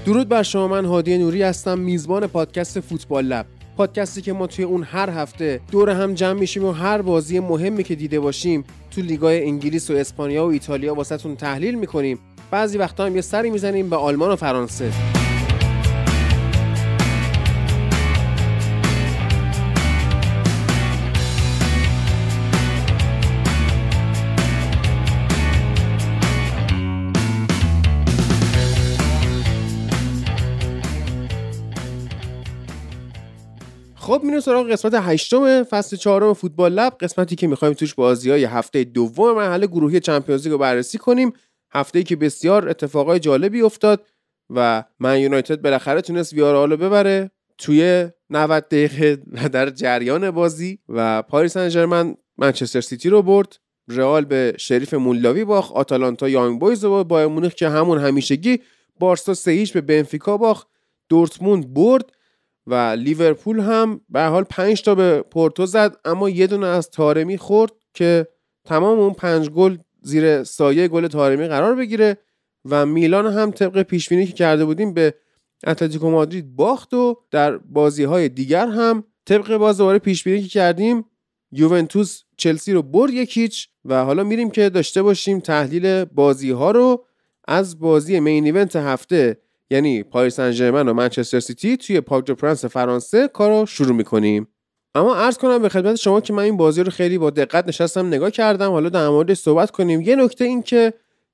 درود بر شما، من هادی نوری هستم، میزبان پادکست فوتبال لب. پادکستی که ما توی اون هر هفته دور هم جمع میشیم و هر بازی مهمی که دیده باشیم تو لیگای انگلیس و اسپانیا و ایتالیا واسهتون تحلیل میکنیم. بعضی وقتا هم یه سری میزنیم به آلمان و فرانسه. خب میریم سراغ قسمت 8 فصل 4 فوتبال لب، قسمتی که میخوایم توش بازی‌های هفته دوم مرحله گروهی چمپیونز لیگ رو بررسی کنیم. هفته‌ای که بسیار اتفاقای جالبی افتاد و من یونایتد بالاخره تونست ویارال رو ببره توی 90 دقیقه در جریان بازی و پاریس سن ژرمن منچستر سیتی رو برد. رئال به شریف مولداوی باخت، آتالانتا یانگ بویز رو برد، بایر مونیخ که همون همیشگی بارسا 3-0 به بنفیکا باخت، دورتموند برد و لیورپول هم به حال 5 تا به پورتو زد، اما یه دونه از تارمی خورد که تمام اون 5 گل زیر سایه گل تارمی قرار بگیره و میلان هم طبق پیشبینی که کرده بودیم به اتلتیکو مادرید باخت و در بازی‌های دیگر هم طبق دوباره پیشبینی که کردیم یوونتوس چلسی رو برد 1-0 و حالا میریم که داشته باشیم تحلیل بازی‌ها رو از بازی مین ایونت هفته، یعنی پاریس سن ژرمن و منچستر سیتی توی پارک دو پرنس فرانسه کارو شروع می‌کنیم. اما عرض کنم به خدمت شما که من این بازی رو خیلی با دقت نشستم نگاه کردم، حالا در موردش صحبت کنیم. یه نکته این که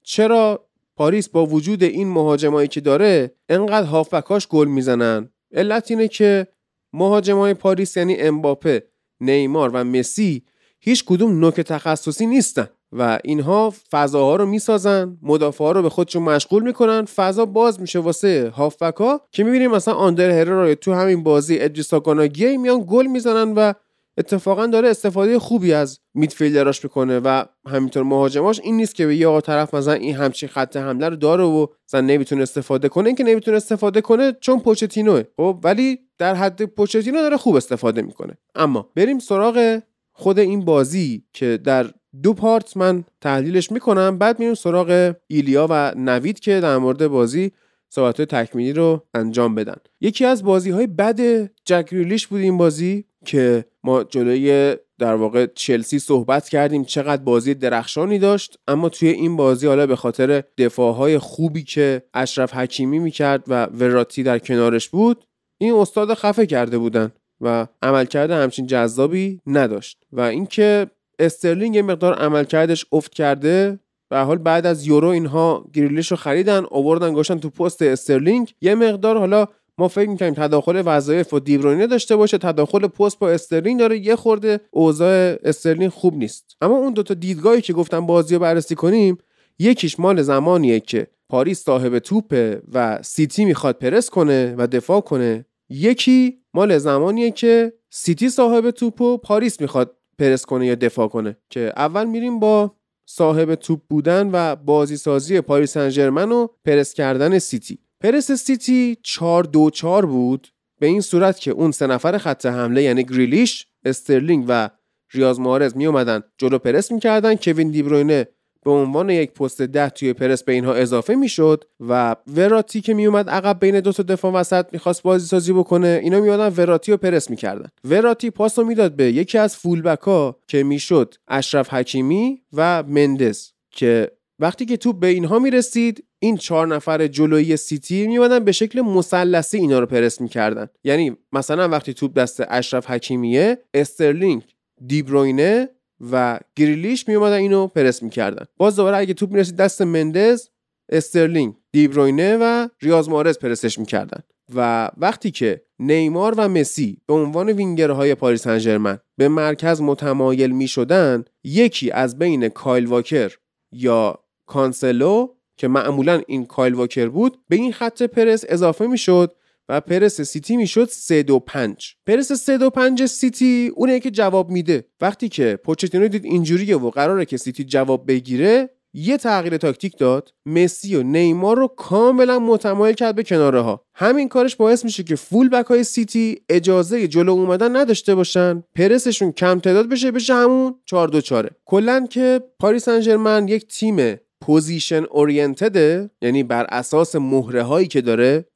چرا پاریس با وجود این مهاجمایی که داره انقدر هافبکاش گل میزنن. علت اینه که مهاجمای پاریس یعنی امباپه، نیمار و مسی هیچ کدوم نوک تخصصی نیستن و اینها فضاها رو میسازن، مدافعا رو به خودشون مشغول میکنن، فضا باز میشه واسه هافبکا که میبینیم مثلا آندر هررا تو همین بازی ادریسا گاناگی میان گل میزنن و اتفاقا داره استفاده خوبی از میدفیلدراش میکنه و همینطور مهاجماش این نیست که به یه طرف مثلا این همچین خط حمله رو داره و مثلا نمیتونه استفاده کنه. این که نمیتونه استفاده کنه چون پوچتینوه، خب ولی در حد پوچتینو داره خوب استفاده میکنه. اما بریم سراغ خود این بازی که در 2 پارت من تحلیلش میکنم، بعد میریم سراغ ایلیا و نوید که در مورد بازی صحبت‌های تکمیلی رو انجام بدن. یکی از بازی‌های بد جک گریلیش بود این بازی که ما جلوی در واقع چلسی صحبت کردیم چقدر بازی درخشانی داشت، اما توی این بازی حالا به خاطر دفاع‌های خوبی که اشرف حکیمی میکرد و وراتی در کنارش بود این استاد خفه کرده بودن و عملکرد همچین جذابی نداشت. و اینکه استرلینگ یه مقدار عملکردش افت کرده، به حال بعد از یورو اینها گریلیش رو خریدن آوردن گوشن تو پست استرلینگ. یه مقدار حالا ما فکر می‌کنیم تداخل وظایف و دیبروینه داشته باشه، تداخل پست با استرلینگ داره، یه خورده اوضاع استرلینگ خوب نیست. اما اون 2 تا دیدگاهی که گفتم بازی رو بررسی کنیم، یکیش مال زمانیه که پاریس صاحب توپه و سیتی میخواد پرس کنه و دفاع کنه، یکی مال زمانیه که سیتی صاحب توپ و پاریس میخواد پرس کنه یا دفاع کنه. که اول میریم با صاحب توپ بودن و بازی سازی پاریس سن ژرمن و پرس کردن سیتی. پرس سیتی 4-2-4 بود، به این صورت که اون 3 نفر خط حمله یعنی گریلیش، استرلینگ و ریاض محرز می اومدن جلو پرس میکردن، کوین دیبروینه به عنوان یک پست 10 توی پرس به اینها اضافه میشد و وراتی که می اومد عقب بین 2 تا دفاع وسط میخواست بازی سازی بکنه، اینا می اومدن وراتی رو پرس میکردن. وراتی پاسو میداد به یکی از فول بک‌ها که میشد اشرف حکیمی و مندز، که وقتی که توپ به اینها میرسید این 4 نفر جلویی سیتی میومدن به شکل مثلثی اینا رو پرس میکردن. یعنی مثلا وقتی توپ دست اشرف حکیمیه، استرلینگ، دیبروینه و گریلیش می اومدن اینو پرس میکردن. باز دوباره اگه توپ میرسید دست مندز، استرلینگ، دیبروینه و ریاض محرز پرسش میکردن. و وقتی که نیمار و مسی به عنوان وینگرهای پاریس سن ژرمن به مرکز متمایل میشدن، یکی از بین کایل واکر یا کانسلو که معمولا این کایل واکر بود به این خط پرس اضافه میشد و پرس سیتی میشد 3-2-5. پرس 3-2-5 سیتی اونه که جواب میده. وقتی که پوچتینو دید اینجوریه و قراره که سیتی جواب بگیره، یه تغییر تاکتیک داد، مسی و نیمار رو کاملا متمایل کرد به کناره ها. همین کارش باعث میشه که فول بک های سیتی اجازه جلو اومدن نداشته باشن، پرسشون کم تعداد بشه همون 4-2-4. کلا که پاریس سن ژرمن یک تیم پوزیشن اورینتده، یعنی بر اساس مهره هایی که داره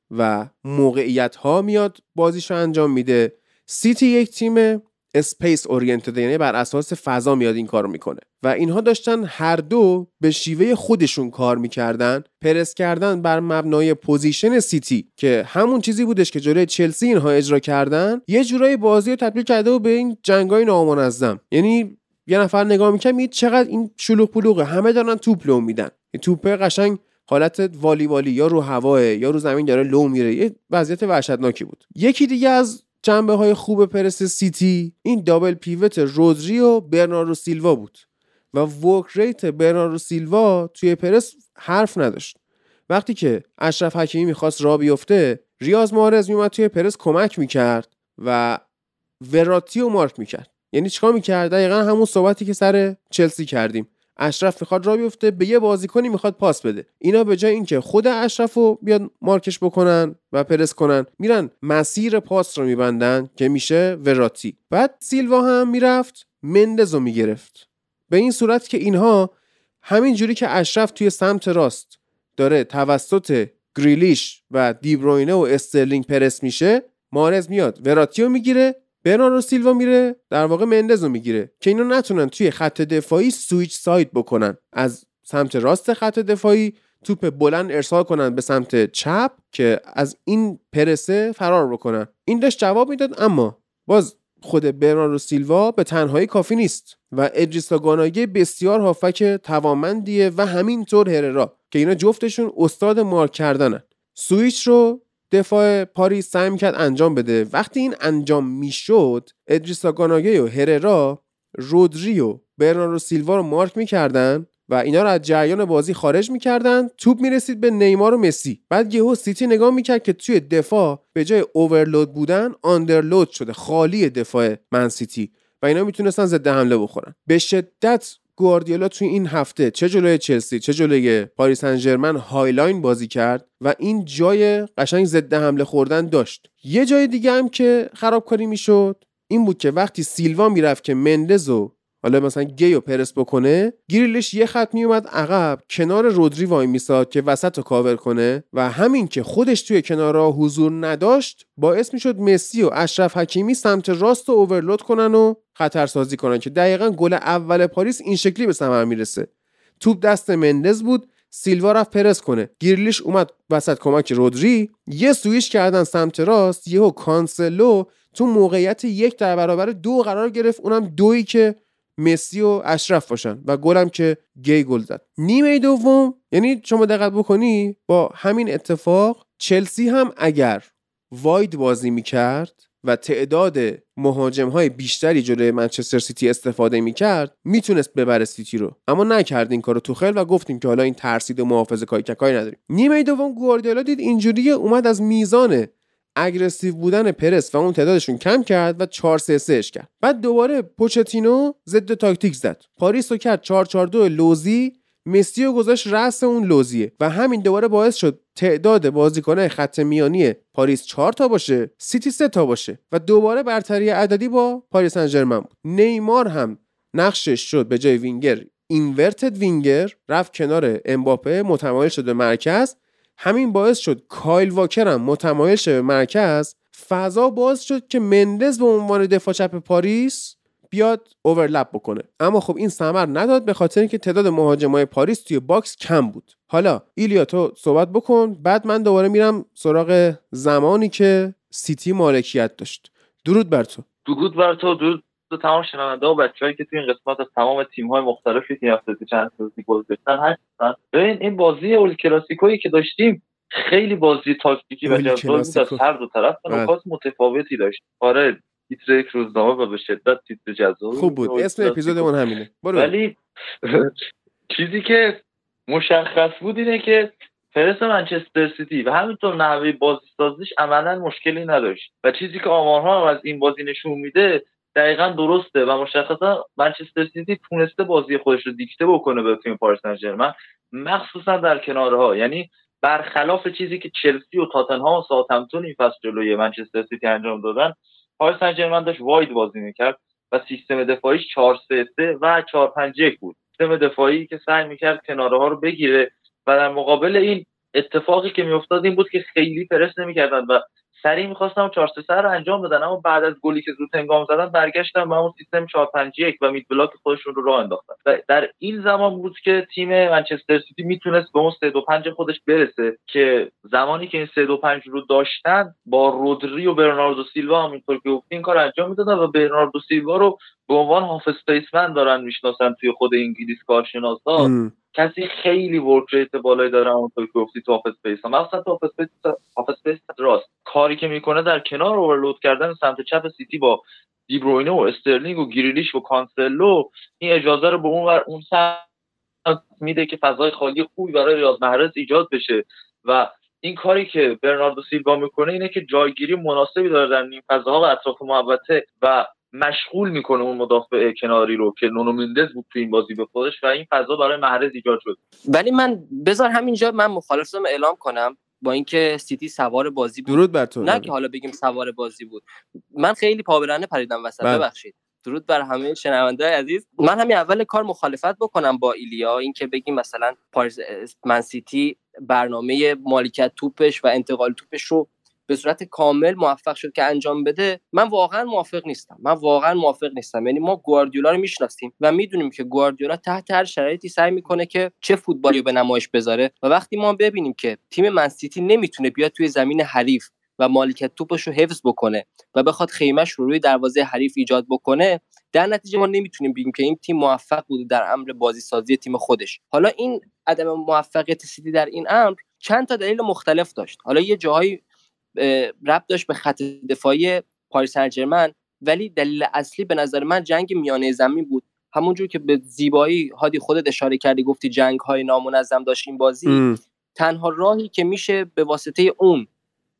و موقعیت ها میاد بازیشو انجام میده. سیتی یک تیم اسپیس اورینتد، یعنی بر اساس فضا میاد این کارو میکنه و اینها داشتن هر دو به شیوه خودشون کار میکردن. پرس کردن بر مبنای پوزیشن سیتی که همون چیزی بودش که جلوی چلسی اینها اجرا کردن، یه جورایی بازی رو تبدیل کرده و به این جنگای نامنظم. یعنی یه نفر نگاه میکنه میگه چقدر این شلوغ پلوغه، همه دارن توپ لو میدن، این توپ قشنگ حالت والیبالی یا رو هواه یا رو زمین داره لو میره. یه وضعیت وحشتناکی بود. یکی دیگه از جنبه‌های خوب پرس سیتی این دابل پیوت رودری و برناردو سیلوا بود و ورک ریت برناردو سیلوا توی پرس حرف نداشت. وقتی که اشرف حکیمی میخواست راه بیفته، ریاض محرز میومد توی پرس کمک میکرد و وراتی رو مارک میکرد. یعنی چیکار میکرد؟ دقیقاً همون صحبتی که سر چلسی کردیم. اشرف میخواد راه بیفته، به یه بازیکنی میخواد پاس بده، اینا به جای اینکه خود اشرفو بیاد مارکش بکنن و پرس کنن، میرن مسیر پاس رو میبندن که میشه وراتی. بعد سیلوا هم میرفت مندزو میگرفت، به این صورت که اینها همین جوری که اشرف توی سمت راست داره توسط گریلیش و دیبروینه و استرلینگ پرس میشه، مارز میاد وراتیو میگیره، برناردو سیلوا میره در واقع مندزو میگیره که اینا نتونن توی خط دفاعی سویچ ساید بکنن، از سمت راست خط دفاعی توپ بلند ارسال کنن به سمت چپ که از این پرسه فرار بکنن. این داشت جواب میداد، اما باز خود برناردو سیلوا به تنهایی کافی نیست و ادریسا گاناگی بسیار هافک توانمندیه و همینطور هررا که اینا جفتشون استاد مارک کردنن. سویچ رو دفاع پاریس سعی میکرد انجام بده. وقتی این انجام میشد، ادریسا گاناگی و هررا رودری و برناردو سیلوا رو مارک میکردن و اینا رو از جریان بازی خارج میکردن. توپ میرسید به نیمار و مسی. بعد یهو سیتی نگاه میکرد که توی دفاع به جای اوورلود بودن آندرلود شده، خالی دفاع من سیتی و اینا میتونستن ضد حمله بخورن. به شدت گواردیولا توی این هفته چه جلوی چلسی چه جلوی پاریس سن ژرمن هایلاین بازی کرد و این جای قشنگ ضد حمله خوردن داشت. یه جای دیگه هم که خرابکاری میشد این بود که وقتی سیلوا میرفت که مندزو حالا مثلا گیو پرس بکنه، گریلیش یه خط میومد عقب کنار رودری وای میساد که وسط رو کاور کنه و همین که خودش توی کنارها حضور نداشت باعث میشد مسی و اشرف حکیمی سمت راست رو اوورلود کنن و خطرسازی کنن که دقیقاً گل اول پاریس این شکلی به ثمر میرسه. توپ دست مندز بود، سیلوا رفت پرس کنه، گریلیش اومد وسط کمک رودری، یه سویش کردن سمت راست، یهو کانسلو تو موقعیت 1 در برابر 2 قرار گرفت، اونم 2 که مسی و اشرف باشن و گلم که گی گل زد. نیمه دوم یعنی شما دقت بکنی با همین اتفاق چلسی هم اگر واید بازی میکرد و تعداد مهاجم‌های بیشتری جلوی منچستر سیتی استفاده میکرد میتونست ببره سیتی رو، اما نکرد این کارو توخل و گفتیم که حالا این ترسید و محافظه‌کاری کاری نداریم. نیمه دوم گواردیولا دید اینجوریه، اومد از میزان اگریسیو بودن پرس و اون تعدادشون کم کرد و 4-3-3 اش کرد. بعد دوباره پوچتینو ضد تاکتیک زد، پاریس رو کرد 4-4-2 لوزی، مسی رو گذاشت رأس اون لوزیه و همین دوباره باعث شد تعداد بازیکن‌های خط میانی پاریس 4 تا باشه، سیتی 3 تا باشه و دوباره برتری عددی با پاریس سن ژرمن بود. نیمار هم نقشش شد به جای وینگر اینورتد وینگر، رفت کنار امباپه، متمایل شد به مرکز. همین باعث شد کایل واکر هم متمایل شه به مرکز، فضا باز شد که مندز به عنوان دفاع چپ پاریس بیاد اورلپ بکنه. اما خب این ثمر نداد به خاطر اینکه تعداد مهاجمای پاریس توی باکس کم بود. حالا ایلیا تو صحبت بکن، بعد من دوباره میرم سراغ زمانی که سیتی مالکیت داشت. درود بر تو. درود به تمام شنونده و بچه‌هایی که توی این قسمت از تمام تیم‌های مختلفی که هفته چند تا گل زدن هستن. ببین این بازی اول کلاسیکویی که داشتیم خیلی بازی تاکتیکی و جذابی بود، از هر دو طرف نکات متفاوتی داشت. آره تیتر یک روزنامه و به شدت تیتر جذابی خوب بود. اسم اپیزودمون همینه. ولی چیزی که مشخص بود اینه که پرس منچستر سیتی و همینطور نحوه بازی سازیش عملاً مشکلی نداشت و چیزی که آمارها از این بازی نشون میده دقیقاً درسته و مشخصا منچستر سیتی تونسته بازی خودش رو دیکته بکنه به تیم پاریس سن ژرمن، مخصوصا در کنارها. یعنی برخلاف چیزی که چلسی و تاتنهام و ساوثهمپتون این فصل جلوی منچستر سیتی انجام دادن، پاریس سن ژرمن داشت واید بازی میکرد و سیستم دفاعیش 4-3-3 و 4-5-1 بود. سیستم دفاعی که سعی میکرد کنارها رو بگیره و در مقابل این اتفاقی که میافتاد این بود که خیلی پرس نمی‌کردن و سریع می‌خواستن 4-3 رو انجام بدن، اما بعد از گلی که زود هنگام زدن برگشتن به اون سیستم 4-5-1 و مید بلاک خودشون رو راه انداختن. و در این زمان بود که تیم منچستر سیتی میتونست به اون 3-2-5 خودش برسه که زمانی که این 3-2-5 رو داشتن با رودری و برناردو سیلوا همینطور که گفتین کار انجام میدادن و برناردو سیلوا رو به عنوان هاف اسپیسمن دارن میشناسن توی خود انگلیس کارشناسا. کسی خیلی ورک ریت بالایی داره اونطور که گفتی تو هاف اسپیس ها، مثلا تو هاف اسپیس راست کاری که میکنه در کنار اورلود کردن سمت چپ سیتی با دی بروینه و استرلینگ و گریلیش و کانسلو این اجازه رو به اون سمت میده که فضای خالی خوبی برای ریاض محرز ایجاد بشه و این کاری که برناردو سیلوا میکنه اینه که جایگیری مناسبی داره در این فضاها و اطراف محوطه و مشغول میکنه اون مدافع کناری رو که نونو مندز بود تو این بازی به خودش و این فضا برای محرز ایجاد شد. ولی من بذار همینجا من مخالفتم اعلام کنم با اینکه سیتی سوار بازی بود. درود بر تو. نه که حالا بگیم سوار بازی بود، من خیلی پابرانه پریدم وسط، ببخشید. درود بر همه شنونده‌های عزیز. من همین اول کار مخالفت بکنم با ایلیا، اینکه بگیم مثلا من سیتی برنامه مالکیت توپش و انتقال توپش رو به صورت کامل موفق شد که انجام بده. من واقعا موافق نیستم. یعنی ما گواردیولا رو میشناسیم و میدونیم که گواردیولا تحت هر شرایطی سعی میکنه که چه فوتبالی رو به نمایش بذاره و وقتی ما ببینیم که تیم من سیتی نمیتونه بیاد توی زمین حریف و مالکیت توپش رو حفظ بکنه و بخواد خیمش رو روی دروازه حریف ایجاد بکنه، در نتیجه ما نمیتونیم بگیم که این تیم موفق بوده در امر بازی سازی تیم خودش. حالا این عدم موفقیت سیتی در این امر چند تا دلیل مختلف داشت. حالا یه جاهای ربط داشت به خط دفاعی پاریس سن ژرمن، ولی دلیل اصلی به نظر من جنگ میانه زمین بود. همونجور که به زیبایی هادی خودت اشاره کردی، گفتی جنگ‌های نامنظم داشت این بازی. تنها راهی که میشه به واسطه اون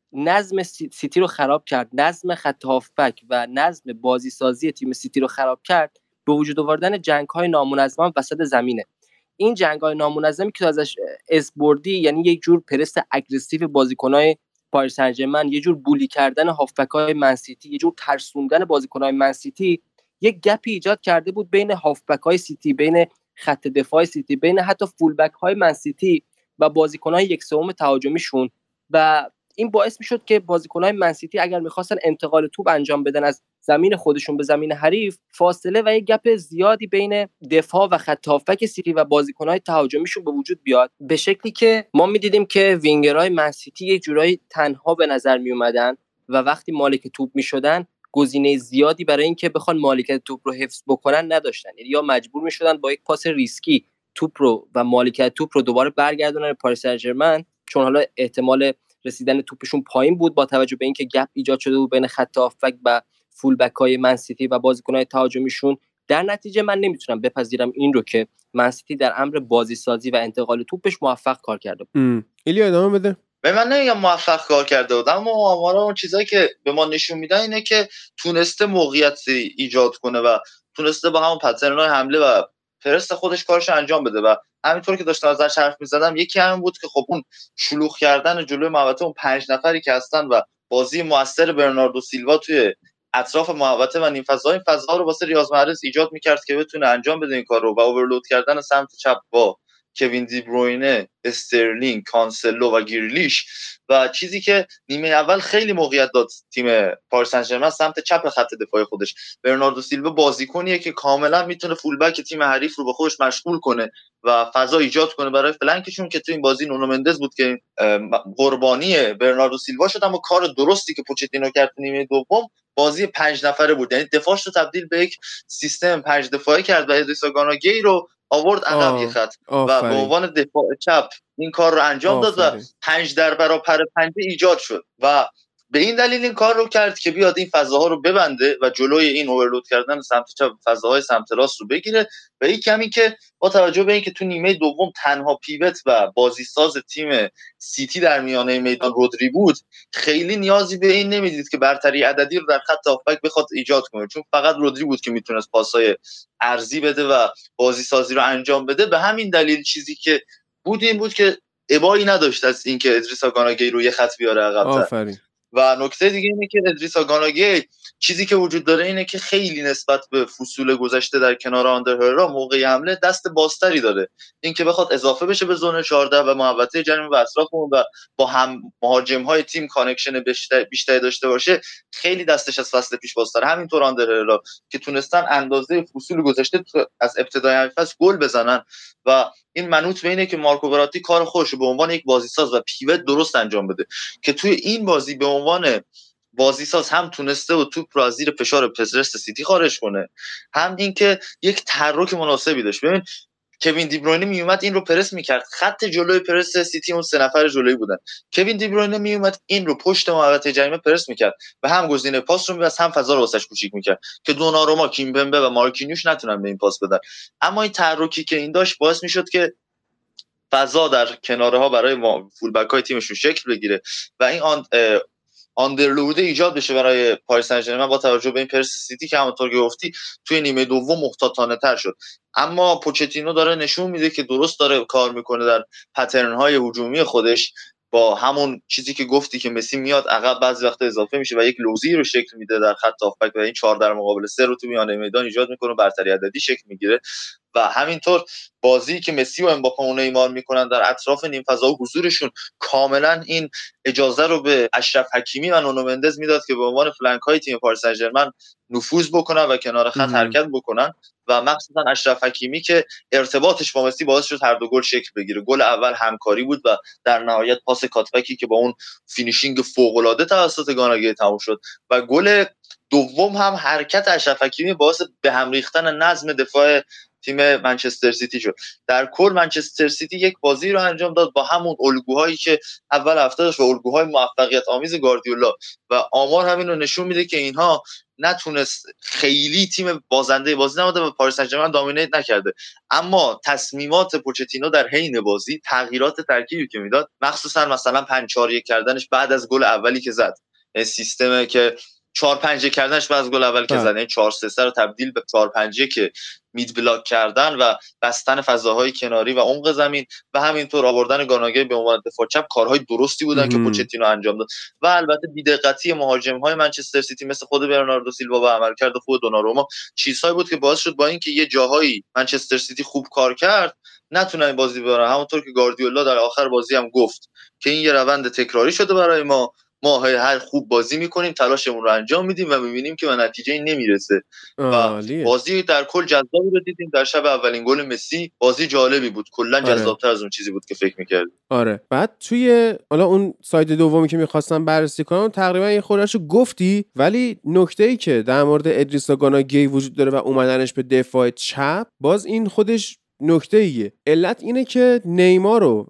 نظم سیتی رو خراب کرد، نظم خط هافبک و نظم بازی سازی تیم سیتی رو خراب کرد، به وجود آوردن جنگ‌های نامنظم وسط زمینه. این جنگ‌های نامنظمی که ازش اسپوردی، یعنی یک جور پرس اگریسیو بازیکن‌های پاریس سن ژرمن، یه جور بولی کردن هافبک‌های منسیتی، یه جور ترسوندن بازیکن‌های منسیتی، یک گپی ایجاد کرده بود بین هافبک‌های سیتی، بین خط دفاع سیتی، بین حتی فولبک‌های منسیتی و بازیکن‌های یک سوم تهاجمیشون و این باعث میشد که بازیکن‌های منسیتی اگر می‌خواستن انتقال توپ انجام بدن از زمین خودشون به زمین حریف، فاصله و یک گپ زیادی بین دفاع و خط هافبک سیتی و بازیکن‌های تهاجمیشون به وجود بیاد، به شکلی که ما می‌دیدیم که وینگرهای منسیتی یک جورایی تنها به نظر می‌اومدن و وقتی مالک توپ می‌شدن گزینه زیادی برای اینکه بخوان مالکیت توپ رو حفظ بکنن نداشتن. یعنی یا مجبور می‌شدن با یک پاس ریسکی توپ رو و مالکیت توپ رو دوباره برگردونن پاریس سن ژرمن، چون حالا احتمال رسیدن توپشون پایین بود با توجه به اینکه گپ ایجاد شده بود بین خط هافبک و فول بک های من سیتی و بازیکن‌های تهاجمیشون. در نتیجه من نمیتونم بپذیرم این رو که من سیتی در امر بازی سازی و انتقال توپش موفق کار کرده بود. ایلیا ادامه بده. من نمیگم موفق کار کرده بود، اما آمارا اون چیزایی که به ما نشون میدن اینه که تونسته موقعیت ایجاد کنه و تونسته با همون پترن‌های حمله و پرس خودش کارش انجام بده و همینطور که داشتم ازش حرف می‌زدم یکی همین بود که خب اون شلوغ کردن جلوی محوطه اون 5 نفری که هستن و بازی موثر برناردو سیلوا توی اطراف محوطه و نیم فضا رو واسه ریاض محرز ایجاد می‌کرد که بتونه انجام بده این کار رو و اورلود کردن سمت چپ با کوین دی بروینه، استرلینگ، کانسلو و گریلیش و چیزی که نیمه اول خیلی موقعیت داد تیم پاریس سن ژرمن سمت چپ خط دفاعی خودش. برناردو سیلوا بازیکنیه که کاملا میتونه فول بک تیم حریف رو به خودش مشغول کنه و فضا ایجاد کنه برای فلنکشون که تو این بازی نونو مندز بود که قربانی برناردو سیلوا شد، اما کار درستی که پوچتینو کرد نیمه دوم بازی 5 نفره بود، یعنی دفاعش رو تبدیل به یک سیستم 5 دفاعی کرد و ادریسا گاناگی رو آورد عقب یک خط و به عنوان دفاع چپ این کار رو انجام داد و 5 در برابر 5 ایجاد شد و به این دلیل این کار رو کرد که بیاد این فضاها رو ببنده و جلوی این اورلود کردن سمت چپ فضاهای سمت راست رو بگیره و یک کمی که با توجه به اینکه تو نیمه دوم تنها پیوت و بازیساز تیم سیتی در میانه میدان رودری بود، خیلی نیازی به این نمیدید که برتری عددی رو در خط هافبک بخواد ایجاد کنه، چون فقط رودری بود که میتونست پاسای عرضی بده و بازی سازی رو انجام بده. به همین دلیل چیزی که بود این بود که ابایی نداشت از اینکه ادریسا گاناگی رو یه خط بیاره عقب‌تر. و نکته دیگه اینه که ادریسا گاناگی چیزی که وجود داره اینه که خیلی نسبت به فصول گذشته در کنار آندر هررا موقع حمله دست بازتری داره. این که بخواد اضافه بشه به زون 14 و محوطه جریمه و اطراف اون و با هم مهاجم‌های تیم کانکشن بیشتری داشته باشه خیلی دستش از فصل پیش بازتره. همینطور آندر هررا که تونستن اندازه فصول گذشته از ابتدای فصل گل بزنن و این منوط به اینه که مارکو وراتی کار خودش رو به عنوان یک بازیساز و پیوت درست انجام بده که توی این بازی به عنوان بازیساز هم تونسته و توپ رو از زیر فشار پرس سیتی خارج کنه، هم این که یک تحرک مناسبی داشت. ببین کوین دی بروینه میومد این رو پرس میکرد، خط جلوی پرس سیتی اون 3 نفر جلویی بودن، کوین دی بروینه میومد این رو پشت محوطه جریمه پرس میکرد و هم گزینه پاس رو می‌بست هم فضا رو واسش کوچیک میکرد که دوناروما، کیمبمبه و مارکینیوش نتونن به این پاس بدن. اما این تحرکی که این داشت باعث میشد که فضا در کناره ها برای فول بک های تیمشون شکل بگیره و این آندرلود ایجاد بشه برای پاریس سن ژرمن با توجه به این پرس سیتی که همونطور که گفتی توی نیمه دوم محتاطانه تر شد. اما پوچتینو داره نشون میده که درست داره کار میکنه در پترن های هجومی خودش، با همون چیزی که گفتی که مسی میاد عقب بعضی وقتا اضافه میشه و یک لوزی رو شکل میده در خط هافبک و این 4 در مقابل 3 رو تو میانه میدان ایجاد میکنه و برتری عددی شکل میگیره. و همینطور بازی که مسی و امباپه و نیمار میکنن در اطراف نیم فضا و حضورشون کاملا این اجازه رو به اشرف حکیمی و نونو مندز میداد که به عنوان فلنک های تیم پاریس سن ژرمن نفوذ بکنن و کنار خط حرکت بکنن و مخصوصا اشرف حکیمی که ارتباطش با مسی باعث شد هر دو گل شکل بگیره. گل اول همکاری بود و در نهایت پاس کاتبکی که با اون فینیشینگ فوق العاده توسط گاناگی تموم شد و گل دوم هم حرکت اشرف حکیمی باعث به هم ریختن نظم دفاع تیم منچستر سیتی شد. در کل منچستر سیتی یک بازی رو انجام داد با همون الگوهایی که اول هفته داشت و الگوهای موفقیت آمیز گواردیولا و آمار همین رو نشون میده که اینها نتونست خیلی تیم بازنده بازی نماده و پاریس سن ژرمن دامینیت نکرده، اما تصمیمات پوچتینو در حین بازی، تغییرات ترکیبی که میداد، مخصوصا مثلا 5-4-1 کردنش بعد از گل اولی که زد، سیستم که 4-5 کردنش بعد از گل اول که زد، یعنی 4-3 رو تبدیل به 4-5 که مید بلاک کردن و بستن فضاهای کناری و عمق زمین و همینطور آوردن گاناگی به عنوان دفاع چپ کارهای درستی بودن که پوچتینو انجام داد. و البته بی‌دقتی مهاجم‌های منچستر سیتی مثل خود برناردو سیلوا و عملکرد خوب دوناروما چیزهایی بود که باعث شد با اینکه یه جاهایی منچستر سیتی خوب کار کرد نتونن بازی ببرن. همونطور که گواردیولا در آخر بازی هم گفت که این یه روند تکراری شده برای ما هر خوب بازی میکنیم، تلاشمون رو انجام میدیم و میبینیم که به نتیجه نمیرسه. و بازی در کل جذابی رو دیدیم. در شب اولین گل مسی بازی جالبی بود، کلا جذابتر از اون چیزی بود که فکر میکردیم. آره بعد توی حالا اون ساید دومی که میخواستم بررسی کنم تقریبا یه خودشو گفتی، ولی نکته‌ای که در مورد ادریسا گاناگی وجود داره و اومدنش به دفاع چپ، باز این خودش نکته‌ایه. علت اینه که نیمار رو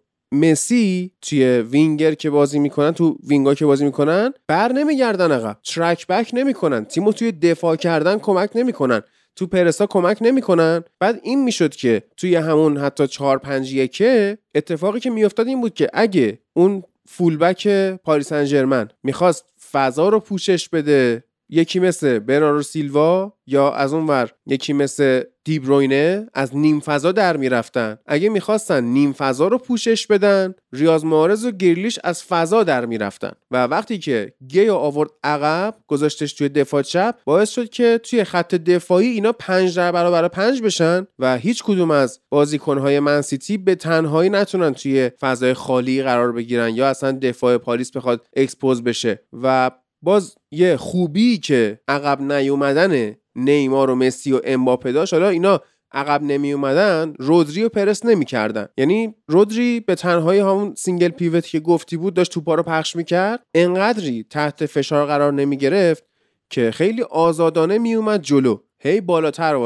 مسی توی وینگر که بازی میکنن، تو وینگا که بازی میکنن بر نمیگردن عقب، ترک بک نمیکنن، تیمو توی دفاع کردن کمک نمیکنن، تو پرسا کمک نمیکنن. بعد این میشد که توی همون حتی 4-5-1 اتفاقی که میافتاد این بود که اگه اون فول بک پاریس سن ژرمن میخواست فضا رو پوشش بده، یکی مثل برناردو سیلوا یا از اون ور یکی مثل دی بروینه از نیم فضا در میرفتن. اگه میخواستن نیم فضا رو پوشش بدن، ریاض محرز و گریلیش از فضا در میرفتن و وقتی که گیو آورد عقب گذاشتش توی دفاع چپ، باعث شد که توی خط دفاعی اینا 5 در برابر 5 بشن و هیچ کدوم از بازیکن‌های من سیتی به تنهایی نتونن توی فضای خالی قرار بگیرن یا اصلا دفاع پاریس بخواد اکسپوز بشه. و باز یه خوبی که عقب نیومدن نیمار و مسی و امباپه داشت، حالا اینا عقب نمی اومدن رودری و پرس نمی کردن، یعنی رودری به تنهایی همون سینگل پیوت که گفتی بود داشت توپا رو پخش میکرد، انقدری تحت فشار قرار نمی گرفت که خیلی آزادانه می اومد جلو، هی بالاتر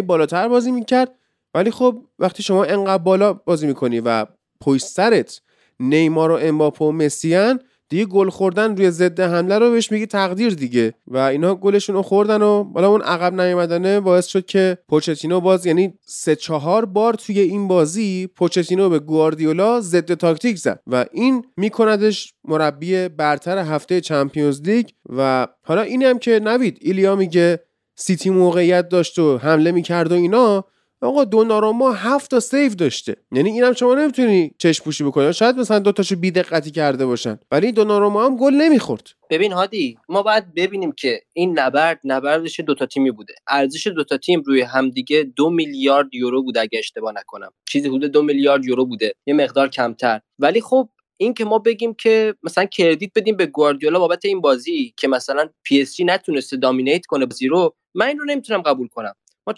بازی میکرد. ولی خب وقتی شما انقدر بالا بازی میکنی و پشت سرت نیمار و امباپه و مسی ان، دیگه گل خوردن روی ضد حمله رو بهش میگی تقدیر دیگه. و اینا گلشون رو خوردن و بالا اون عقب نیومدنه باعث شد که پوچتینو باز، یعنی 3-4 بار توی این بازی پوچتینو به گواردیولا ضد تاکتیک زد و این میکندش مربی برتر هفته چمپیونز لیگ. و حالا اینی هم که نوید ایلیا میگه سیتی موقعیت داشت و حمله میکرد و اینا، آقا دوناروما 7 تا سیو داشته، یعنی اینم شما نمیتونی چشم پوشی بکنی. شاید مثلا 2 تاشو بی‌دقتی کرده باشن، ولی دوناروما هم گل نمیخورد. ببین هادی، ما باید ببینیم که این نبردش دو تا تیمی بوده. ارزش دو تا تیم روی همدیگه 2 میلیارد یورو بوده اگه اشتباه نکنم، چیزی حدود 2 میلیارد یورو بوده، یه مقدار کمتر. ولی خب این که ما بگیم که مثلا کردیت بدیم به گواردیولا بابت این بازی که مثلا پی اس جی نتونسته دامینیت کنه بازی رو، من این رو نمیتونم قبول کنم. ما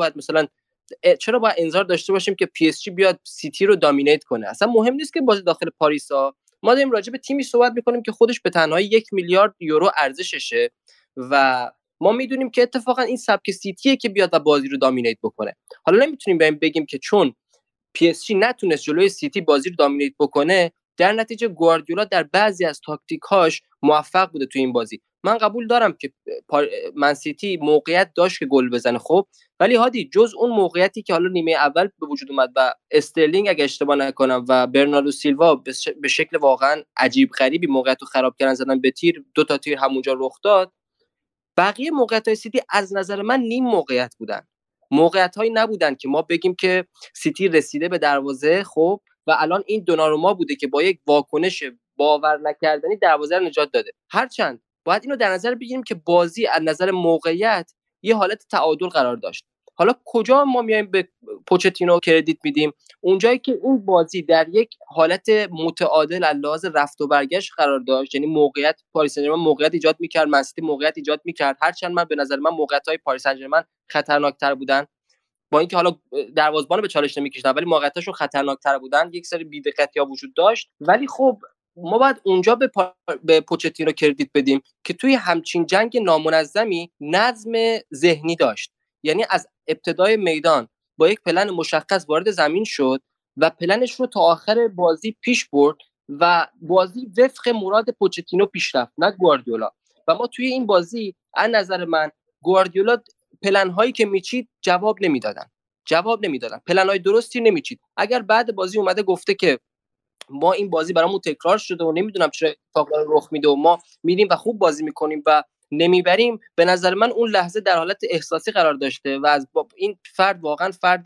چرا باید انتظار داشته باشیم که پی اس جی بیاد سیتی رو دامینیت کنه؟ اصلا مهم نیست که بازی داخل پاریسا، ما داریم راجع به تیمی صحبت میکنیم که خودش به تنهایی 1 میلیارد یورو ارزششه و ما میدونیم که اتفاقا این سبک سیتیه که بیاد و بازی رو دامینیت بکنه. حالا نمیتونیم بگیم که چون پی اس جی نتونست جلوی سیتی بازی رو دامینیت بکنه، در نتیجه گواردیولا در بعضی از تاکتیکاش موفق بوده تو این بازی. من قبول دارم که من سیتی موقعیت داشت که گل بزنه، خب ولی هادی جز اون موقعیتی که حالا نیمه اول به وجود اومد و استرلینگ اگه اشتباه نکنم و برناردو سیلوا به شکل واقعا عجیب غریبی موقعیت رو خراب کردن، زدن به تیر، 2 تا تیر همونجا رخ داد، بقیه موقعیت‌های سیتی از نظر من نیم موقعیت بودن. موقعیت‌هایی نبودن که ما بگیم که سیتی رسیده به دروازه خب و الان این دوناروما بوده که با یک واکنش باور نکردنی دروازه رو نجات داده. هرچند باید اینو در نظر بگیریم که بازی از نظر موقعیت یه حالت تعادل قرار داشت. حالا کجا ما میایم به پوچتینو کردیت میدیم؟ اونجایی که این بازی در یک حالت متعادل از لحاظ رفت و برگشت قرار داشت، یعنی موقعیت پاریس سن ژرمن موقعیت ایجاد می‌کرد، منسیتی موقعیت ایجاد می‌کرد، هرچند من به نظر من موقعیت‌های پاریس سن ژرمن خطرناک‌تر بودن، با اینکه حالا دروازه‌بان به چالش نمی‌کشیدن ولی موقعیتاشون خطرناک‌تر بودن، یک سری بی‌دقتی‌ها وجود داشت. ولی خب ما باید اونجا به پوچتینو کردیت بدیم که توی همچین جنگ نامنظمی نظم ذهنی داشت، یعنی از ابتدای میدان با یک پلن مشخص وارد زمین شد و پلنش رو تا آخر بازی پیش برد و بازی وفق مراد پوچتینو پیش رفت، نه گواردیولا. و ما توی این بازی از نظر من گواردیولا پلن هایی که میچید جواب نمیدادن، پلن های درستی نمیچید. اگر بعد بازی اومده گفته که ما این بازی برامون تکرار شده و نمیدونم چرا اتفاقا رخ میده و ما میریم و خوب بازی میکنیم و نمیبریم، به نظر من اون لحظه در حالت احساسی قرار داشته و از این فرد واقعا فرد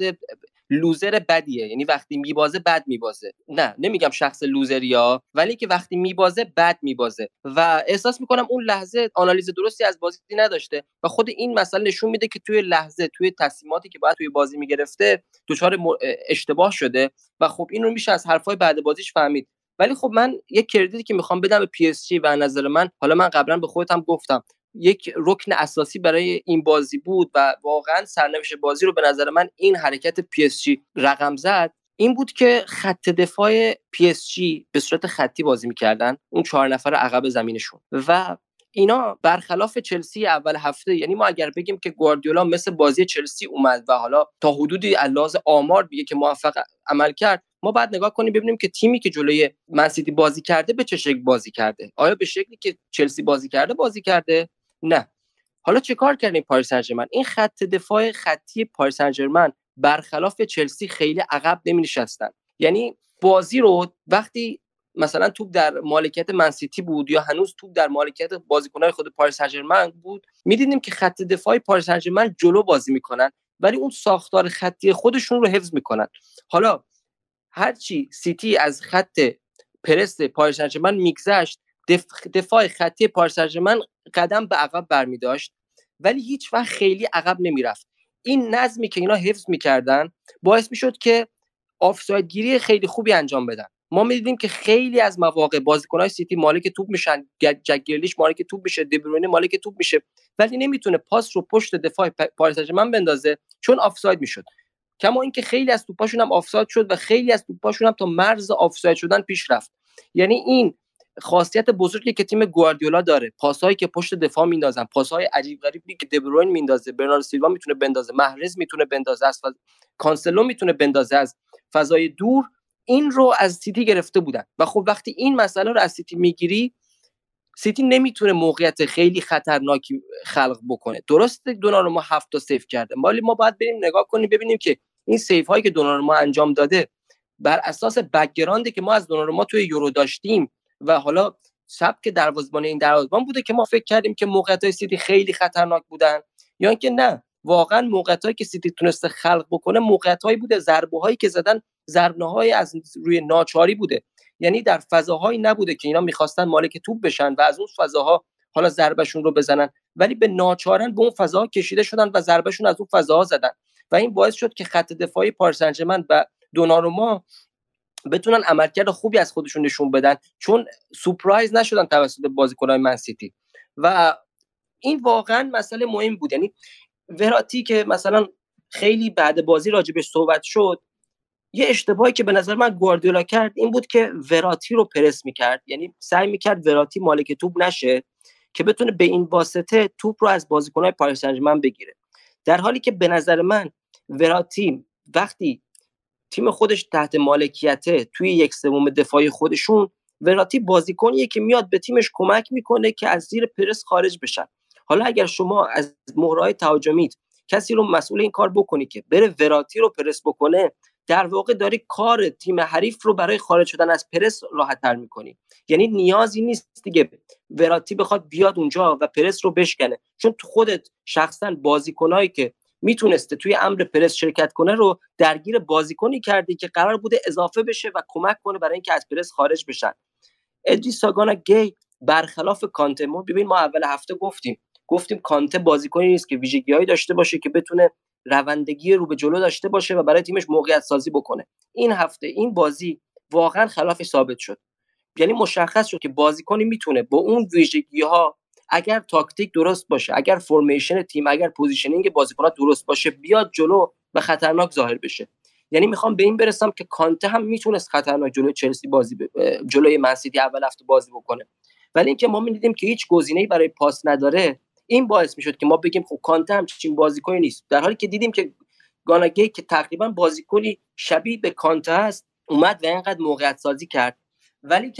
لوزر بدیه، یعنی وقتی میبازه بد میبازه. نه نمیگم شخص لوزریا، ولی که وقتی میبازه بد میبازه و احساس میکنم اون لحظه آنالیز درستی از بازی نداشته و خود این مسئله نشون میده که توی لحظه توی تصمیماتی که باید توی بازی میگرفته دچار اشتباه شده و خب این رو میشه از حرفای بعد بازیش فهمید. ولی خب من یک کردیتی که میخوام بدم به پی اس جی و نظر من، حالا من قبلا به خودم گفتم، یک رکن اساسی برای این بازی بود و واقعا سرنوشت بازی رو به نظر من این حرکت پی اس جی رقم زد، این بود که خط دفاع پی اس جی به صورت خطی بازی میکردن، اون 4 نفر عقب زمینشون، و اینا برخلاف چلسی اول هفته، یعنی ما اگر بگیم که گواردیولا مثل بازی چلسی اومد و حالا تا حدودی علاوه آمار بگه که موفق عمل کرد، ما بعد نگاه کنیم ببینیم که تیمی که جلوی منسیتی بازی کرده به چه شکل بازی کرده. آیا به شکلی که چلسی بازی کرده؟ نه. حالا چه کار کردیم پاریس سن ژرمن؟ این خط دفاع خطی پاریس سن ژرمن برخلاف چلسی خیلی عقب نمی‌نشستن، یعنی بازی رو وقتی مثلا توپ در مالکیت منسیتی بود یا هنوز توپ در مالکیت بازیکن‌های خود پاریس سن ژرمن بود، می‌دیدیم که خط دفاعی پاریس سن ژرمن جلو بازی می‌کنن ولی اون ساختار خطی خودشون رو حفظ می‌کنن. حالا هرچی سیتی از خط پرس پاریس سن ژرمن میگذشت، دفاع خطی پاریس سن ژرمن قدم به عقب برمی‌داشت ولی هیچ وقت خیلی عقب نمیرفت. این نظمی که اینا حفظ می‌کردن باعث می‌شد که آفساید گیری خیلی خوبی انجام بدن. ما می‌دیدیم که خیلی از مواقع بازیکن‌های سیتی مالک توپ میشن، جک گریلیش مالک توپ میشه، دیبروینه مالک توپ میشه، ولی نمیتونه پاس رو پشت دفاع پاریس سن ژرمن بندازه چون آفساید میشد. کما اینکه خیلی از توپاشون هم آفساید شد و خیلی از توپاشون هم تا مرز آفساید شدن پیش رفت. یعنی این خاصیت بزرگی که تیم گواردیولا داره، پاسایی که پشت دفاع میندازن، پاسای عجیب غریبی که دیبروین میندازه، برناردو سیلوا میتونه بندازه، محرز میتونه بندازه، کانسلو میتونه بندازه از فضای دور، این رو از سیتی گرفته بودن و خب وقتی این مسئله رو از سیتی میگیری، سیتی نمیتونه موقعیت خیلی خطرناکی خلق بکنه. درسته دوناروما 7 تا سیو کرده، ولی ما باید بریم نگاه کنیم ببینیم که این سیو هایی که دوناروما انجام داده بر اساس بک‌گراندی که ما از دوناروما توی یورو داشتیم و حالا سبک دروازه‌بان این دروازه‌بان بوده که ما فکر کردیم که موقعیت سیتی خیلی خطرناک بودن، یا اینکه نه واقعا موقعیتایی که سیتی تونسته خلق بکنه موقعیتایی بوده، ضربه‌هایی که زدن ضربه‌های از روی ناچاری بوده، یعنی در فضاهایی نبوده که اینا می‌خواستن مالک توپ بشن و از اون فضاها حالا ضربهشون رو بزنن، ولی به ناچارن به اون فضاها کشیده شدن و ضربهشون از اون فضاها زدن و این باعث شد که خط دفاعی پاریس سن ژرمن و دوناروما بتونن عملکرد خوبی از خودشون نشون بدن، چون سورپرایز نشدن توسط بازیکن‌های من سیتی و این واقعا مسئله مهم بود. یعنی وراتی که مثلا خیلی بعد بازی راجبش صحبت شد، یه اشتباهی که به نظر من گواردیولا کرد این بود که وراتی رو پرس میکرد، یعنی سعی میکرد وراتی مالک توپ نشه که بتونه به این واسطه توپ رو از بازیکن‌های پاریس سن ژرمن بگیره، در حالی که به نظر من وراتی وقتی تیم خودش تحت مالکیته توی یک سوم دفاعی خودشون، وراتی بازیکنیه که میاد به تیمش کمک میکنه که از زیر پرس خارج بشن. حالا اگر شما از مهرهای تهاجمیت کسی رو مسئول این کار بکنی که بره وراتی رو پرس بکنه، در واقع داری کار تیم حریف رو برای خارج شدن از پرس راحت‌تر میکنی. یعنی نیازی نیست دیگه وراتی بخواد بیاد اونجا و پرس رو بشکنه، چون تو خودت شخصا بازیکنایی که میتونسته توی امر پرس شرکت کنه رو درگیر بازیکنی کردی که قرار بوده اضافه بشه و کمک کنه برای اینکه از پرس خارج بشن. ادریس گی برخلاف کانته، ما اول هفته گفتیم کانته بازیکنی نیست که ویژگی‌هایی داشته باشه که بتونه روندگی رو به جلو داشته باشه و برای تیمش موقعیت سازی بکنه. این هفته این بازی واقعا خلافش ثابت شد، یعنی مشخص شد که بازیکنی میتونه با اون ویژگی‌ها اگر تاکتیک درست باشه، اگر فرمیشن تیم، اگر پوزیشنینگ بازیکن‌ها درست باشه، بیاد جلو و خطرناک ظاهر بشه. یعنی میخوام به این برسم که کانته هم میتونست خطرناک جلوی چلسی جلوی منسیتی اول هفته بازی بکنه، ولی اینکه ما می‌دیدیم که هیچ گزینه‌ای برای پاس نداره، این باعث میشد که ما بگیم خب کانته هم چین بازیکنی نیست، در حالی که دیدیم که گاناگی که تقریبا بازیکنی شبیه به کانته است اومد و اینقدر موقعیت سازی کرد. ولی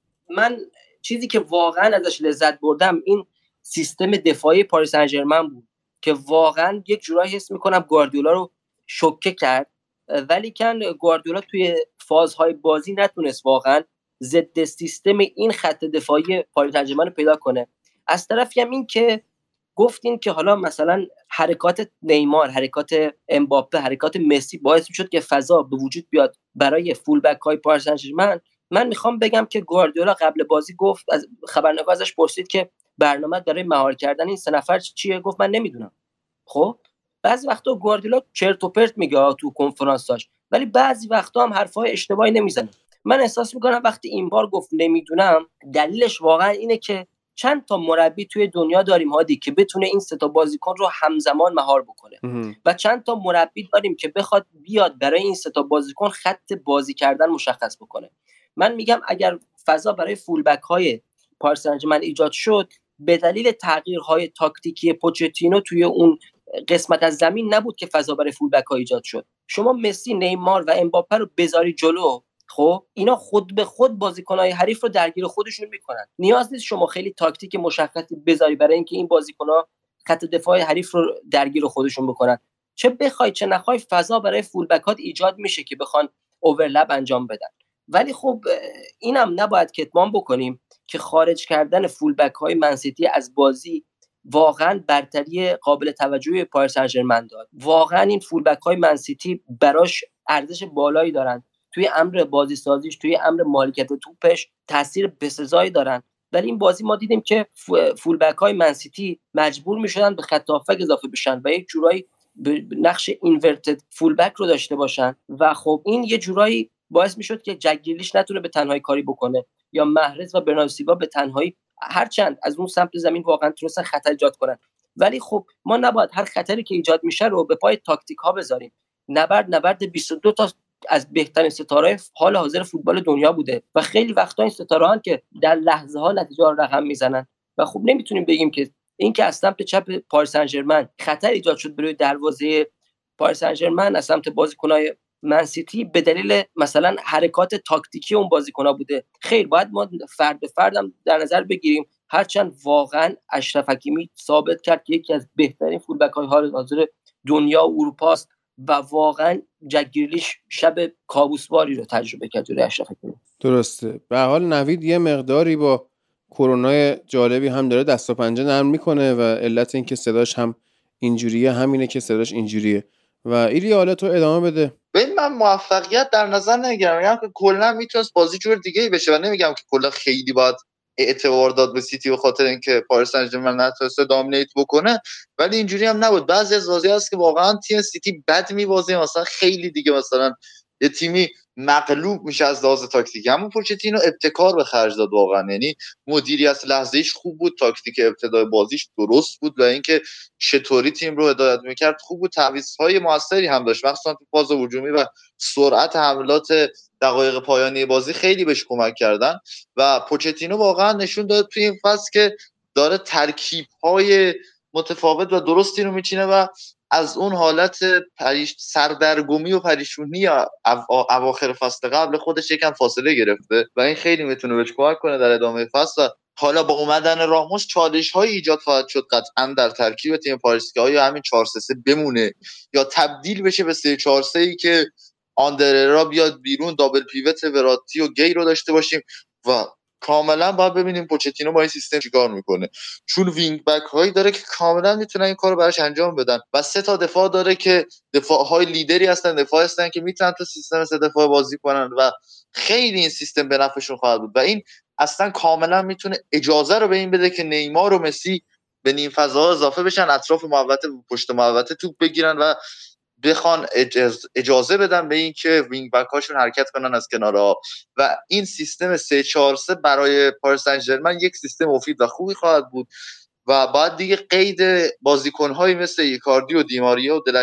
من چیزی که واقعا ازش لذت بردم این سیستم دفاعی پاریس سن ژرمن بود که واقعا یک جورایی حس میکنم گواردیولا رو شوکه کرد، ولی گواردیولا توی فازهای بازی نتونست واقعا ضد سیستم این خط دفاعی پاریس سن ژرمن رو پیدا کنه. از طرفی هم این که گفتین که حالا مثلا حرکات نیمار، حرکات امباپه، حرکات مسی باعث میشد که فضا به وجود بیاد برای فول بک های پاریس سن ژرمن. من میخوام بگم که گواردیولا قبل بازی گفت، از خبرنگار ازش پرسید که برنامه برای مهار کردن این سه نفر چیه، گفت من نمیدونم. خب بعضی وقتا گواردیولا چرت و پرت میگه تو کنفرانساش، ولی بعضی وقتا هم حرفای اشتباهی نمیزنه. من احساس میکنم وقتی این بار گفت نمیدونم، دلیلش واقعا اینه که چند تا مربی توی دنیا داریم هادی که بتونه این سه تا بازیکن رو همزمان مهار بکنه و چند تا مربی داریم که بخواد بیاد برای این سه تا بازیکن خط بازی کردن مشخص بکنه. من میگم اگر فضا برای فول بک های پاریس سن ژرمن ایجاد شد، به دلیل تغییرهای تاکتیکی پوچتینو توی اون قسمت از زمین نبود که فضا برای فول بک ها ایجاد شد. شما مسی، نیمار و امباپه رو بذاری جلو، خب اینا خود به خود بازیکن‌های حریف رو درگیر خودشون میکنن. نیاز نیست شما خیلی تاکتیک مشخصی بذاری برای اینکه این بازیکن‌ها خط دفاع حریف رو درگیر خودشون بکنن. چه بخوای چه نخوای فضا برای فول بکات ایجاد میشه که بخوان اورلپ انجام بدن. ولی خب اینم نباید کتمان بکنیم که خارج کردن فول بک های منسیتی از بازی واقعا برتری قابل توجهی پاریس سن ژرمن داد. واقعا این فول بک های منسیتی براش ارزش بالایی دارن، توی امر بازی سازیش، توی امر مالکیت توپش تاثیر بسزایی دارن. ولی این بازی ما دیدیم که فول بک های منسیتی مجبور میشدن به خط هافک اضافه بشن و یک جورایی نقش اینورتد فول بک رو داشته باشن و خب این یه جورایی باعث میشد که جک گریلیش نتونه به تنهایی کاری بکنه یا محرز و برناردو سیلوا به تنهایی، هرچند از اون سمت زمین واقعا تونستن خطر ایجاد کنن، ولی خب ما نباید هر خطری که ایجاد میشه رو به پای تاکتیک ها بذاریم. نبرد 22 تا از بهترین ستاره‌های حال حاضر فوتبال دنیا بوده و خیلی وقتا این ستاره‌ها که در لحظه ها نتیجه رو رقم میزنن و خب نمیتونیم بگیم که این که از سمت چپ پاریس سن ژرمن خطر ایجاد شد برای دروازه پاریس سن ژرمن از سمت بازیکن‌های من سیتی به دلیل مثلا حرکات تاکتیکی اون بازیکن‌ها بوده. خیر، باید ما فرد به فردم در نظر بگیریم، هرچند واقعا اشرف حکیمی ثابت کرد که یکی از بهترین فولبک‌های حال حاضر دنیا و اروپا است و واقعا جک گریلیش شب کابوسواری رو تجربه کرد جلوی اشرف حکیمی. درسته. به هر حال نوید یه مقداری با کرونا جالبی هم داره دست و پنجه نرم میکنه و علت این که صداش هم اینجوریه، همینه که صداش اینجوریه. و ایلی حالا تو ادامه بده. ببین من موفقیت در نظر نمیگیرم، میگم که کلا میتونست بازی جور دیگه ای بشه و نمیگم که کلا خیلی باید اعتبار داد به سیتی به خاطر اینکه پاریس سن ژرمن نتونسته دامینیت بکنه، ولی اینجوری هم نبود. بعضی از بازی‌ها هست که واقعا تیم سیتی بد می‌بازه، مثلا خیلی دیگه مثلا یه تیمی مغلوب میشه از لحاظ تاکتیکی. همون پوچتینو ابتکار به خرج داد واقعا، یعنی مدیریت لحظه‌ایش خوب بود، تاکتیک ابتدای بازیش درست بود و اینکه چطوری تیم رو هدایت می‌کرد خوب بود. تعویض‌های موثری هم داشت مخصوصا تو فاز هجومی و سرعت حملات دقایق پایانی بازی خیلی بهش کمک کردن و پوچتینو واقعا نشون داد توی این فصل که داره ترکیب‌های متفاوت و درستی رو میچینه و از اون حالت سردرگمی و پریشونی اواخر فصل قبل خودش یکم فاصله گرفته و این خیلی میتونه بهش کمک کنه در ادامه فصل. و حالا با اومدن راموس چالش‌های ایجاد خواهد شد قطعا در ترکیب تیم پاریس که آیا همین 4-3-3 بمونه یا تبدیل بشه به 3-4-3 که آندررا بیاد بیرون، دابل پیوت وراتی و گی رو داشته باشیم و کاملا باید ببینیم پوچتینو با این سیستم چیکار میکنه، چون وینگ بک هایی داره که کاملا میتونن این کارو براش انجام بدن و 3 تا دفاع داره که دفاع های لیدری هستن، دفاع هستن که میتونن تو سیستم 3 دفاع بازی کنن و خیلی این سیستم به نفعشون خواهد بود و این اصلا کاملا میتونه اجازه رو به این بده که نیمار و مسی به نیم فضاها اضافه بشن، اطراف محوطه پشت محوطه توپ بگیرن و بخوان اجازه بدن به این که وینگ بک هاشون حرکت کنن از کنارها و این سیستم 3-4-3 برای پاریس سن ژرمن یک سیستم مفید و خوبی خواهد بود و بعد دیگه قید بازیکن‌هایی مثل ایکاردی و دیماریا و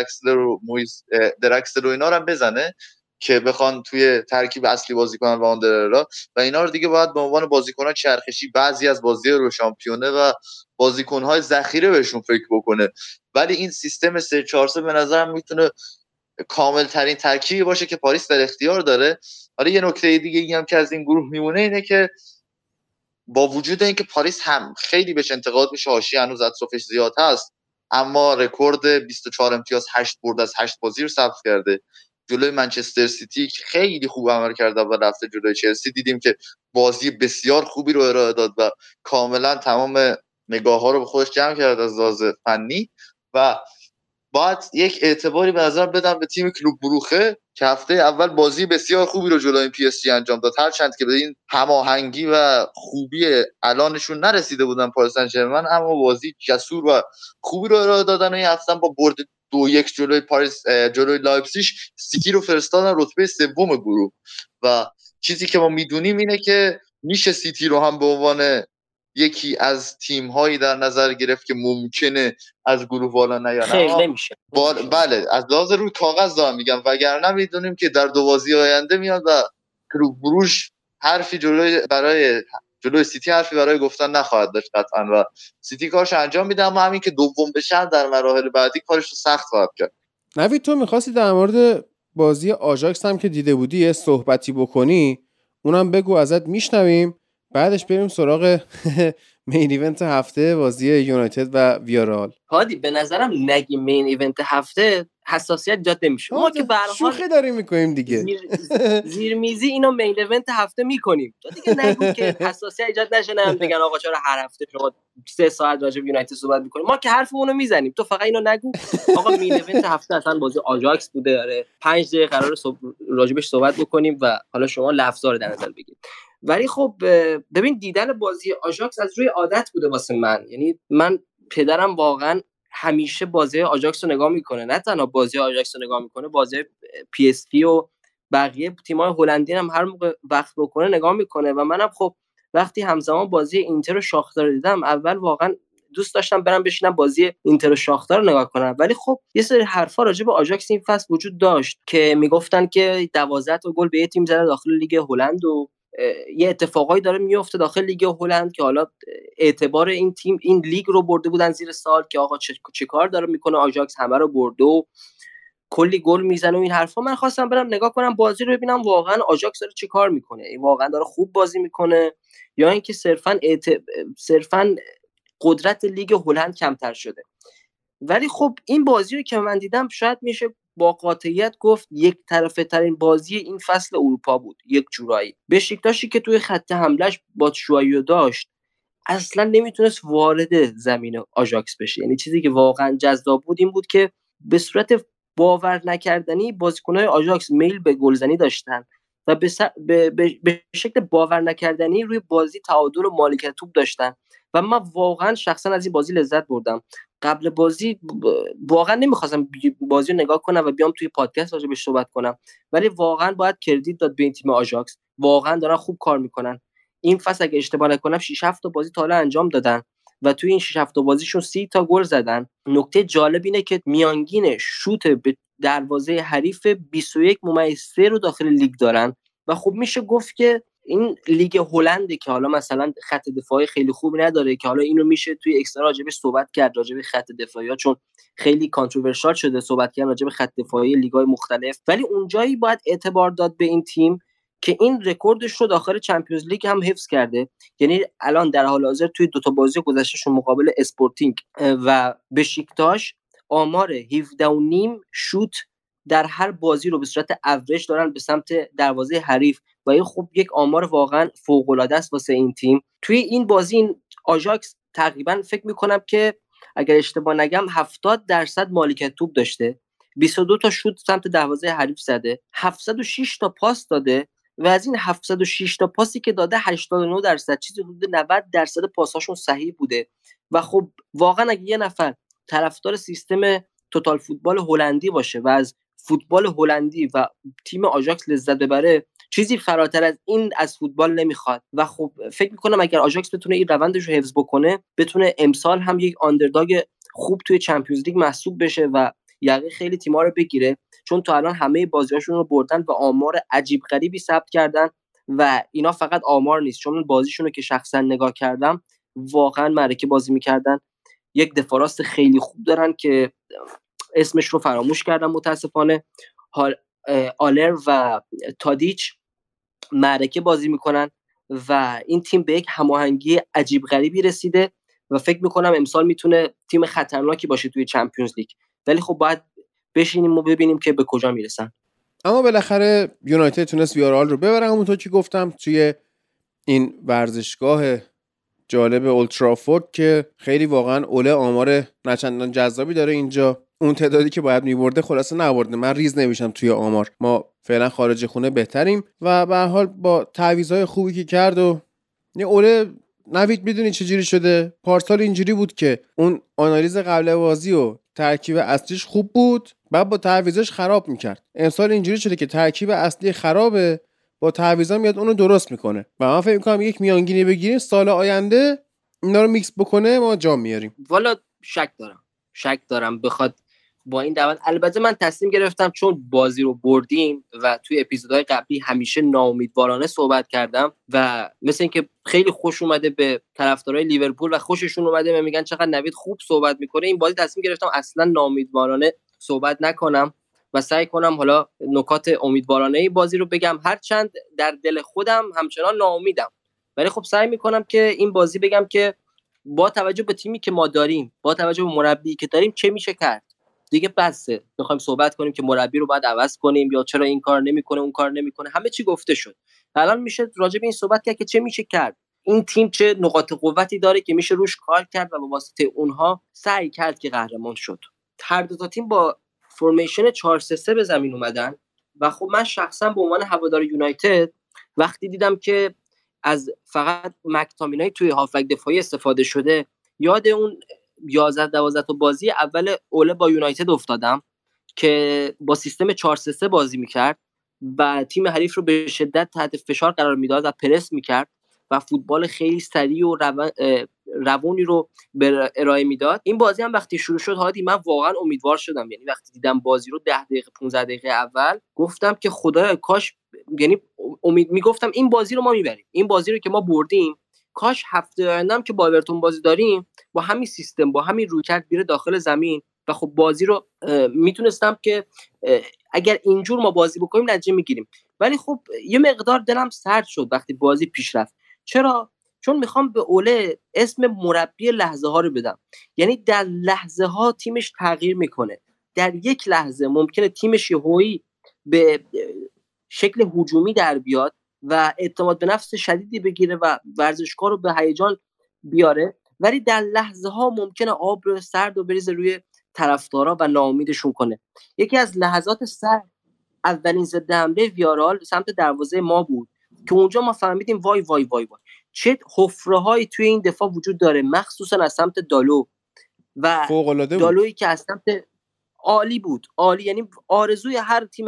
درکسلر و اینا رو هم بزنه که بخوان توی ترکیب اصلی بازی کنن با آندررا و اینا رو دیگه باید به عنوان بازیکن‌ها چرخشی بعضی از بازی رو شامپیونه و بازیکن‌های ذخیره بهشون فکر بکنه. ولی این سیستم 3-4-3 به نظرم میتونه کامل ترین ترکیبی باشه که پاریس در اختیار داره. حالا یه نکته دیگه هم که از این گروه میمونه اینه که با وجود اینکه پاریس هم خیلی بهش انتقاد میشه، حاشیه هنوز اطرافش زیاد هست، اما رکورد 24 امتیاز 8 برد از 8 بازی رو ثبت کرده جلوی منچستر سیتی که خیلی خوب عمل کرده و رفته جلوی چلسی. دیدیم که بازی بسیار خوبی رو ارائه داد و کاملا تمام نگاه‌ها رو به خودش جمع کرد از لحاظ فنی و باید یک اعتباری به نظر بدم به تیم کلوب بروخه که هفته اول بازی بسیار خوبی رو جلوی پی اس جی انجام داد، هرچند که به این هماهنگی و خوبی الانشون نرسیده بودن پاریس سن ژرمن، اما بازی جسور و خوبی رو ارائه دادن. این هفته با برد 2-1 جلوی لایپزیگ سیتی رو فرستادن رتبه سوم گروه و چیزی که ما میدونیم اینه که میشه سیتی رو هم به عنوان یکی از تیم‌هایی در نظر گرفت که ممکنه از گروه بالا نیان، خیلی نمیشه. بله از لحاظ روی کاغذ دارم میگم، وگرنه میدونیم که در دو بازی آینده میاد و کلوب بروژ حرفی جلوی سیتی حرفی برای گفتن نخواهد داشت قطعا و سیتی کارش انجام میده، اما همین که دوم بشن در مراحل بعدی کارش رو سخت خواهد کرد. نوید تو می‌خواستی در مورد بازی آژاکس هم که دیده بودی یه صحبتی بکنی، اونم بگو ازت میشنویم، بعدش بریم سراغ مین ایونت هفته بازی یونایتد و ویارال. هادی به نظرم نگی مین ایونت هفته حساسیت ایجاد نمیشه. ما که به هر حال شوخی داریم میکنیم دیگه، زیرمیزی اینو مین ایونت هفته میکنیم، تو دیگه نگو که حساسیت ایجاد نشه، هم بگن آقا چرا هر هفته شما 3 ساعت راجع به یونایتد صحبت میکنیم. ما که حرفمون رو میزنیم، تو فقط اینو نگو آقا مین ایونت هفته اصلا بازی آژاکس بوده. آره 5 دقیقه قراره راجع بهش صحبت بکنیم و حالا شما لفظا رو در نظر بگیرید. ولی خب ببین دیدن بازی آژاکس از روی عادت بوده واسه من، یعنی من پدرم واقعا همیشه بازی آژاکس رو نگاه میکنه، نه تنها بازی آژاکس رو نگاه میکنه، بازی پی اس پی و بقیه تیم‌های هلندی هم هر موقع وقت بکنه نگاه میکنه و منم خب وقتی همزمان بازی اینتر و شاختار رو دیدم اول واقعا دوست داشتم برم بشینم بازی اینتر و شاختار رو نگاه کنم، ولی خب یه سری حرفا راجع به آژاکس این فصل وجود داشت که میگفتن که 12 تا گل به یه تیم زده داخل لیگ هلند و یه اتفاقایی داره میفته داخل لیگ هلند که حالا اعتبار این تیم این لیگ رو برده بودن زیر سال که آقا چه کار داره میکنه آژاکس، همه رو برده و کلی گل میزنه و این حرفا. من خواستم برم نگاه کنم بازی رو ببینم واقعا آژاکس داره چه کار میکنه، واقعا داره خوب بازی میکنه یا اینکه صرفاً قدرت لیگ هلند کمتر شده. ولی خب این بازی رو که من دیدم شاید میشه با قاطعیت گفت یک طرفه ترین بازی این فصل اروپا بود. یک جورایی بشیکتاشی که توی خط حملهش باتشوایو داشت اصلا نمیتونست وارد زمین آژاکس بشه. یعنی چیزی که واقعا جذاب بود این بود که به صورت باور نکردنی بازیکن‌های آژاکس میل به گلزنی داشتن و به شکل باور نکردنی روی بازی تعادل و مالکیت توپ داشتن و من واقعا شخصا از این بازی لذت بردم. قبل بازی واقعا نمیخواستم بازی رو نگاه کنم و بیام توی پادکست راجع بهش صحبت کنم، ولی واقعا باید کردیت داد به این تیم آژاکس، واقعا دارن خوب کار میکنن. این فصل اگه اشتباه نکنم 6 7 تا بازی تا حالا انجام دادن و توی این 6 7 تا بازیشون 30 تا گل زدن. نکته جالب اینه که میانگین شوت به دروازه حریف 21.3 رو داخل لیگ دارن و خب میشه گفت که این لیگ هلنده که حالا مثلا خط دفاعی خیلی خوب نداره، که حالا اینو میشه توی اکسترا راجبش صحبت کرد، راجب خط دفاعی ها، چون خیلی کانتروورشال شده صحبت کردن راجب خط دفاعی لیگ‌های مختلف، ولی اونجایی باید اعتبار داد به این تیم که این رکوردش رو داخل چمپیونز لیگ هم حفظ کرده. یعنی الان در حال حاضر توی دو تا بازی گذشتهشون مقابل اسپورتینگ و بشیکتاش آمار 17.5 شوت در هر بازی رو به صورت اوریج دارن به سمت دروازه حریف و این خب یک آمار واقعا فوق‌العاده است واسه این تیم. توی این بازی این آژاکس تقریبا فکر می‌کنم که اگر اشتباه نگم 70% مالکیت توپ داشته، 22 تا شوت سمت دروازه حریف زده، 706 تا پاس داده و از این 706 تا پاسی که داده 89% چیزی حدود 90% پاساشون صحیح بوده. و خب واقعا اگه یه نفر طرفدار سیستم توتال فوتبال هلندی باشه و از فوتبال هلندی و تیم آژاکس لذت ببره، چیزی فراتر از این از فوتبال نمیخواد. و خب فکر میکنم اگر آژاکس بتونه این روندش رو حفظ بکنه، بتونه امسال هم یک آندرداگ خوب توی چمپیونز لیگ محسوب بشه و یقه خیلی تیم‌ها رو بگیره، چون تا الان همه بازیاشون رو بردن و آمار عجیب غریبی ثبت کردن و اینا فقط آمار نیست، چون بازیشون رو که شخصا نگاه کردم واقعا معرکه بازی میکردن. یک دفاع راست خیلی خوب دارن که اسمش رو فراموش کردم متاسفانه، آلر و تادیچ معرکه بازی میکنن و این تیم به یک هماهنگی عجیب غریبی رسیده و فکر میکنم امسال میتونه تیم خطرناکی باشه توی چمپیونز لیگ، ولی خب باید بشینیم و ببینیم که به کجا میرسن. اما بالاخره یونایتد تونست ویارال رو ببره، همونطور که گفتم توی این ورزشگاه جالب اولترافورد که خیلی واقعا اوله آمار نچندان جذابی داره اینجا. اون تعدادی که باید میبرده خلاصه نبرده. من ریز نمیشم توی آمار، ما فعلا خارج خونه بهتریم و به هر حال با تعویضای خوبی که کرد و یه اوله نوید میدونی چجوری شده. پارسال اینجوری بود که اون آنالیز قبل بازی و ترکیب اصلیش خوب بود، بعد با تعویضش خراب میکرد. امسال اینجوری شده که ترکیب اصلی خرابه، با تعویضا میاد اونو درست میکنه و من فکر میکنم یک میانگینی بگیریم سال آینده اینا رو میکس بکنه ما جام میاریم. والا شک دارم بخواد با این دوام. البته من تصمیم گرفتم چون بازی رو بردیم و توی اپیزودهای قبلی همیشه ناامیدوارانه صحبت کردم و مثل اینکه خیلی خوش اومده به طرفدارای لیورپول و خوششون اومده میگن چقدر نوید خوب صحبت میکنه، این بازی تصمیم گرفتم اصلا ناامیدوارانه صحبت نکنم و سعی کنم حالا نکات امیدوارانه بازی رو بگم، هرچند در دل خودم همچنان ناامیدم، ولی خب سعی میکنم که این بازی بگم که با توجه به تیمی که ما داریم، با توجه به مربی که داریم چه میشه کرد. دیگه بسه بخوایم صحبت کنیم که مربی رو باید عوض کنیم یا چرا این کار نمیکنه اون کار نمیکنه، همه چی گفته شد. الان میشه راجع به این صحبت کرد که چه میشه کرد، این تیم چه نقاط قوتی داره که میشه روش کار کرد و با واسطه اونها سعی کرد که قهرمان شد. هر دو تا تیم با فرمیشن 4-3-3 به زمین اومدن و خب من شخصا به عنوان هوادار یونایتد وقتی دیدم که از فقط مک‌تامینای توی هافبک دفاعی استفاده شده، یاد اون 11-12 تا بازی اول اوله با یونایتد افتادم که با سیستم 4-3-3 بازی میکرد و تیم حریف رو به شدت تحت فشار قرار میداد و پرس میکرد و فوتبال خیلی سریع و روونی رو ارائه میداد. این بازی هم وقتی شروع شد هادی من واقعا امیدوار شدم، یعنی وقتی دیدم بازی رو 10 دقیقه 15 دقیقه اول گفتم که خدایا کاش، یعنی میگفتم این بازی رو ما میبریم، این بازی رو که ما بردیم کاش هفته آینده هم که با اورتون بازی داریم با همین سیستم با همین رویکرد بیره داخل زمین و خب بازی رو میتونستم که اگر اینجور ما بازی بکنیم نتیجه میگیریم. ولی خب یه مقدار دلم سرد شد وقتی بازی پیش رفت. چرا؟ چون میخوام به اوله اسم مربی لحظه ها رو بدم. یعنی در لحظه ها تیمش تغییر میکنه، در یک لحظه ممکنه تیمش یهویی به شکل هجومی در بیاد و اعتماد به نفس شدیدی بگیره و ورزشکار رو به هیجان بیاره، ولی در لحظه ها ممکنه آب رو سرد و بریزه روی طرفدارا و ناامیدشون کنه. یکی از لحظات سرد اولین ضد حمله ویارال سمت دروازه ما بود که اونجا ما فهمیدیم وای وای وای وای چه حفره‌هایی توی این دفاع وجود داره، مخصوصا از سمت دالو و دالویی که از سمت عالی بود، عالی، یعنی آرزوی هر تیم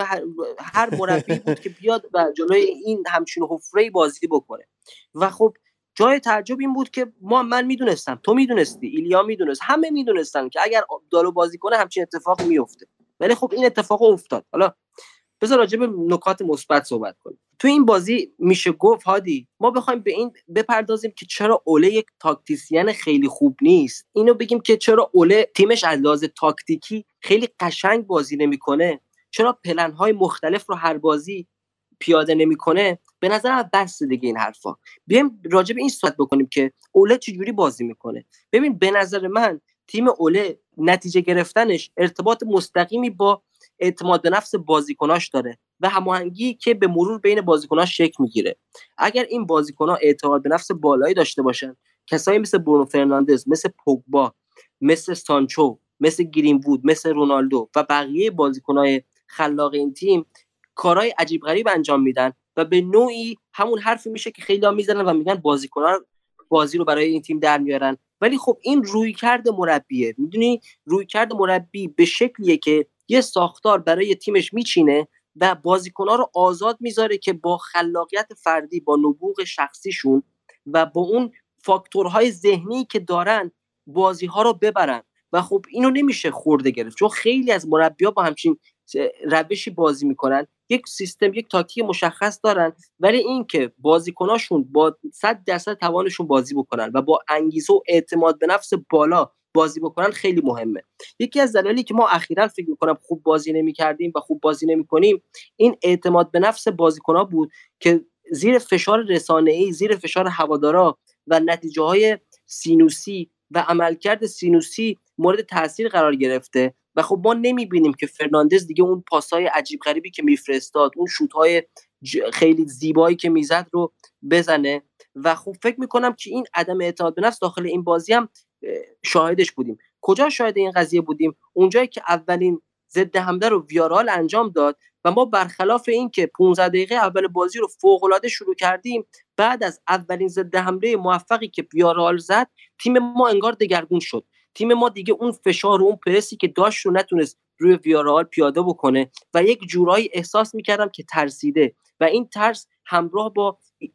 هر مربی بود که بیاد و جلوی این همچین حفره‌ای بازی بکنه. و خب جای تعجب این بود که من میدونستم، تو میدونستی، ایلیا میدونست، همه میدونستن که اگر دالو بازی کنه همچین اتفاقی میفته، ولی خب این اتفاق افتاد. حالا بذار راجع به نکات مثبت صحبت کنیم. تو این بازی میشه گفت هادی ما بخوایم به این بپردازیم که چرا اوله یک تاکتیسین خیلی خوب نیست، اینو بگیم که چرا اوله تیمش از لحاظ تاکتیکی خیلی قشنگ بازی نمیکنه، چرا پلن‌های مختلف رو هر بازی پیاده نمیکنه، به نظر بس دیگه این حرفا. بیایم راجع به این صحبت بکنیم که اوله چجوری بازی میکنه. ببین به نظر من تیم اوله نتیجه گرفتنش ارتباط مستقیمی با اعتماد به نفس بازیکناش داره و هماهنگی که به مرور بین بازیکناش شکل میگیره. اگر این بازیکن‌ها اعتماد به نفس بالایی داشته باشن، کسایی مثل برونو فرناندز، مثل پوگبا، مثل سانچو، مثل گرین وود، مثل رونالدو و بقیه بازیکن‌های خلاق این تیم کارهای عجیب غریب انجام میدن و به نوعی همون حرفی میشه که خیلی‌ها میزنن و میگن بازیکن‌ها بازی رو برای این تیم در میارن. ولی خب این رویکرد مربیه، میدونی رویکرد مربی به شکلیه که یه ساختار برای تیمش میچینه و بازیکن‌ها رو آزاد میذاره که با خلاقیت فردی، با نبوغ شخصیشون و با اون فاکتورهای ذهنی که دارن بازی‌ها رو ببرن. و خب اینو نمیشه خورده گرفت، چون خیلی از مربی‌ها با همچین روشی بازی میکنن، یک سیستم، یک تاکتیک مشخص دارن، ولی این که بازیکناشون با 100% توانشون بازی بکنن و با انگیزه و اعتماد به نفس بالا بازی بکنن خیلی مهمه. یکی از دلایلی که ما اخیراً فکر میکنم خوب بازی نمی‌کردیم و خوب بازی نمی‌کنیم این اعتماد به نفس بازیکن‌ها بود که زیر فشار رسانه‌ای، زیر فشار هوادارا و نتیجه‌های سینوسی و عملکرد سینوسی مورد تاثیر قرار گرفته و خب ما نمی‌بینیم که فرناندز دیگه اون پاس‌های عجیب غریبی که میفرستاد، اون شوت‌های خیلی زیبایی که میزد رو بزنه. و خب فکر میکنم که این عدم اعتماد به نفس داخل این بازی هم شاهدش بودیم. کجا شاهد این قضیه بودیم؟ اونجایی که اولین ضد حمله رو ویارال انجام داد و ما برخلاف این که 15 دقیقه اول بازی رو فوق‌العاده شروع کردیم، بعد از اولین ضد حمله موفقی که ویارال زد تیم ما انگار دگرگون شد. تیم ما دیگه اون فشار و اون پرسی که داشت رو نتونست روی ویارال پیاده بکنه و یک جورایی احساس میکردم که ترسیده و این ترس همراه با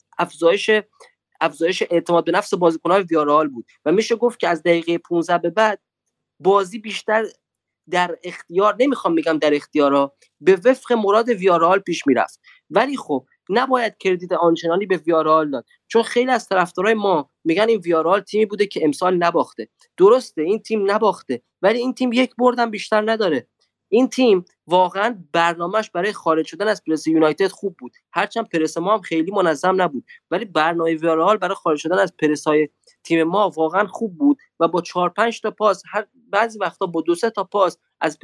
افزایش اعتماد به نفس بازیکن‌های ویارال بود و میشه گفت که از دقیقه 15 به بعد بازی بیشتر در اختیار، نمیخوام بگم در اختیارا، به وفق مراد ویارال پیش میرفت. ولی خب نباید کردیت آنچنانی به ویارال داد، چون خیلی از طرفدارای ما میگن این ویارال تیمی بوده که امسال نباخته. درسته این تیم نباخته، ولی این تیم یک بردم بیشتر نداره. این تیم واقعا برنامهش برای خارج شدن از پرس یونایتد خوب بود، هرچند پرس ما هم خیلی منظم نبود، ولی برنامه ویارال برای خارج شدن از پرس‌های تیم ما واقعا خوب بود و با 4-5 تا پاس، بعضی وقتا با 2-3 تا پاس از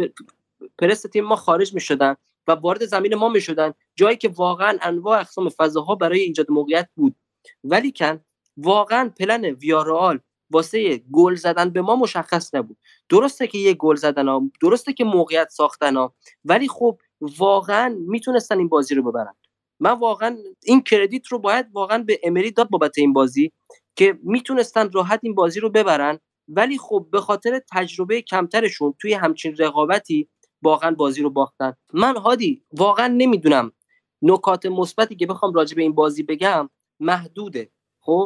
پرس تیم ما خارج می‌شدن و وارد زمین ما می‌شدن، جایی که واقعا انواع اقسام فضاها برای ایجاد موقعیت بود. ولی کن واقعا پلن ویارال واسه گل زدن به ما مشخص نبود. درسته که یه گل زدن ها، درسته که موقعیت ساختن ها، ولی خب واقعا میتونستن این بازی رو ببرن. من واقعا این کردیت رو باید واقعا به امری داد بابت این بازی که میتونستن راحت این بازی رو ببرن، ولی خب به خاطر تجربه کمترشون توی همچین رقابتی واقعا بازی رو باختن. من هادی واقعا نمیدونم، نکات مثبتی که بخوام راجع به این بازی بگم محدوده. خب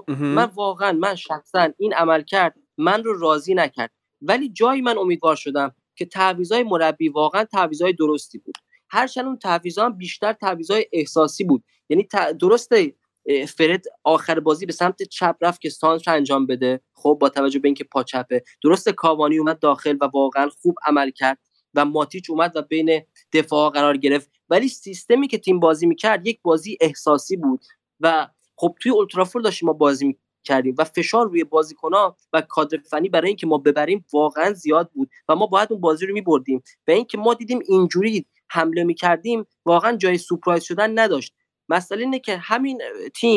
من شخصا این عمل کرد من رو راضی نکرد، ولی جایی من امیدوار شدم که تعویضای مربی واقعا تعویضای درستی بود، هرچند اون تعویضا هم بیشتر تعویضای احساسی بود. یعنی درسته فرد آخر بازی به سمت چپ رفت که سانتر انجام بده، خب با توجه به اینکه پا چپه، درسته کاوانی اومد داخل و واقعا خوب عمل کرد و ماتیچ اومد و بین دفاع قرار گرفت، ولی سیستمی که تیم بازی میکرد یک بازی احساسی بود و خب توی اولترافورد داشتیم ما بازی میکردیم و فشار روی بازیکن‌ها و کادر فنی برای اینکه ما ببریم واقعا زیاد بود و ما باید اون بازی رو میبردیم و اینکه ما دیدیم اینجوری حمله میکردیم واقعا جای سورپرایز شدن نداشت. مسئله اینه که همین تیم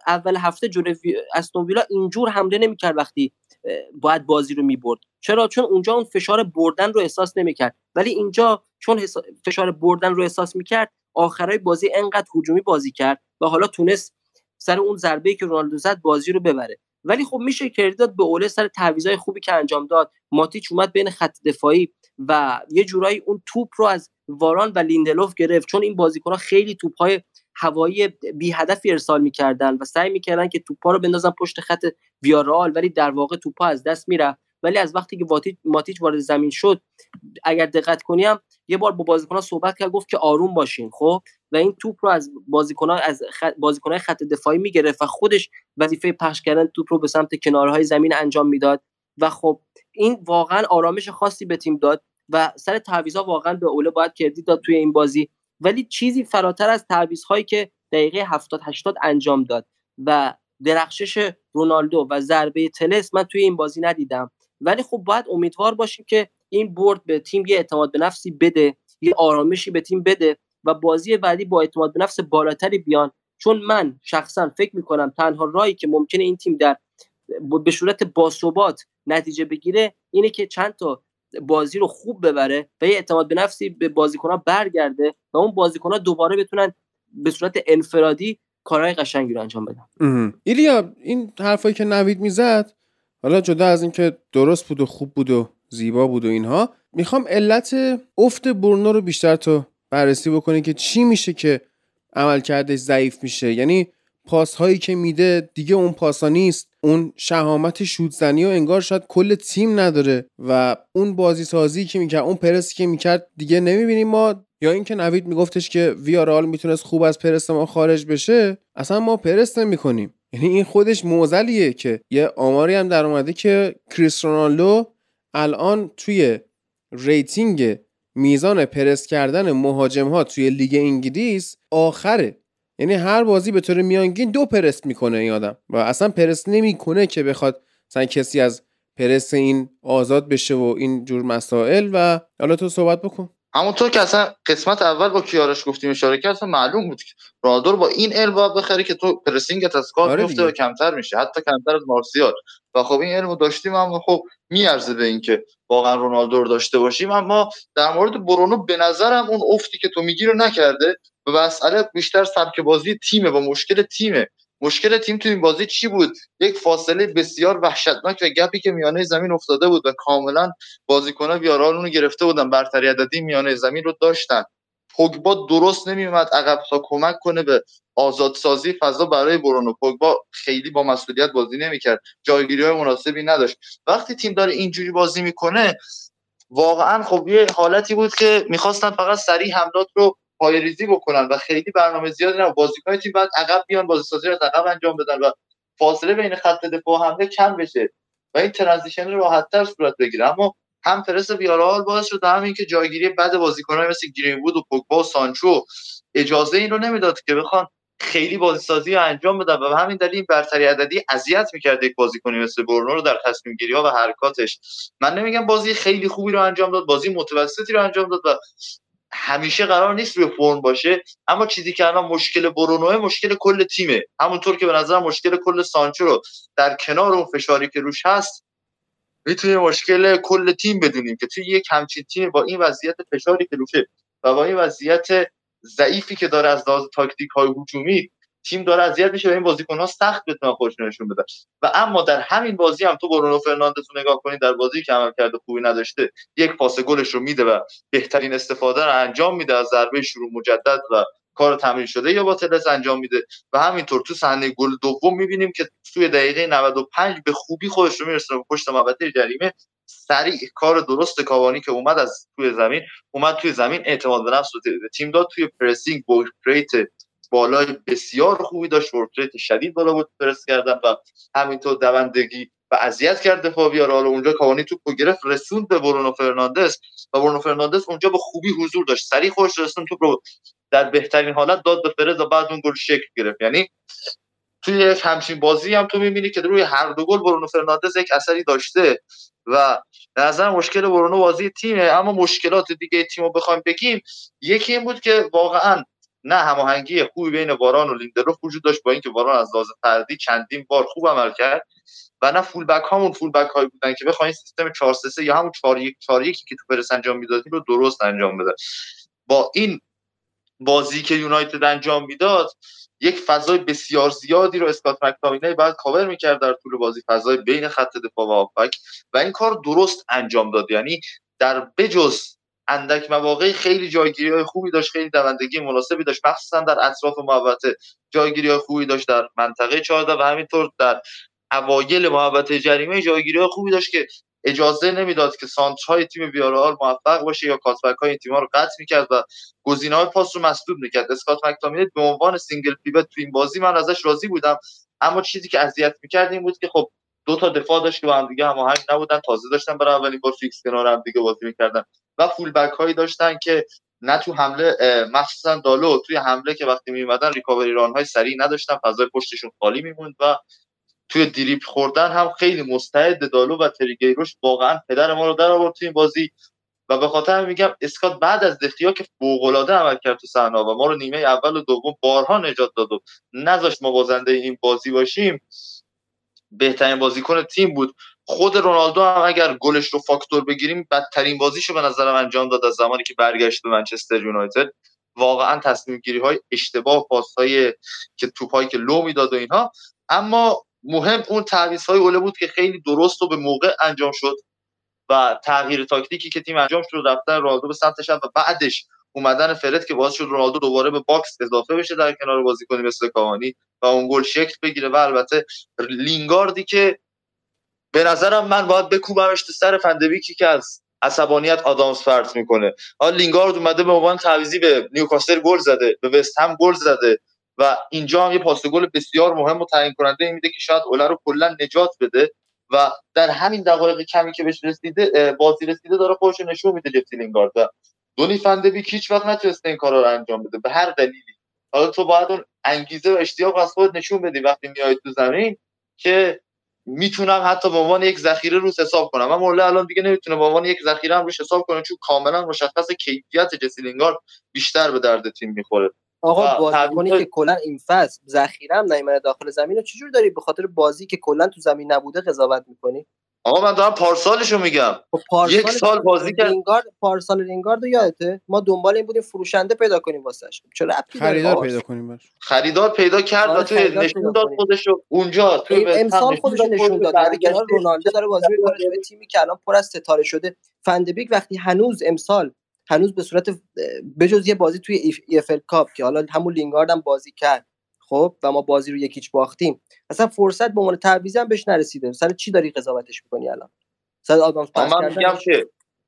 اول هفته جلوی استون ویلا اینجور حمله نمی‌کرد وقتی باید بازی رو می‌برد. چرا؟ چون اونجا اون فشار بردن رو احساس نمی‌کرد، ولی اینجا چون فشار بردن رو احساس می‌کرد، آخرای بازی انقدر هجومی بازی کرد و حالا تونست سر اون ضربه‌ای که رونالدو زد بازی رو ببره. ولی خب میشه کردیت داد به اوله سر تعویضای خوبی که انجام داد. ماتیچ اومد بین خط دفاعی و یه جورایی اون توپ رو از واران و لیندلوف گرفت، چون این بازیکن‌ها خیلی توپ‌های هوایی بی هدفی ارسال می‌کردن و سعی می‌کردن که توپ‌ها رو بندازن پشت خط ویارال، ولی در واقع توپ‌ها از دست میرفت. ولی از وقتی که ماتیچ وارد زمین شد، اگر دقت کنیم یه بار با بازیکن‌ها صحبت کرد، گفت که آروم باشین، خب، و این توپ رو از بازیکن‌های خط دفاعی می‌گرفت و خودش وظیفه پخش کردن توپ رو به سمت کنارهای زمین انجام میداد و خب این واقعا آرامش خاصی به تیم داد و سر تعویضا واقعا به اوله باید کردیت داد توی این بازی. ولی چیزی فراتر از تعویض‌هایی که دقیقه 70-80 انجام داد و درخشش رونالدو و ضربه تلس من توی این بازی ندیدم. ولی خب باید امیدوار باشیم که این برد به تیم یه اعتماد به نفسی بده، یه آرامشی به تیم بده و بازی بعدی با اعتماد به نفس بالاتری بیان. چون من شخصا فکر میکنم تنها راهی که ممکنه این تیم در به صورت باثبات نتیجه بگیره اینه که چند تا بازی رو خوب ببره و یه اعتماد به نفسی به بازیکن‌ها برگرده و اون بازیکن‌ها دوباره بتونن به صورت انفرادی کارهای قشنگی رو انجام بدن. ایلیا، این حرفایی که نوید میزد، حالا جدا از این که درست بود و خوب بود و زیبا بود و اینها، میخوام علت افت برونو رو بیشتر تو بررسی بکنی که چی میشه که عملکردش ضعیف میشه. یعنی پاس هایی که میده دیگه اون پاسا نیست، اون شهامت شوت زنی و انگار شاید کل تیم نداره و اون بازی سازی که میکرد، اون پرسی که میکرد دیگه نمیبینیم ما. یا اینکه نوید میگفتش که ویارال میتونست خوب از پرس ما خارج بشه، اصلا ما پرس نمیکنیم. یعنی این خودش معضلیه که یه آماری هم در اومده که کریستیانو رونالدو الان توی ریتینگ میزان پرس کردن مهاجم ها توی لیگ انگلیس آخره. یعنی هر بازی به طور میانگین 2 پرس میکنه این آدم و اصلا پرس نمیکنه که بخواد مثلا کسی از پرس این آزاد بشه و این جور مسائل. و حالا تو صحبت بکن. همونطور که اصلا قسمت اول با کیارش گفتیم اشاره کرد، اصلا معلوم بود که رونالدو رو با این علم بخری که تو پرسینگت از کار میفته و کمتر میشه، حتی کمتر از مارسیال. و خب این علمو داشتیم، اما خب میارزه به این که واقعا رونالدو رو داشته باشیم. اما در مورد برونو به نظرم اون افتی که تو میگی رو نکرده و مسئله بیشتر سبک بازی تیمه و مشکل تیمه. مشکل تیم تو این بازی چی بود؟ یک فاصله بسیار وحشتناک و گپی که میانه زمین افتاده بود و کاملا بازیکن‌ها ویارال اون رو گرفته بودن، برتری عددی میانه زمین رو داشتن. پوگبا درست نمیومد عقب تا کمک کنه به آزادسازی فضا برای برونو. پوگبا خیلی با مسئولیت بازی نمی‌کرد، جایگیری‌های مناسبی نداشت. وقتی تیم داره اینجوری بازی میکنه واقعا خب یه حالتی بود که می‌خواستن فقط سریع حملات رو پایه‌ریزی بکنن و خیلی برنامه زیادی نه. بازیکن‌های تیم بعد عقب بیان، بازیسازی رو از عقب انجام بدن و فاصله بین خط دفاع و حمله کم بشه و این ترانزیشن راحت‌تر صورت بگیره. اما هم پرس ویارال باعث شد، هم این که جایگیری بعد بازیکن‌های مثل گرین‌وود و پوگبا و سانچو اجازه این رو نمیداد که بخوان خیلی بازیسازی رو انجام بدن و به همین دلیل برتری عددی اذیت می‌کرد یک بازیکنی مثل برونو رو در تصمیم‌گیری‌ها و حرکاتش. من نمیگم بازی خیلی خوبی رو انجام داد، بازی متوسطی رو انجام داد و همیشه قرار نیست روی فرم باشه، اما چیزی که الان مشکل برونو مشکل کل تیمه. همونطور که به نظر مشکل کل سانچو رو در کنار اون فشاری که روش هست میتونیم مشکل کل تیم بدونیم که توی یک همچین تیم با این وضعیت فشاری که روشه و با این وضعیت ضعیفی که داره از لحاظ تاکتیک‌های هجومی، تیم داره اذیت میشه و این بازیکن‌ها سخت بتونن خودشون نشون بدن. و اما در همین بازی هم تو برونو فرناندز رو نگاه کنید، در بازی که عملکرد خوبی نداشته، یک پاس گلش رو میده و بهترین استفاده رو انجام میده از ضربه شروع مجدد و کار تمرین شده یا با تلس انجام میده. و همینطور تو صحنه گل دوم میبینیم که توی دقیقه 95 به خوبی خودش رو میرسونه به پشت محوطه جریمه، سریع کار درست کاوانی که اومد از توی زمین اعتماد به نفس رو تیم داد. توی پرسینگ ورکریت بالای بسیار خوبی داشت، ورکریت شدید بالا بود پرس کردن و همینطور دوندگی و اذیت کرد دفاع ویارال. اونجا کاوانی توپو گرفت رسوند به برونو فرناندز و برونو فرناندز اونجا به خوبی حضور داشت، سریع خودش رسوند توپ رو در بهترین حالت داد به فرز و بعد اون گل شکل گرفت. یعنی توی یک همچین بازی هم تو می‌بینی که روی هر دو گل برونو فرناندز یک اثری داشته و به نظر مشکل برونو بازی تیمه. اما مشکلات دیگه تیمو بخوایم بگیم، یکی این بود که واقعا نه هماهنگی خوبی بین واران و لیندلوف وجود داشت، با اینکه واران از لحاظ فردی چندین بار خوب عمل کرد و نه فول بک هامون فول بک هایی بودن که بخواین سیستم 4-3-3 یا همون 4-1-4-1 که تو پرس انجام میدادیم رو درست انجام بده. با این بازی که یونایتد انجام میداد یک فضای بسیار زیادی رو اسکات مک‌تامینی بعد کاور میکرد در طول بازی، فضای بین خط دفاع و هافبک، و این کار درست انجام داد. یعنی در بجز اندک مواقع خیلی جایگیری‌های خوبی داشت، خیلی دوندگی مناسبی داشت، مخصوصا در اطراف محوطه جایگیری‌های خوبی داشت، در منطقه 14 و همینطور در اوایل محوطه جریمه جایگیری‌های خوبی داشت که اجازه نمیداد که سانترهای تیم ویارال موفق باشه یا کاتبک‌های این تیم‌ها رو قطع می‌کرد و گزینه‌های پاس رو مسدود می‌کرد. اسکات مک‌تامینی به عنوان سینگل پیوت تو این بازی من ازش راضی بودم، اما چیزی که اذیت می‌کرد این بود که خب دو تا دفاع داشت که با هم دیگه هماهنگ نبودن، تازه داشتن برای اولین بار فیکس کنار هم دیگه بازی می‌کردن و فول بک هایی داشتن که نه تو حمله، مخصوصا دالو توی حمله که وقتی میومدن ریکاوری ران‌های سریع نداشتن، فضای پشتشون خالی میموند و توی دریبل خوردن هم خیلی مستعد دالو و تریگیروش واقعا پدر ما رو در آورد توی این بازی و به خاطر میگم اسکات بعد از دخیا که فوق‌العاده عمل کرد تو صحنه و ما رو نیمه اول و دوم بارها نجات داد و نذاشت ما بازنده این بازی باشیم، بهترین بازیکن تیم بود. خود رونالدو هم اگر گلش رو فاکتور بگیریم بدترین بازیشو به نظرم انجام داد از زمانی که برگشت به منچستر یونایتد. واقعا تصمیم گیری های اشتباه، پاس‌های که توپایی که لو میداد و اینها، اما مهم اون تعویض‌های اوله بود که خیلی درست و به موقع انجام شد و تغییر تاکتیکی که تیم انجام شد، رفتن رونالدو به سمت چپ و بعدش اومدن فرد که باعث شد رونالدو دوباره به باکس اضافه بشه در کنار بازیکنی مثل کاوانی و اون گل شکل بگیره و البته لینگاردی که به نظرم من باید بکوبمش تو سر فندبیکی که از عصبانیت آدامس فرض میکنه. حالا لینگارد اومده به عنوان تعویضی به نیوکاسل گل زده، به وست هم گل زده و اینجا هم یه پاس گل بسیار مهم و تعیین کننده میده که شاید اوله رو کلا نجات بده و در همین دقایق کمی که بهش رسیده بازی رسیده داره خودش نشون میده جسی لینگارد و دونی فندبیک هیچ وقت نتونسته این کارا رو انجام بده به هر دلیلی. حالا تو باید اون انگیزه و اشتیاق از خودت نشون بدی وقتی میای تو زمین که میتونم حتی به عنوان یک ذخیره روش حساب کنم. من مولا الان دیگه نمیتونه به عنوان یک ذخیره هم روش حساب کنه چون کاملا مشخصه کیفیت جسی لینگارد بیشتر به درد تیم میخوره. آقا بازیکنی که کلا این فصل ذخیره هم نیامده داخل زمین، چجور داری به خاطر بازی که کلا تو زمین نبوده قضاوت میکنی؟ آقا من دارم پارسالشو میگم. یک سال بازی کرد. پارسال لینگارد رو یادته؟ ما دنبال این بودیم فروشنده پیدا کنیم واسش. چرا خریدار پیدا کنیم براش. خریدار پیدا کرد و توی نشون داد خودشو اونجا توی امسال خودشو نشون داد. در کنار رونالدو داره بازی میکنه توی تیمی که الان پر از ستاره شده. فندبیک وقتی هنوز به صورت بجز یه بازی توی EFL کاپ که حالا همون لینگارد هم بازی کرد خب و ما بازی رو 1-0 باختیم، اصلا فرصت به عنوان تعویضی هم بهش نرسیده. مثلا چی داری قضاوتش می‌کنی الان؟ مثلا آدامس پاس کردن.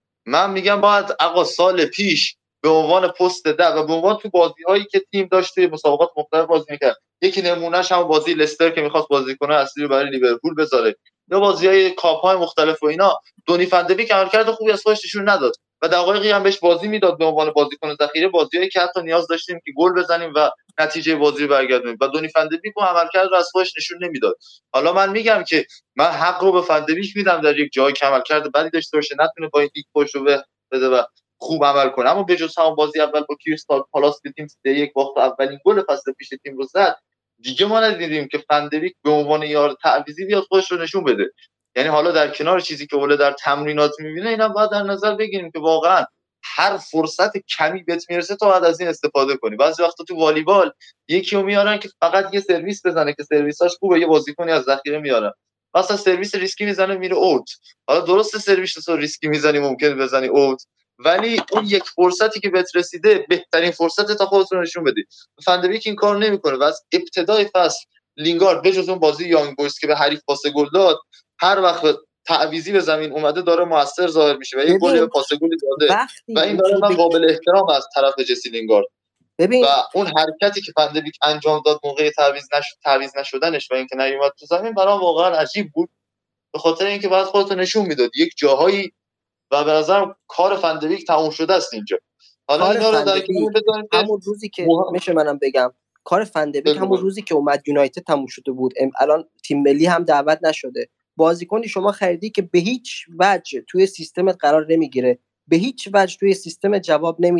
من میگم باید آقا سال پیش به عنوان پست 10 و به عنوان تو بازی‌هایی که تیم داشت توی مسابقات مختلف بازی می‌کرد، یکی نمونهش هم بازی لستر که می‌خواست بازیکن اصلی رو برای لیورپول بذاره، یا بازی‌های کاپ‌های مختلف و اینا، دونی فندبیک عملکرد خوبی از خودش نشون نداد و دقایقی هم بهش بازی میداد به عنوان بازیکن ذخیره، بازی‌هایی که حتی نیاز داشتیم که گل بزنیم و نتیجه بازی رو برگردونیم و دونی فندبیک اون عملکرد رو از خودش نشون نمیداد. حالا من میگم که من حق رو به فندبیک میدم در یک جایی که عملکرد بدی داشته باشه، نتونه با این پوش رو بده و خوب عمل کنه، اما به جز همون بازی اول با کریستال پالاس که تیم 3-1 باخت و اولین گل فصل پیش تیم رو زد، دیگه ما ندیدیم که فندبیک به عنوان یار تعویضی بیاد خودش رو نشون بده. یعنی حالا در کنار چیزی که اوله در تمرینات می‌بینه، اینا باید در نظر بگیریم که واقعا هر فرصت کمی بهت میرسه تو باید از این استفاده کنی. بعضی وقتا تو والیبال یکیو میارن که فقط یه سرویس بزنه که سرویساش خوبه، یه بازیکنی از ذخیره میارن مثلا سرویس ریسکی میزنه میره اوت. حالا درسته سرویس رو ریسکی میزنی ممکنه بزنی اوت، ولی اون یک فرصتی که بهت رسیده بهترین فرصت تا خودت رو نشون بدی. فندبیک این کارو نمیکنه و از ابتدای فصل لینگارد بجز اون بازی یانگ بویز که به حریف پاس گل داد، هر وقت تعویضی به زمین اومده داره موثر ظاهر میشه و این گل پاس گلی داده و این برای من قابل احترام از طرف جسی لینگارد. و اون حرکتی که فندبیک انجام داد موقع تعویض نشدنش و اینکه نیومد تو زمین برام واقعا عجیب بود، به خاطر اینکه بعد خودت نشون میداد یک جاهایی و به نظرم کار فندبیک تموم شده است اینجا. حالا اینا رو در کنار بذاریم. همون روزی که میشه منم بگم کار فندبیک همون روزی که اومد یونایتد تموم شده بود، الان تیم ملی هم دعوت نشده، بازیکنی شما خریدی که به هیچ وجه توی سیستمت قرار نمیگیره، به هیچ وجه توی سیستم جواب نمیده،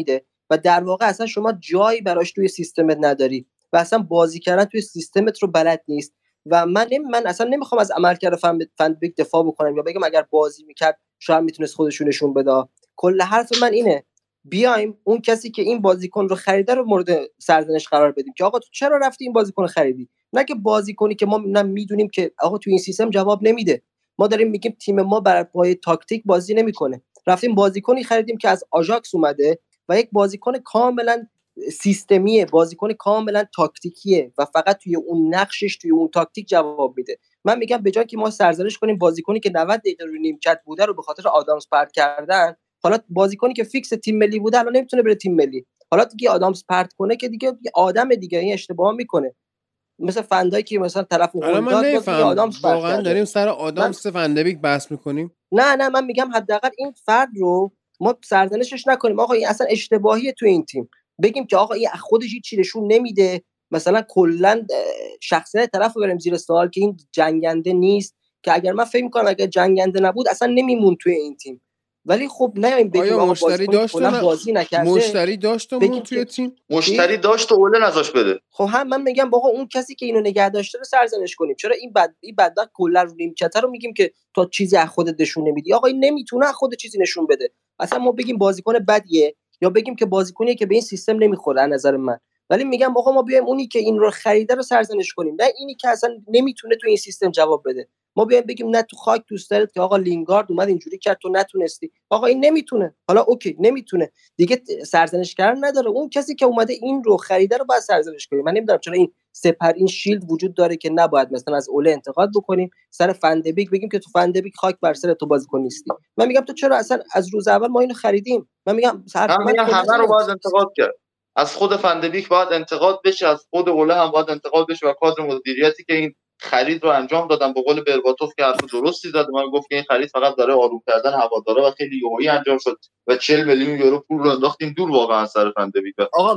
و در واقع اصلا شما جایی براش توی سیستمت نداری و اصلا بازی کردن توی سیستمت رو بلد نیست. و من اصلا نمیخوام از عملکرد فن بیگ دفاع بکنم یا بگم اگر بازی میکرد شاید میتونست خودشو نشون بده. کل حرف من اینه بیایم اون کسی که این بازیکن رو خریده رو مورد سرزنش قرار بدیم که آقا تو چرا رفتی این بازیکن خریدی، نه که بازیکنی که ما میدونیم که آقا تو این سیستم جواب نمیده. ما داریم میگیم تیم ما بر پایه تاکتیک بازی نمیکنه، رفتیم بازیکنی خریدیم که از آژاکس اومده و یک بازیکن کاملا سیستمیه، بازیکن کاملا تاکتیکیه و فقط توی اون نقشش توی اون تاکتیک جواب میده. من میگم به جای که ما سرزنش کنیم بازیکنی که 90 دقیقه رو نیمکت بوده رو به خاطر آدامس پرت کردن، حالا بازیکنی که فیکس تیم ملی بوده الان نمیتونه بره تیم ملی، حالا دیگه آدامس پرت کنه که دیگه آدم دیگه این اشتباه میکنه. مثل فندایی که مثلا طرف هولداد آدامس واقعا داریم سر آدامس فندبیک بحث میکنیم. نه من میگم حداقل این فرد رو ما سرزنشش نکنیم آقا این اصلا اشتباهیه تو این تیم، بگیم که آقا این خودش هیچ چی نشون نمیده، مثلا کلا شخصیت طرف رو بریم زیر سوال که این جنگنده نیست، که اگر من فکر میکنم اگر جنگنده نبود اصلا نمیمون توی این تیم. ولی خب نه بگیم آقا مشتری داشت و بازی نکرده، مشتری داشت و مون توی تیم، مشتری داشت و اوله نذاش بده. خب هم من میگم آقا اون کسی که اینو نگه داشته رو سرزنش کنیم، چرا این بدبخت کلا رو نیمکت رو میگیم که تو چیزی از خودت نشون نمیدی. آقا این نمیتونه از خودت چیزی نشون بده، اصلا ما بگیم بازیکن بدیه یا بگیم که بازیکنیه که به این سیستم نمیخوره از نظر من. ولی میگم آقا ما بیایم اونی که این رو خریده رو سرزنش کنیم، نه اینی که اصلا نمیتونه تو این سیستم جواب بده. ما بیایم بگیم نه تو خاک دوست دارید که آقا لینگارد اومد اینجوری کرد تو نتونستی، آقا این نمیتونه، حالا اوکی نمیتونه دیگه، سرزنش کردن نداره. اون کسی که اومده این رو خریده رو باید سرزنش کنیم. من نمیدونم چرا این شیلد وجود داره که نباید مثلا از اوله انتقاد بکنیم سر فندبیک، بگیم که تو فندبیک خاک بر سر تو بازیکن نیستی. من میگم تو چرا اصلا از روز اول ما اینو خریدیم؟ من میگم همه رو باید انتقاد کرد، از خود فندبیک باید انتقاد بشه، از خود اوله هم باید انتقاد بشه و کادر مدیریتی که این خرید رو انجام دادن. به قول برباتوف که حرف درستی زد، من گفت که این خرید فقط داره آروم کردن هوادارا و خیلی یوهی انجام شد و 40 میلیون یورو پول رو انداختیم دور واقعا از سر فندبیک. آقا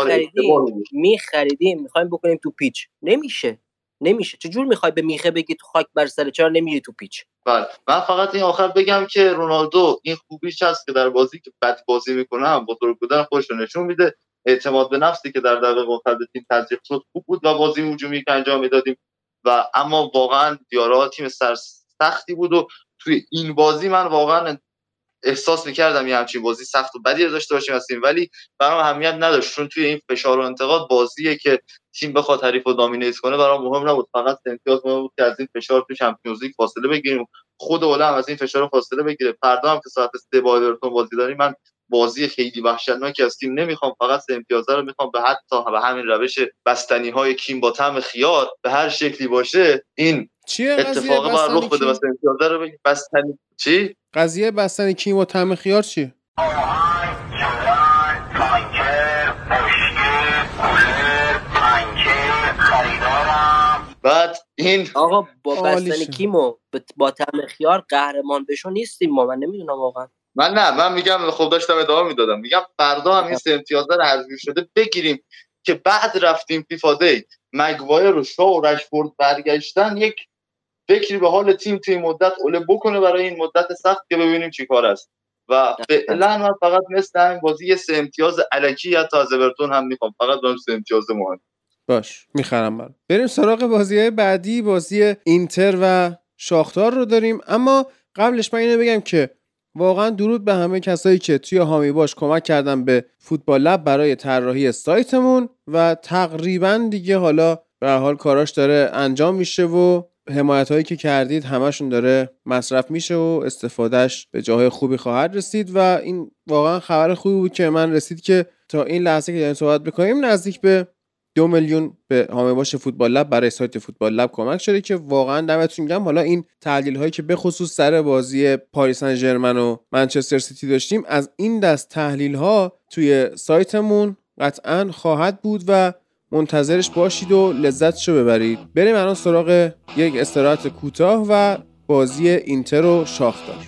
می‌خریدیم می‌خوایم بکنیم تو پیچ، نمیشه. چجور میخوای به میخه بگی تو خاک بر سر، چرا نمیری تو پیچ؟ بله من فقط این آخر بگم که رونالدو این خوبیش هست که در بازی که بد بازی میکنه هم بزرگ بودن خودش رو نشون میده، اعتماد به نفسی که در دقیقه آخر به تیم تزریق شد خوب بود و بازی هجومی که انجام میدادیم و اما واقعا دیارا تیم سختی بود و توی این بازی من واقعا احساس می‌کردم یه همچین بازی سخت و بدی داشته باشیم هستیم، ولی برام اهمیت نداشت چون توی این فشار و انتقاد بازیه که تیم بخواد حریف رو دامینیت کنه برام مهم نبود، فقط امتیاز مهم بود که از این فشار تو چمپیونز لیگ فاصله بگیریم، خود اول هم از این فشار فاصله بگیره. فردا هم که ساعت 3 با اورتون بازی داریم، من بازی خیلی وحشتناکی از تیم نمیخوام، فقط امتیاز رو میخوام به حتی به همین روش بستنی‌های کیم با طعم خیار به هر شکلی باشه این اتفاق با رخ بده واسه امتیاز رو بگیم. بستنی چی؟ قضیه بستنی کیم با طعم خیار چیه؟ بعد این آقا با بستنی کیمو با طعم خیار قهرمان بشو نیستیم ما. من نمیدونم واقعا. من میگم خب داشتم ادامه میدادم، میگم فردا هم این 3 امتیاز رو حذف شده بگیریم که بعد رفتیم فیفا دی مگوایر و شاو و رشفورد برگشتن، یک فکری به حال تیم توی مدت اوله بکنه برای این مدت سخت که ببینیم چی کار است. و فعلا من فقط مثل همین بازی 3 امتیاز الکی حتی از اورتون هم میخوام، فقط اون 3 امتیاز مهم. باش میخرم. بریم سراغ بازی‌های بعدی. بازی اینتر و شاختار رو داریم، اما قبلش من اینو بگم که واقعا درود به همه کسایی که توی هامی باش کمک کردن به فوتبال لب برای طراحی سایتمون و تقریبا دیگه حالا به هر حال کاراش داره انجام میشه و حمایتایی که کردید همشون داره مصرف میشه و استفادهش به جاهای خوبی خواهد رسید و این واقعا خبر خوبی بود که من رسید که تا این لحظه که داریم صحبت بکنیم نزدیک به 2 میلیون به هامی باش فوتبال لب برای سایت فوتبال لب کمک شده که واقعا دمتون گرم. حالا این تحلیل هایی که به خصوص سر بازی پاریس سن ژرمن و منچستر سیتی داشتیم، از این دست تحلیل ها توی سایتمون قطعا خواهد بود و منتظرش باشید و لذتشو ببرید. بریم الان سراغ یک استراحت کوتاه و بازی اینتر و شاختار.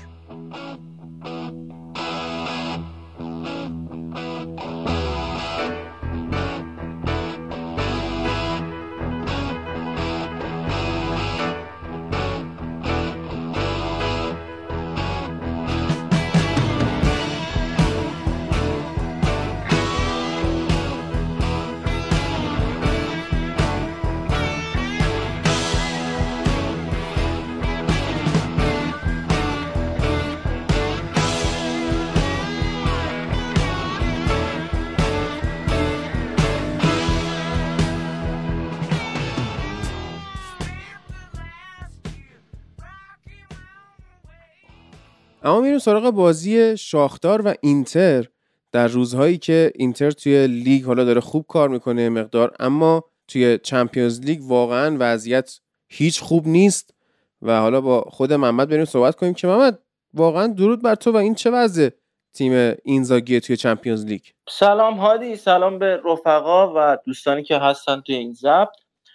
اما میریم سراغ بازی شاختار و اینتر در روزهایی که اینتر توی لیگ حالا داره خوب کار میکنه مقدار، اما توی چمپیونز لیگ واقعا وضعیت هیچ خوب نیست. و حالا با خود محمد بریم صحبت کنیم که محمد واقعا درود بر تو و این چه وضع تیم اینزاگی توی چمپیونز لیگ. سلام هادی، سلام به رفقا و دوستانی که هستن توی این ضبط.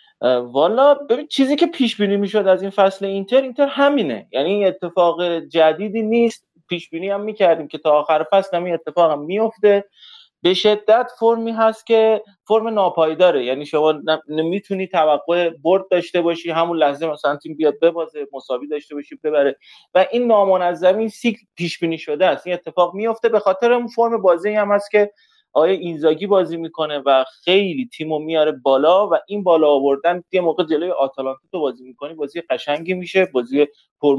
والا ببین چیزی که پیش بینی میشد از این فصل اینتر همینه، یعنی اتفاق جدیدی نیست. پیش بینی هم میکردیم که تا آخر فصل همین اتفاق هم میفته. به شدت فرمی هست که فرم ناپایداره، یعنی شما نمیتونی توقع برد داشته باشی همون لحظه مثلا تیم بیاد ببازه، مساوی داشته باشی ببره، و این نامنظمی سیکل پیش بینی شده است. این اتفاق میفته به خاطر اون فرم بازی هم هست که آقای اینزاگی بازی میکنه و خیلی تیمو میاره بالا، و این بالا آوردن یه موقع جلوی آتالانتا تو بازی میکنی بازی قشنگی میشه، بازی پر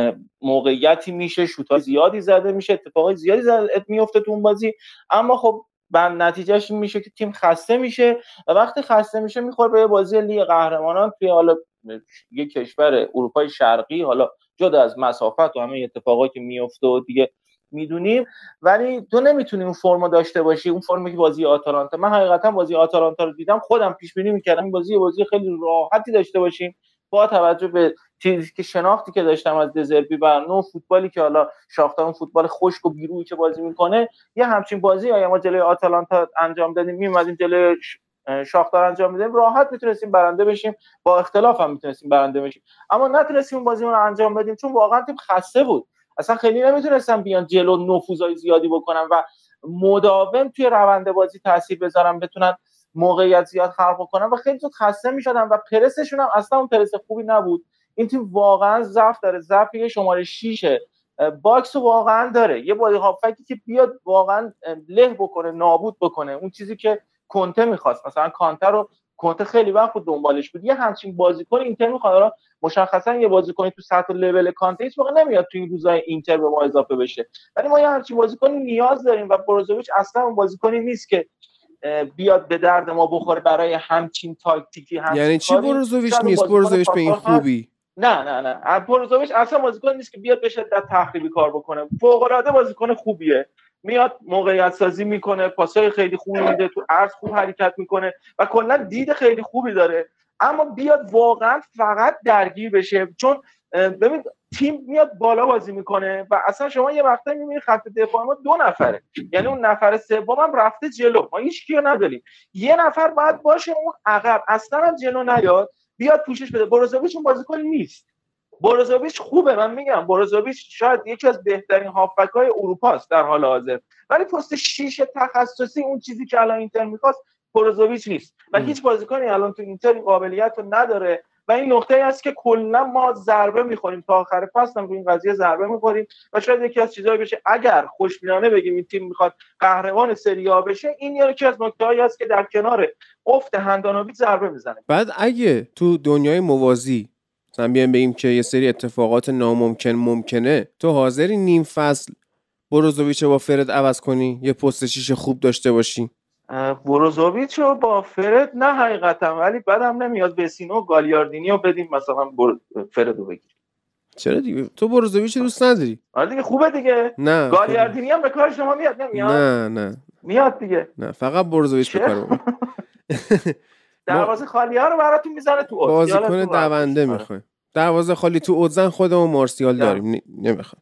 موقعیتی میشه، شوت‌های زیادی زده میشه، اتفاقای زیادی میفته تو اون بازی. اما خب نتیجهش این میشه که تیم خسته میشه، و وقتی خسته میشه میخوره به بازی لیگ قهرمانان توی حالا یک کشور اروپای شرقی، حالا جدا از مسافت و همه اتفاقایی که میفته و دیگه میدونیم، ولی تو نمیتونی اون فرمو داشته باشی، اون فرمی که بازی آتالانتا. من حقیقتا بازی آتالانتا رو دیدم، خودم پیش بینی میکردم این بازی خیلی راحتی داشته باشیم، با توجه به چیزی که شناختی که داشتم از دزربی و نوع فوتبالی که حالا شاختار اون فوتبال خشک و بیرویی که بازی میکنه، یه همچین بازی ما جلوی آتالانتا انجام دادیم، میومدیم جلوی شاختار انجام میدیم، راحت میتونستیم برنده بشیم، با اختلاف هم میتونستیم برنده بشیم. اما نتونستیم بازیمون رو انجام بدیم چون واقعا تیم خسته بود، اصلا خیلی نمیتونستم بیان جلو نفوذای زیادی بکنن و مداوم توی روند بازی تاثیر بذارن، بتونن موقعیت زیاد خلق کنن، و خیلی زود خسته میشدن و پرسشون هم اصلا اون پرس خوبی نبود. این تیم واقعا ضعف داره، ضعف یه شماره 6 باکس واقعا داره، یه بازی هافکی که بیاد واقعا له بکنه، نابود بکنه، اون چیزی که کنته می‌خواست. مثلا کانتر رو کنته خیلی وقت بود دنبالش بود، یه همچین بازیکن اینتر می‌خواد. مشخصا یه بازیکنی تو سطح لول کانته هیچ موقع نمیاد تو این روزای اینتر به ما اضافه بشه، ولی ما یه همچین بازیکنی نیاز داریم و بروزوویچ اصلا اون بازیکنی نیست که بیاد به درد ما بخوره برای همچین تاکتیکی. همچین یعنی چی بروزوویچ نیست؟ بروزوویچ به این خوبی؟ نه بروزوویچ اصلا بازیکن نیست که بیاد به شدت تخریبی کار بکنه. فوق‌العاده بازیکن خوبیه، میاد موقعیت سازی میکنه، پاسای خیلی خوبی میده، تو عرض خوب حرکت میکنه و کلا دید خیلی خوبی داره. اما بیاد واقعا فقط درگیر بشه، چون ببین تیم میاد بالا بازی میکنه و اصلا شما یه وقتا میبینید خط دفاع ما 2 نفره، یعنی اون نفر سوم هم رفته جلو، ما هیچ کیو نداریم، یه نفر باید باشه اون عقب، اصلا هم جلو نیاد بیاد پوشش بده. بروزوویچ اون بازیکن نیست. بروزوویچ خوبه، من میگم بروزوویچ شاید یکی از بهترین هافبک‌های اروپا است در حال حاضر، ولی پست 6 تخصصی اون چیزی که الان اینتر می‌خواست بروزوویچ نیست و هیچ بازیکنی الان تو اینتر این قابلیت رو نداره. و این نقطه‌ای است که کلا ما ضربه می‌خوریم، تا آخر فصل هم این قضیه ضربه می‌خوریم و شاید یکی از چیزایی بشه اگر خوشبینانه بگیم این تیم می‌خواد قهرمان سری آ بشه، این یکی از نکته‌هایی است که در کنار افت هندانویچ ضربه می‌زنه. بعد اگه تو دنیای موازی مثلا بیایم بگیم که یه سری اتفاقات ناممکن ممکنه، تو حاضری نیم فصل بروزوویچ با فرد عوض کنی، یه پست 6 خوب داشته باشی؟ بروزوویچ رو با فرد نه حقیقتا، ولی بعدم نمیاد وسینو و گالیاردینی رو بدیم مثلا فرد رو بگیر. چرا دیگه تو بروزوویچ دوست نداری؟ آره دیگه خوبه دیگه. نه گالیاردینی هم به کار شما میاد نمیاد؟ نه میاد دیگه. نه فقط بروزوویچ به کار میاد. دروازه خالی ها رو براتون میزنه تو اوت. بازیکن دونده میخوایم. دروازه خالی تو اوتزن خودمون مارسیال داریم، نمیخوام.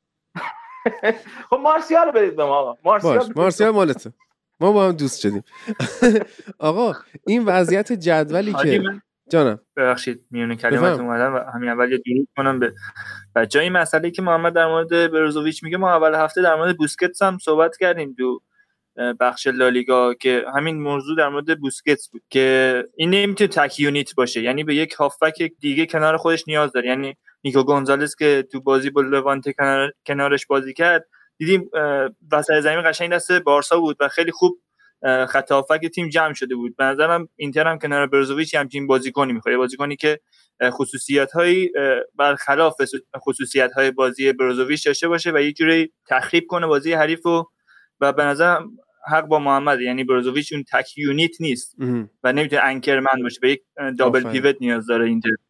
خب مارسیال رو بدید به ما آقا. مارسیال مالته. ما با هم دوست شدیم. آقا این وضعیت جدولی که جانم ببخشید میونه کلمات اومدم و همین اول یه درود کنم به بچه‌ها. این مسئله که محمد در مورد بروزوویچ میگه، ما اول هفته در مورد بوسکتس هم صحبت کردیم تو بخش لالیگا که همین موضوع در مورد بوسکتس بود که این نمیتونه تک یونیت باشه، یعنی به یک هافبک دیگه کنار خودش نیاز داره. یعنی نیکو گونزالز که تو بازی با لوانته کنارش بازی کرد، دیدیم وسط زمین قشنگ دست بارسا بود و خیلی خوب خط هافبک تیم جمع شده بود. به نظرم اینتر هم کنار بروزوویچ همچین بازیکنی می‌خواد، بازیکنی که خصوصیت‌هایی برخلاف خصوصیت‌های بازی بروزوویچ داشته باشه و یه جوری تخریب کنه بازی حریفو. و به نظرم حق با محمد، یعنی بروزوویچ اون تک یونیت نیست و نمیتونه انکرمن باشه، به یک دابل پیوت نیاز داره اینتر.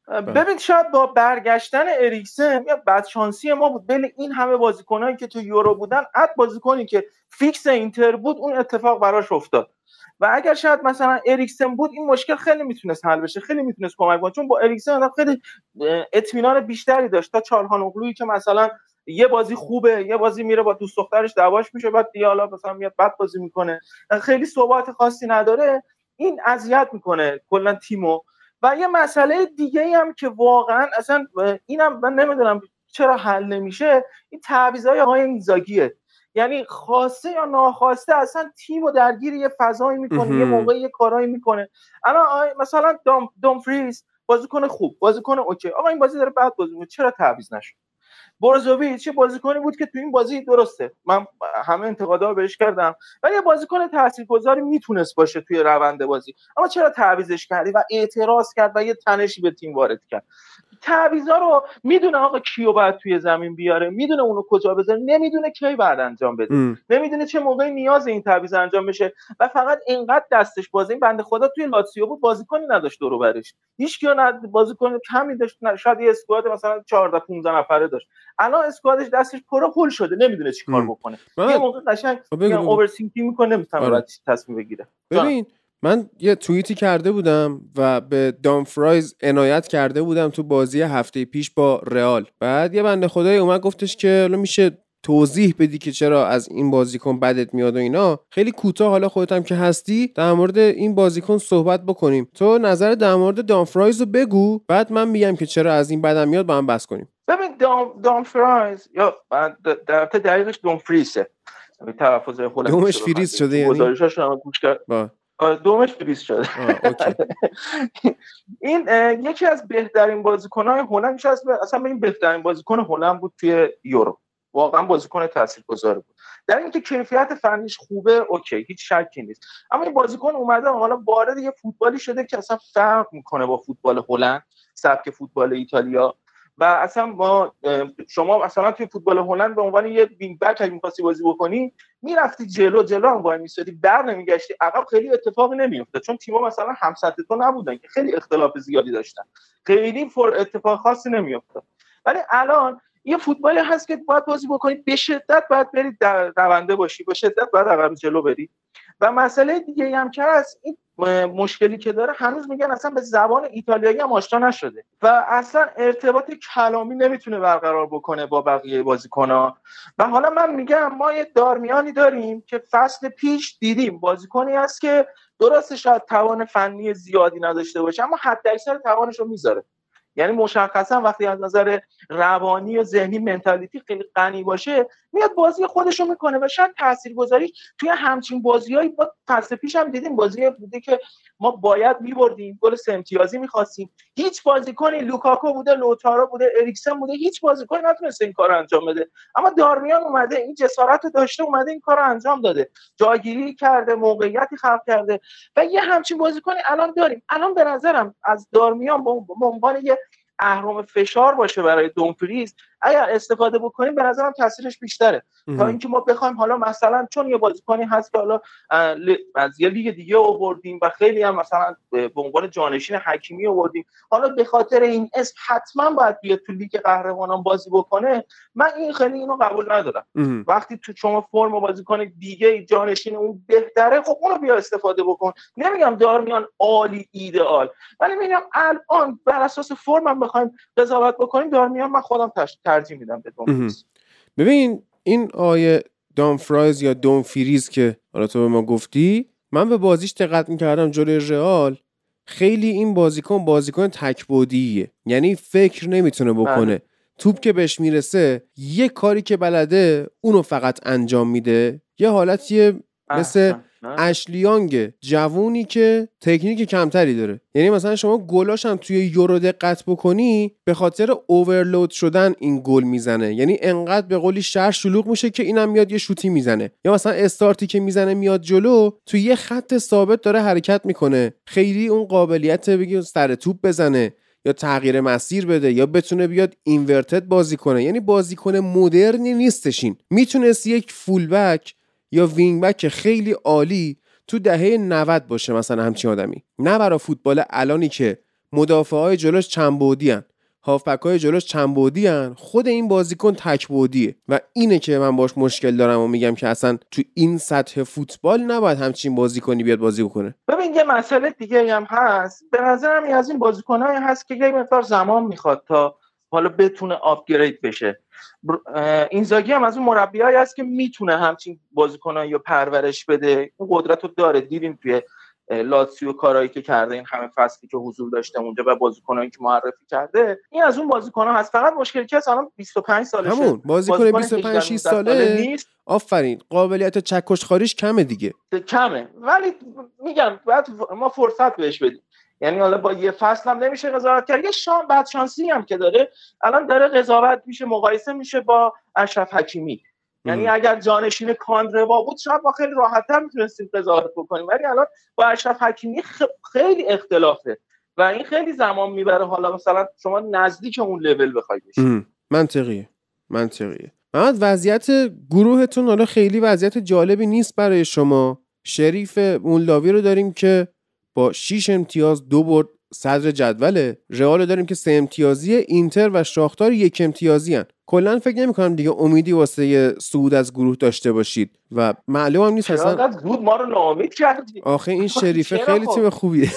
ببین شاید با برگشتن اریکسن یا بدشانسی ما بود بین این همه بازیکنایی که تو یورو بودن، حتی بازیکنی که فیکس اینتر بود اون اتفاق براش افتاد و اگر شاید مثلا اریکسن بود این مشکل خیلی میتونست حل بشه، خیلی میتونست کمک کنه، چون با اریکسن خیلی اطمینان بیشتری داشت تا چالهانوغلویی که مثلا یه بازی خوبه، یه بازی میره با دوست دخترش دعواش میشه، بعد دیالا مثلا میاد بد بازی میکنه، خیلی ثبات خاصی نداره، این اذیت میکنه کلا تیمو. و یه مسئله دیگه هم که واقعا اصلا اینم من نمیدونم چرا حل نمیشه، این تعویضای آقای اینزاگیه، یعنی خواسته یا ناخواسته اصلا تیمو درگیر یه فضایی میکنه، یه موقعی یه کارایی میکنه. الان مثلا دومفریز بازیکن خوب، بازیکن اوکی، آقا این بازی داره بد بازی میکنه، چرا تعویض نشد؟ بروزوویچ چه بازیکنی بود که تو این بازی درسته من همه انتقادا بهش کردم ولی یه بازیکن تاثیرگذاری میتونست باشه توی روند بازی، اما چرا تعویضش کردی و اعتراض کرد و یه تنشی به تیم وارد کرد؟ تعویضا رو میدونه آقا کیو باید توی زمین بیاره، میدونه اونو کجا بذاره، نمیدونه کی بعد انجام بده، نمیدونه چه موقعی نیاز این تعویض انجام بشه و فقط اینقدر دستش بازه. این بنده خدا توی لاتزیو بود بازیکنی نداشت دور و برش، هیچ کیو بازیکن کمی داشت، شاید یه اسکواد مثلا 14 15 نفره داشت، الان اسکوادش دستش پول شده نمیدونه چیکار بکنه، یه موقع قشنگ اوورثینکینگ میکنه، نمیتونه تصمیم بگیره. ببین من یه توییتی کرده بودم و به دامفرایز عنایت کرده بودم تو بازی هفته پیش با رئال، بعد یه بنده خدای اومد گفتش که حالا میشه توضیح بدی که چرا از این بازیکن بدت میاد و اینا. خیلی کوتاه حالا خودت هم که هستی در مورد این بازیکن صحبت بکنیم، تو نظر در مورد دامفرایز رو بگو، بعد من میگم که چرا از این بدم میاد با هم بحث کنیم. ببین دامفرایز یا در دقیقش دومفریزه، تلفظ هلندی دومش فریز شده، یعنی گزارشاشو هم گوش کرد دومش فریز شده. این یکی از بهترین بازیکن‌های هلند میشه، اصلا این بهترین بازیکن هلند بود توی یورو، واقعا بازیکن تاثیرگذار بود در اینکه کیفیت فنیش خوبه، اوکی هیچ شکی نیست، اما این بازیکن اومده حالا وارد یه فوتبالی شده که اصلا فرق میکنه با فوتبال هلند، سبک فوتبال ایتالیا. و اصلا شما مثلا توی فوتبال هلند به عنوان یه وینگ بک اگه می‌خواستی بازی بکنی میرفتی جلو هم وای می‌سادی، بر نمیگشتی عقب، خیلی اتفاقی نمی‌افتاد چون تیم‌ها مثلا هم سطح تو نبودن که خیلی اختلاف زیادی داشتن، خیلی اتفاق خاصی نمی‌افتاد. ولی الان یه فوتبالی هست که باید بازی بکنی، به شدت باید برید دونده باشی، به شدت باید عقب جلو بری. و مسئله دیگه هم که هست، این مشکلی که داره هنوز میگن اصلا به زبان ایتالیایی هم آشنا نشده و اصلا ارتباط کلامی نمیتونه برقرار بکنه با بقیه بازیکن‌ها. و حالا من میگم ما یه دارمیانی داریم که فصل پیش دیدیم بازیکنی هست که درسته شاید توان فنی زیادی نداشته باشه اما حداکثر توانش رو میذاره، یعنی مشخصا وقتی از نظر روانی و ذهنی منتالیتی خیلی غنی باشه میاد بازی خودش رو میکنه و شاید تاثیرگذاری توی همچین بازیایی با فصل پیش هم دیدیم، بازی بوده که ما باید میبردیم، گل 3 امتیازی می‌خواستیم، هیچ بازیکنی لوکاکو بوده، لوتارو بوده، اریکسن بوده، هیچ بازیکنی نتونسته این کارو انجام بده، اما دارمیان اومده این جسارت رو داشته، اومده این کارو انجام داده، جاگیری کرده، موقعیتی خلق کرده و یه همچین بازیکنی الان داریم. الان به نظرم از دارمیان به عنوان یه اهرم فشار باشه برای دومفریز اگر استفاده بکنیم به نظرم تاثیرش بیشتره تا اینکه ما بخوایم حالا مثلا چون یه بازیکنی هست که حالا از یه لیگ دیگه آوردیم و خیلی هم مثلا به عنوان جانشین حکیمی آوردیم، حالا به خاطر این اسم حتما باید بیاد تو لیگ قهرمانان بازی بکنه، من این خیلی اینو قبول ندارم. وقتی تو شما فرم بازیکن دیگه جانشین اون بهتره، خب اونو بیا استفاده بکن. نمیگم دارمیان عالی ایدئال، ولی میگم الان بر اساس فرمم بخوایم قضاوت بکنیم دارمیان من خودم ترجیح میدم به دومفریز. ببین این آیه دامفرایز یا دومفریز که حالا تو به ما گفتی، من به بازیش دقت میکردم جلوی رئال، خیلی این بازیکن تک‌بعدیه، یعنی فکر نمیتونه بکنه، توپ که بهش میرسه یه کاری که بلده اونو فقط انجام میده، یه حالتیه مثل اشلیانگ جوونی که تکنیک کمتری داره. یعنی مثلا شما گلاش هم توی یورو دقت بکنی به خاطر اوورلود شدن این گل میزنه، یعنی انقدر به قولی شهر شلوغ میشه که اینم میاد یه شوتی میزنه، یا مثلا استارتی که میزنه میاد جلو توی یه خط ثابت داره حرکت میکنه، خیلی اون قابلیت بگی سر توپ بزنه یا تغییر مسیر بده یا بتونه بیاد اینورتد بازی کنه، یعنی بازیکن مدرنی نیستشین. میتونست یک فول بک یا وینگ بک خیلی عالی تو دهه 90 باشه مثلا همچین آدمی، نه برای فوتبال الانی که مدافعای جلوش چند بعدی ان، هافبک‌های جلوش چند بعدی ان، خود این بازیکن تک بعدیه و اینه که من باش مشکل دارم و میگم که اصلا تو این سطح فوتبال نباید همچین بازیکنی بیاد بازی بکنه. ببین یه مسئله دیگه هم هست، به نظرم از این بازیکنایی هست که یه مقدار زمان میخواد تا حالا بتونه آپگرید بشه. اینزاگی هم از اون مربیایی هست که میتونه همچین بازیکنایی رو پرورش بده، اون قدرت رو داره. دیدیم توی لاتزیو کارایی که کرده این همه فصلی که حضور داشته اونجا و بازیکنایی که معرفی کرده، این از اون بازیکن‌ها هست. فقط مشکلی که الان 25 سالشه، همون بازیکن 25 6 ساله نیست. آفرین، قابلیت چکش خاریش کمه دیگه، کمه، ولی میگم بعد ما فرصت بهش بدیم. یعنی حالا با یه فصل هم نمیشه قضاوت کرد. یه بعد شانسی هم که داره، الان داره قضاوت میشه، مقایسه میشه با اشرف حکیمی. یعنی اگر جانشین کاندروا بود شاید با خیلی راحت‌تر میتونستیم قضاوت بکنیم، ولی الان با اشرف حکیمی خیلی اختلافه و این خیلی زمان میبره. حالا مثلا شما نزدیک اون لول بخواید بشید. منطقیه. محمد وضعیت گروهتون حالا خیلی وضعیت جالبی نیست برای شما. شریف مولداوی رو داریم که با 6 امتیاز 2 برد صدر جدوله. رئال داریم که 3 امتیازی، اینتر و شاختار 1 امتیازی ان. کلا فکر نمی‌کنم دیگه امیدی واسه صعود از گروه داشته باشید و معلوم هم نیست اصلا چقدر زود ما رو ناامید کردید. آخه این شریفه خیلی تیم خوبیه.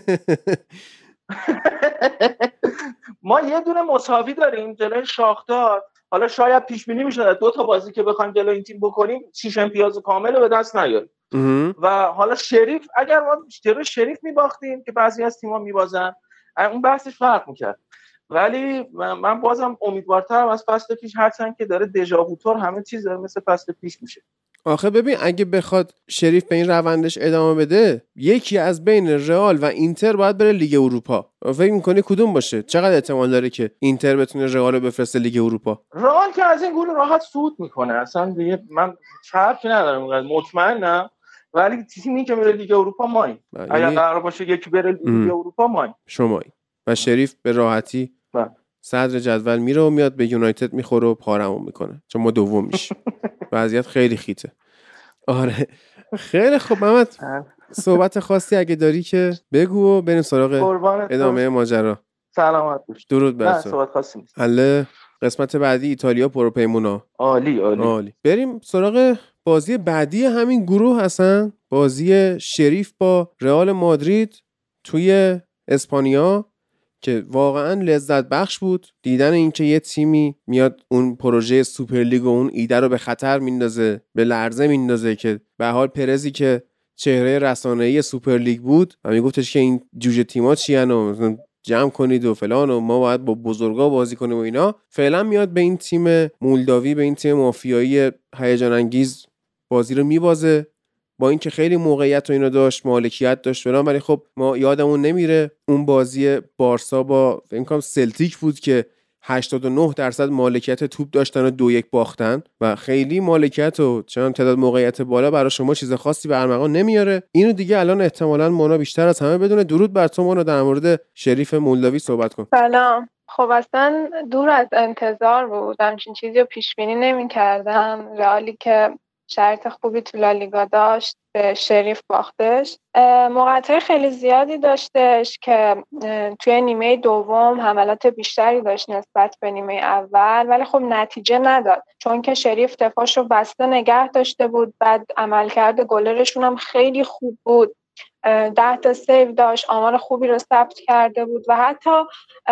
ما یه دونه مساوی داریم جلوی شاختار. حالا شاید پیش بینی میشه 2 تا بازی که بخوایم جلوی این تیم بکنیم 6 امتیاز کامل رو به دست نیاریم. و حالا شریف، اگر ما جلوی شریف میباختیم که بعضی از تیم‌ها میبازن، اون بحثش فرق میکرد. ولی من بازم امیدوارترم از فصل پیش، هرچند که داره دژاووتور همه چیز داره مثل فصل پیش میشه. آخه ببین اگه بخواد شریف به این روندش ادامه بده، یکی از بین رئال و اینتر باید بره لیگ اروپا. فکر می‌کنی کدوم باشه؟ چقدر احتمال داره که اینتر بتونه رئال رو بفرسته لیگ اروپا؟ رئال که از این گروه راحت صعود میکنه، اصلا دیگه من شرطی ندارم، مطمئنم. ولی تیمی که میره لیگ اروپا مایم. اگه قرار باشه یکی بره لیگ اروپا مایم. شمایی. و شریف به راحتی صدر جدول میره و میاد به یونایتد میخوره و پارمون میکنه، چون ما دوم میشیم. وضعیت خیلی خیته. آره خیلی خوب محمد، صحبت خاصی اگه داری که بگو و بریم سراغ ادامه ماجرا. سلامت باش. درود بر تو. صحبت خاصی نیست. حله قسمت بعدی ایتالیا پروپیمونا. عالی. بریم سراغ بازی بعدی همین گروه هستن، بازی شریف با رئال مادرید توی اسپانیا که واقعا لذت بخش بود. دیدن اینکه یه تیمی میاد اون پروژه سوپرلیگ و اون ایده رو به خطر میندازه، به لرزه میندازه، که به حال پرزی که چهره رسانه‌ای سوپرلیگ بود و میگفتش که این جوجه تیم‌ها چیان و جمع کنید و فلان و ما باید با بزرگا بازی کنیم و اینا، فعلا میاد به این تیم مولداوی، به این تیم مافیایی هیجان انگیز بازی رو میبازه، با اینکه خیلی موقعیت و اینا داشت، مالکیت داشت فلان، ولی خب ما یادمون نمیره اون بازی بارسا با فکر کنم سلتیک بود که 89% مالکیت توپ داشتن و 2-1 باختن و خیلی مالکیت و چند تعداد موقعیت بالا برای شما چیز خاصی به ارمغان نمیاره. اینو دیگه الان احتمالاً مونا بیشتر از همه بدونه. درود بر تو مونا، در مورد شریف مولداوی صحبت کن. سلام. خب اصلا دور از انتظار بود، همچین چیزی رو پیش بینی نمی‌کردم. رئالی که شرط خوبی تو لالیگا داشت به شریف باختش. موقعیت خیلی زیادی داشتش که توی نیمه دوم حملات بیشتری داشت نسبت به نیمه اول، ولی خب نتیجه نداد چون که شریف دفاعش رو بسته نگه داشته بود. بعد عملکرد گلرشون هم خیلی خوب بود، 10 تا سیو داشت، آمار خوبی رو ثبت کرده بود و حتی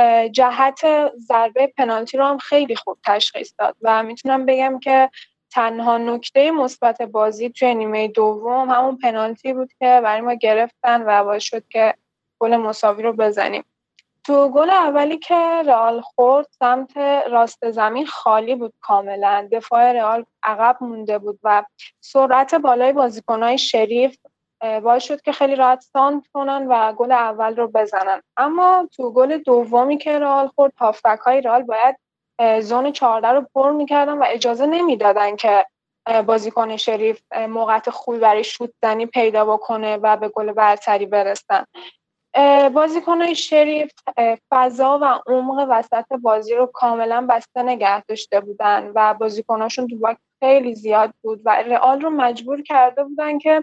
جهت ضربه پنالتی رو هم خیلی خوب تشخیص داد و میتونم بگم که تنها نکته مثبت بازی توی نیمه دوم همون پنالتی بود که برای ما گرفتن و باعث شد که گل مساوی رو بزنیم. تو گل اولی که رئال خورد سمت راست زمین خالی بود کاملا، دفاع رئال عقب مونده بود و سرعت بالای بازیکن‌های شریف باعث شد که خیلی راحت سانت کنن و گل اول رو بزنن. اما تو گل دومی که رئال خورد، هافبک‌های رئال باید زون 14 رو پر می‌کردن و اجازه نمیدادن که بازیکن شریف موقعیت خوبی برای شوت زنی پیدا بکنه و به گل برتری برسن. بازیکن‌های شریف فضا و عمق وسط بازی رو کاملا بسته نگه داشته بودن و بازیکناشون تو باکس خیلی زیاد بود و رئال رو مجبور کرده بودن که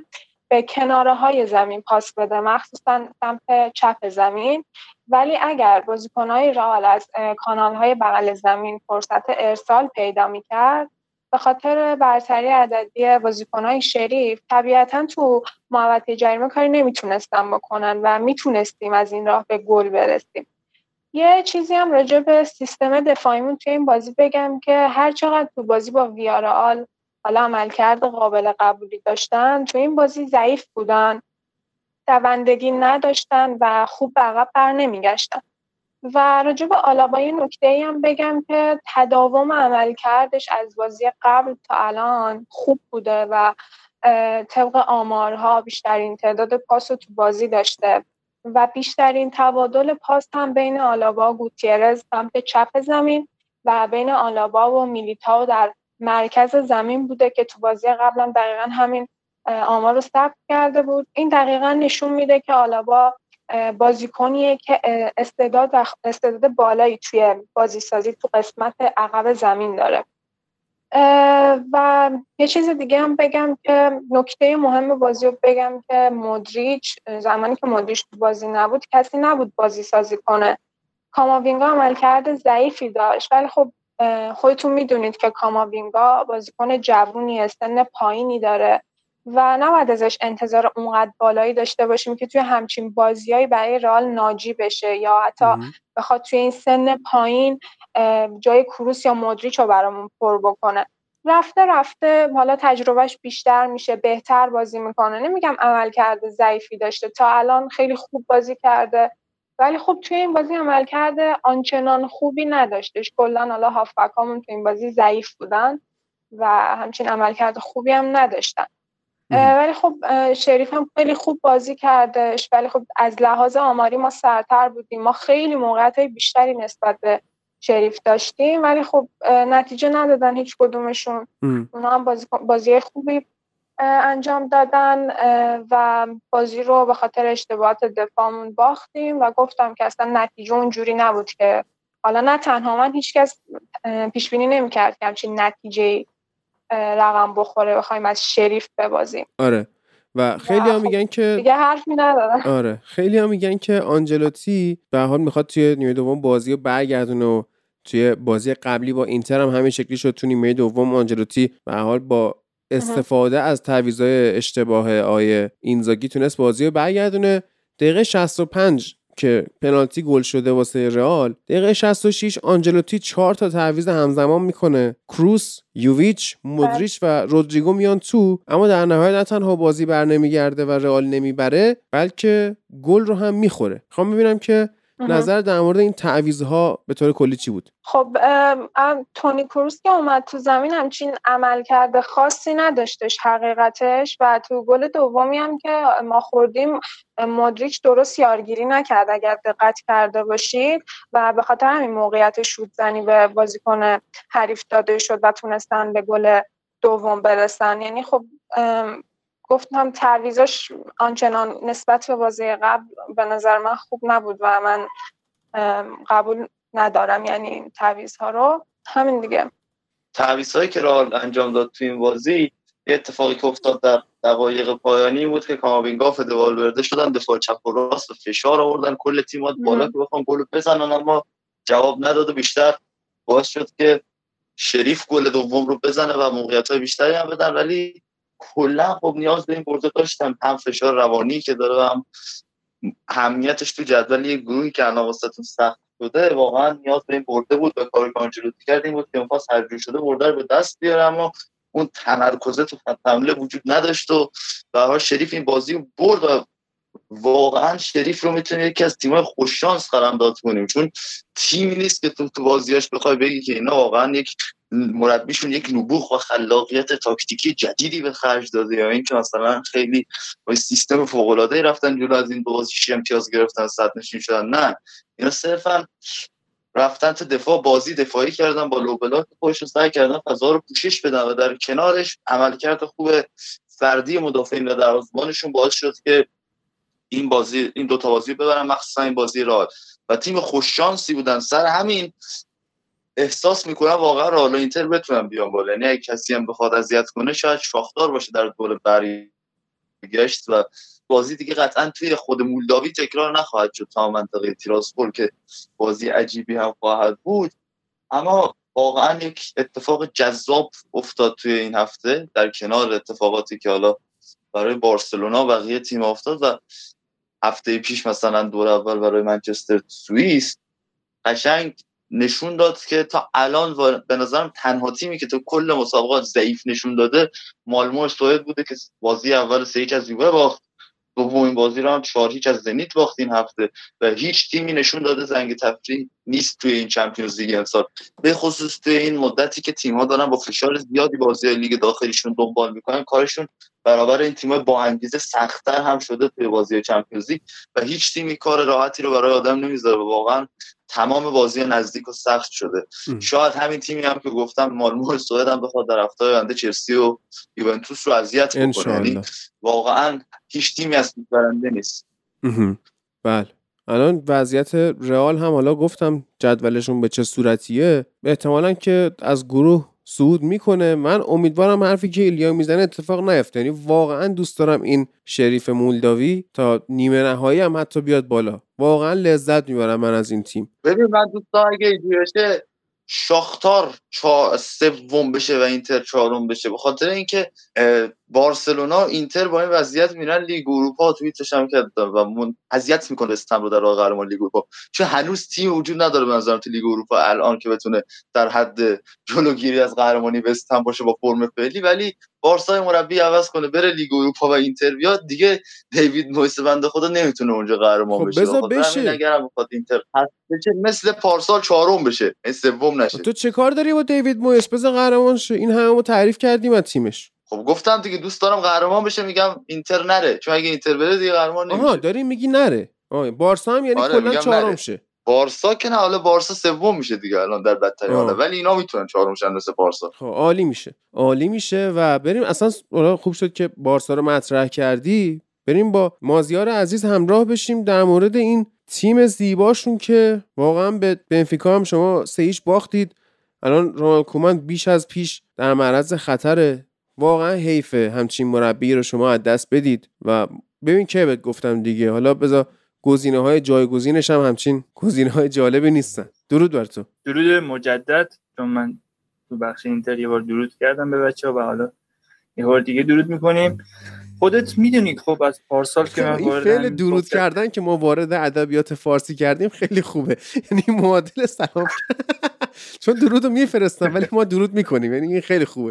به کناره‌های زمین پاس بده، مخصوصا سمت چپ زمین. ولی اگر بازیکن‌های رئال از کانال‌های بغل زمین فرصت ارسال پیدا می‌کرد، به خاطر برتری عددی بازیکن‌های شریف طبیعتاً تو محوطه جریمه کاری نمیتونستن بکنن و میتونستیم از این راه به گل برسیم. یه چیزی هم راجع به سیستم دفاعیمون توی این بازی بگم که هر چقدر تو بازی با ویارئال حالا عملکرد قابل قبولی داشتن، تو این بازی ضعیف بودن، دوندگی نداشتن و خوب به عقب بر نمیگشتن. و راجع به آلابا یه نکته‌ای هم بگم که تداوم عملکردش از بازی قبل تا الان خوب بوده و طبق آمارها بیشترین تعداد پاس رو تو بازی داشته و بیشترین تبادل پاس هم بین آلابا و گوتیرز سمت چپ زمین و بین آلابا و میلیتائو در مرکز زمین بوده که تو بازی قبل هم دقیقاً همین آمار رو ثبت کرده بود. این دقیقاً نشون میده که آلابا بازیکنیه که استعداد بالایی توی بازی سازی تو قسمت عقب زمین داره. و یه چیز دیگه هم بگم که نکته مهم بازی رو بگم که مودریچ، زمانی که مودریچ تو بازی نبود کسی نبود بازی سازی کنه. کاماوینگا عملکرد ضعیفی داشت، ولی خب خودتون میدونید که کاماوینگا بازیکن جوونیه، سن پایینی داره و نباید ازش انتظار اونقدر بالایی داشته باشیم که توی همچین بازیایی برای رئال ناجی بشه یا حتی بخواد توی این سن پایین جای کروس یا مودریچ رو برامون پر بکنه. رفته حالا تجربهش بیشتر میشه، بهتر بازی میکنه. نمیگم عملکرد ضعیفی داشته، تا الان خیلی خوب بازی کرده، ولی خب توی این بازی عملکرد آنچنان خوبی نداشتش. کلا حالا هافبکامون توی این بازی ضعیف بودن و همچین عملکرد خوبی هم نداشتن. ولی خب شریف هم خیلی خوب بازی کردش، ولی خب از لحاظ آماری ما سرتر بودیم. ما خیلی موقعیت‌های بیشتری نسبت به شریف داشتیم، ولی خب نتیجه ندادن هیچ کدومشون. اونا هم بازی خوبی انجام دادن و بازی رو به خاطر اشتباهات دفاعمون باختیم و گفتم که اصلا نتیجه اونجوری نبود که حالا نه تنها من، هیچ کس پیش بینی نمی‌کرد که همچین نتیجه رقم بخوره بخوایم از شریف ببازیم. آره و خیلی ها میگن که دیگه حرفی ندارم. آره خیلی ها میگن که آنجلوتی به حال میخواد توی نیمه دوم بازی رو برگردونه و توی بازی قبلی با اینتر هم همین شکلی شد. تو نیمه دوم آنجلوتی به حال با استفاده از تعویضای اشتباه آیه اینزاگی تونست بازی رو برگردونه. دقیقه 65 که پنالتی گل شده واسه رئال، دقیقه 66 آنجلوتی 4 تا تعویض همزمان میکنه. کروس، یوویچ، مودریچ و رودریگو میان تو، اما در نهایت نه تنها بازی بر نمیگرده و رئال نمیبره بلکه گل رو هم میخوره. میخوام ببینم که نظر در مورد این تعویض‌ها به طور کلی چی بود؟ خب تونی کروس که اومد تو زمین همچین عملکرد خاصی نداشتش حقیقتش و تو گل دومی هم که ما خوردیم مودریچ درست یارگیری نکرد اگر دقت کرده باشید و به خاطر همین موقعیت شوت زنی به بازیکن حریف داده شد و تونستن به گل دوم برسن. یعنی خب گفتم تعویضاش آنچنان نسبت به بازی قبل به نظر من خوب نبود و من قبول ندارم یعنی تعویض‌ها رو. همین دیگه. تعویض‌هایی که رئال انجام داد تو این بازی، یه اتفاقی که افتاد در دقایق پایانی بود که کاماوینگا و فدوالورده شدن دفاع چپ و راست و فشار آوردن کل تیم‌ها بالا که بخوام گل بزنن، اما جواب نداد و بیشتر باعث شد که شریف گل دوم رو بزنه و موقعیت‌های بیشتری هم بدن. ولی کلا خب نیاز به این برد داشتن، هم فشار روانی که داره هم اهمیتش تو جدول یک گروهی که الان واسهتون سخت شده. واقعا نیاز به این برده بود و کاری که آنجلوتی کرد این بود که اون پاس هرجور شده برده رو به دست بیاره، اما اون تمرکز تو خط حمله وجود نداشت و به هر حال شریف این بازی رو برد و واقعا شریف رو میتونه یکی از تیم‌های خوش شانس قلمداد کنیم، چون تیمی نیست که تو بازیاش بخوای بگی که اینا واقعا یک مربیشون یک نبوغ و خلاقیت تاکتیکی جدیدی به خرج داده یا اینکه مثلا خیلی با سیستم فوق‌العاده‌ای رفتن جلو از این بازیش امتیاز گرفتن صد نشین شدن. نه، اینا صرفا رفتن تو دفاع، بازی دفاعی کردن، با لو بلاک خودشون سعی کردن فضا رو پوشش بدن و در کنارش عملکرد خوب فردی مدافعین و دروازه‌بانشون باعث شد که این دو تا بازی ببرن، مخصوصا این بازی رئال، و تیم خوش شانسی بودن. سر همین احساس میکنم واقعا رئال و اینتر بتونن بیان بالا، یعنی اگه کسی هم بخواد اذیت کنه شاید شاختار باشه در دور بعدی گشت و بازی دیگه قطعا توی خود مولداوی تکرار نخواهد شد تا منطقه تیراسپول که بازی عجیبی هم خواهد بود. اما واقعا یک اتفاق جذاب افتاد توی این هفته در کنار اتفاقاتی که حالا برای بارسلونا و بقیه تیم افتاد و هفته پیش مثلا دور اول برای منچستر سوئیس قشنگ نشون داد که تا الان به نظرم تنها تیمی که تو کل مسابقات ضعیف نشون داده مالمو سوئد بوده که بازی اول 3-0 از یووه باخت، دومین بازی رو هم 4-0 از زنیت باخت این هفته و هیچ تیمی نشون داده زنگ تفریح نیست توی این چمپیونز لیگ امسال، به خصوص توی این مدتی که تیم‌ها دارن با فشار زیادی بازی لیگ داخلیشون دنبال میکنن، کارشون برابر این تیم‌ها با انگیزه سخت‌تر هم شده توی بازی چمپیونز لیگ و هیچ تیمی کار راحتی رو برای آدم نمیذاره و واقعا تمام بازی نزدیک و سخت شده. شاید همین تیمی هم که گفتم مالمو سوئد هم بخواد در هفته آینده چلسی و یوونتوس رو اذیت بکنه، یعنی واقعا هیچ تیمی از برنده نیست. بله الان وضعیت رئال هم حالا گفتم جدولشون به چه صورتیه، احتمالاً که از گروه صعود میکنه. من امیدوارم حرفی که ایلیا میزنه اتفاق نیفته، یعنی واقعا دوست دارم این شریف مولداوی تا نیمه نهایی هم حتی بیاد بالا، واقعا لذت میبرم من از این تیم. ببین من دوست دارم اگه اینجوری بشه شاختار سوم بشه و اینتر چهارم بشه، به خاطر اینکه بارسلونا اینتر با این وضعیت میرن لیگ اروپا، توییتش هم کردم و من اذیت میکنه استم رو در واقع قهرمان لیگ اروپا، چون هنوز تیم وجود نداره به نظرم تو لیگ اروپا الان که بتونه در حد جلوگیری از قهرمانی استم باشه با فرم فعلی. ولی بارسا مربی عوض کنه بره لیگ اروپا و اینتر بیاد، دیگه دیوید مویس بنده خدا نمیتونه اونجا قهرمان بشه. بذار بشه، اگرم بخواد اینتر بشه مثل پارسال چهارم بشه، سوم نشه. تو چه کار داری با دیوید مویس؟ بذار قهرمان شه، این هممو تعریف کردیم از تیمش. خب گفتم دیگه دوست دارم قهرمان بشه، میگم اینتر نره، چون اگه اینتر بره دیگه قهرمان نمیشه. آها داری میگی نره. بارسا هم یعنی کلا چهارم شه. بارسا که نه، حالا بارسا سوم میشه دیگه الان در بدترین حالت، ولی اینا میتونن چهارم شن مثل بارسا. خب عالی میشه و بریم اصلا خوب شد که بارسا رو مطرح کردی، بریم با مازیار عزیز همراه بشیم در مورد این تیم زیباشون که واقعا به بنفیکا هم شما 3-0 باختید. الان رونالد کومان بیش از پیش در معرض خطره، واقعا حیفه همچین مربی رو شما از دست بدید و ببین که بهت گفتم دیگه، حالا بذار گزینه‌های جایگزینش هم همچین گزینه‌های جالبی نیستن. درود بر تو. درود مجدد، چون من تو بخش اینتر یه بار درود کردم به بچه‌ها و حالا یه بار دیگه درود می‌کنیم. خودت میدونید خب از پارسال که من وارد فعل درود کردن که ما وارد ادبیات فارسی کردیم خیلی خوبه، یعنی معادل سلام چون درودو میفرستم ولی ما درود میکنیم، یعنی این خیلی خوبه.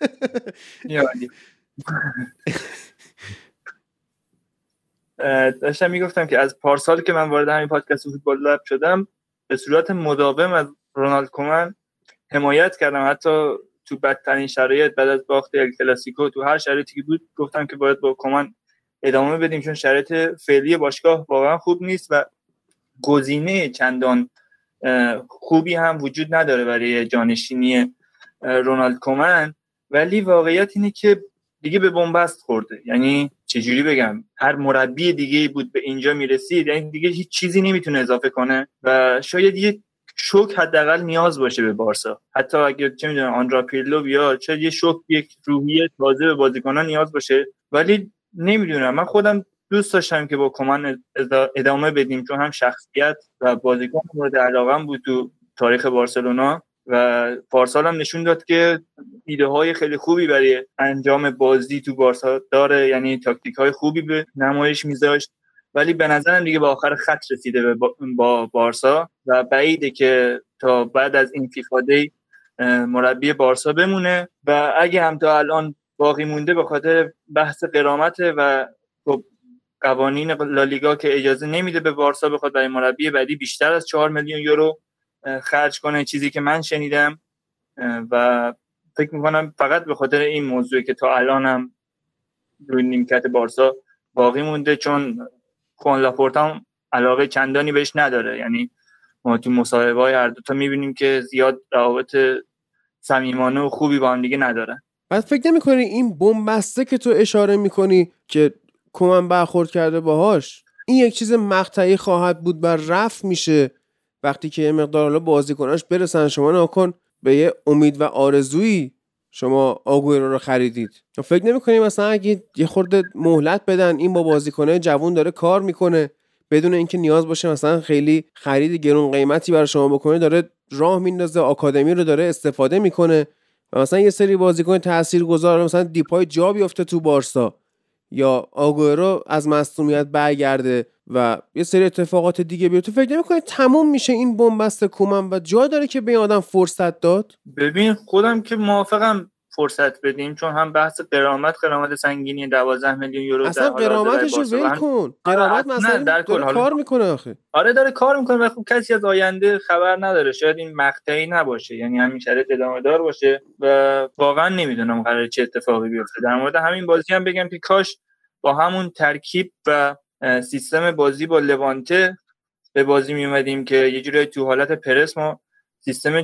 داشتم میگفتم که از پارسال که من وارد همین پادکست فوتبال لب شدم به صورت مداوم از رونالد کومان حمایت کردم، حتی تو بدترین شرایط بعد از باخت ال کلاسیکو تو هر شرایطی که بود گفتم که باید با کومان ادامه بدیم، چون شرایط فعلی باشگاه واقعا خوب نیست و گزینه چندان خوبی هم وجود نداره برای جانشینی رونالد کومان. ولی واقعیت اینه که دیگه به بنبست خورده، یعنی چجوری بگم، هر مربی دیگه بود به اینجا میرسید یعنی دیگه هیچ چیزی نمیتونه اضافه کنه و شاید یه شوک حداقل نیاز باشه به بارسا، حتی اگه چه میدونم آندرا پیرلو بیاد شاید یه شوک، یک روحیه تازه به بازیکنان نیاز باشه. ولی نمیدونم، من خودم دوست داشتم که با کومان ادامه بدیم، چون هم شخصیت و بازیکن مورد علاقه‌ام بود تو تاریخ بارسلونا و پارسال هم نشون داد که ایده های خیلی خوبی برای انجام بازی تو بارسا داره، یعنی تاکتیک های خوبی به نمایش میذاشت. ولی به نظرم دیگه با آخر خط رسیده با بارسا و بعیده که تا بعد از این فیفا دی مربی بارسا بمونه و اگه هم تا الان باقی مونده به خاطر بحث غرامت و قوانین لالیگا که اجازه نمیده به بارسا بخواد برای مربی بعدی بیشتر از 4 میلیون یورو خرج کنه، چیزی که من شنیدم و فکر میکنم فقط به خاطر این موضوعی که تا الان هم روی نیمکت بارسا باقی مونده، چون خوان لاپورتا هم علاقه چندانی بهش نداره. یعنی ما تو مصاحبه‌های هر دو تا میبینیم که زیاد روابط صمیمانه و خوبی با هم دیگه ندارن. بعد فکر نمی‌کنی این بنبسته که تو اشاره می‌کنی که کومان برخورد کرده باهاش، این یک چیز مقطعی خواهد بود و رفع میشه وقتی که یه مقدار حالا بازیکناش برسن، شما نکن به یه امید و آرزویی شما آگوئرو رو خریدید. فکر نمی‌کنید مثلا اگه یه خورده مهلت بدن، این با بازیکن‌های جوان داره کار میکنه بدون اینکه نیاز باشه مثلا خیلی خرید گرون قیمتی برای شما بکنه، داره راه میندازه، آکادمی رو داره استفاده میکنه و مثلا یه سری بازیکن تاثیرگذار مثلا دیپای جا بیفته تو بارسا یا آگوئرو از مصونیت برگرده و یه سری اتفاقات دیگه بیفته، فکر نمی‌کنید تموم میشه این بنبست کومن و جا داره که به این آدم فرصت داد؟ ببین خودم که موافقم فرصت بدیم، چون هم بحث قرامت سنگینی 12 میلیون یورو اصلا قرامتشو ول کن، قرامت مثلا داره کار میکنه آخه. آره داره کار میکنه و خب کسی از آینده خبر نداره، شاید این مقطعی نباشه، یعنی همین شرایط ادامه دار باشه و واقعا نمیدونم قراره چه اتفاقی بیفته. در مورد همین بازی هم بگم که کاش با همون ترکیب و سیستم بازی با لوانته به بازی می اومدیم که یه جوری تو حالت پرس ما سیستم 4-2-1-3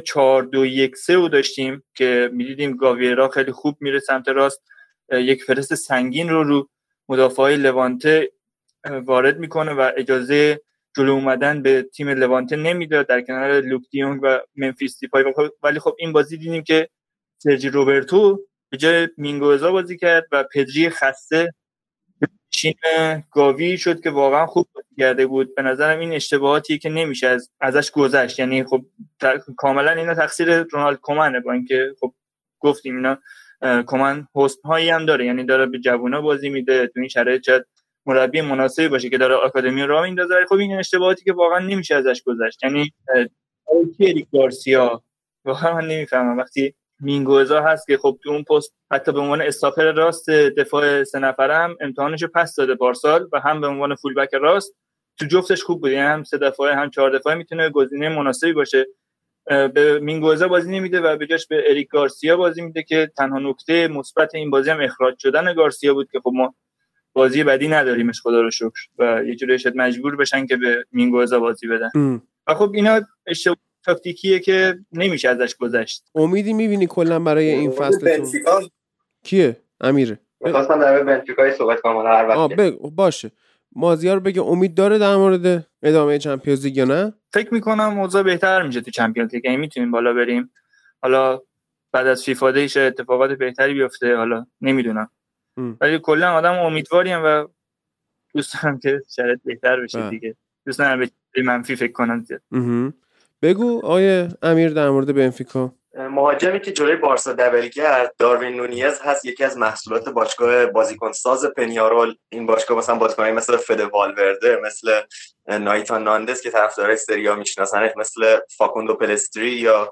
رو داشتیم که می‌دیدیم گاویرا خیلی خوب میره سمت راست، یک پرس سنگین رو مدافعای لوانته وارد میکنه و اجازه جلو اومدن به تیم لوانته نمیداد در کنار لوک دیونگ و منفیس دیپای. ولی خب این بازی دیدیم که سرجی روبرتو به جای مینگوزا بازی کرد و پدری خسته چین گاوی شد که واقعا خوب کرده بود. به نظرم این اشتباهاتی که نمیشه ازش گذشت، یعنی خب کاملا اینا تقصیر رونالد کومنه، با اینکه خب گفتیم اینا کومن حسن هایی هم داره، یعنی داره به جوونا بازی میده، تو این شرایط شاید مربی مناسبی باشه که داره آکادمی راه میندازه. خب این اشتباهاتی که واقعا نمیشه ازش گذشت، یعنی اریک گارسیا واقعا من نمیفهمم وقتی مینگوزا هست که خب تو اون پست حتی به عنوان استاپر راست دفاع سه نفره هم امتحانشو پس داده پارسال و هم به عنوان فول بک راست تو جفتش خوب بود، یعنی هم سه دفاعه هم چهار دفاعه میتونه گزینه مناسبی باشه. به مینگوزا بازی نمیده و به جاش به اریک گارسیا بازی میده که تنها نکته مثبت این بازی هم اخراج شدن گارسیا بود که خب ما بازی بعدی نداریمش خدا رو شکر و یه جوری شد مجبور بشن که به مینگوزا بازی بدن. و خب اینا اشتباه تاکتیکیه که نمیشه ازش گذشت. امیدی میبینی کلا برای این فصلتون؟ کیه؟ امیره. می‌خواستم در مورد بنفیکا صحبت کنم هر وقت. باشه. مازیار بگه امید داره در مورد ادامه چمپیونز لیگ یا نه؟ فکر میکنم اوضاع بهتر میشه تو چمپیونز لیگ، یعنی میتونیم بالا بریم. حالا بعد از فیفا دی شه اتفاقات بهتری بیفته، حالا نمیدونم. ولی کلا آدم امیدواریم و دوست دارم که شرایط بهتر بشه دیگه. دوست ندارم به منفی فکر کنم زیاد. بگو آیه امیر در مورد بنفیکا. مهاجمی که جلوی بارسا دبل کرد داروین نونیز هست، یکی از محصولات باشگاه بازیکن ساز پنیارول. این باشگاه مثلا بازیکنایی مثل فد والورده، مثل نایتان ناندس که طرفدارای سری آ میشناسنش، مثل فاکوندو پلستری یا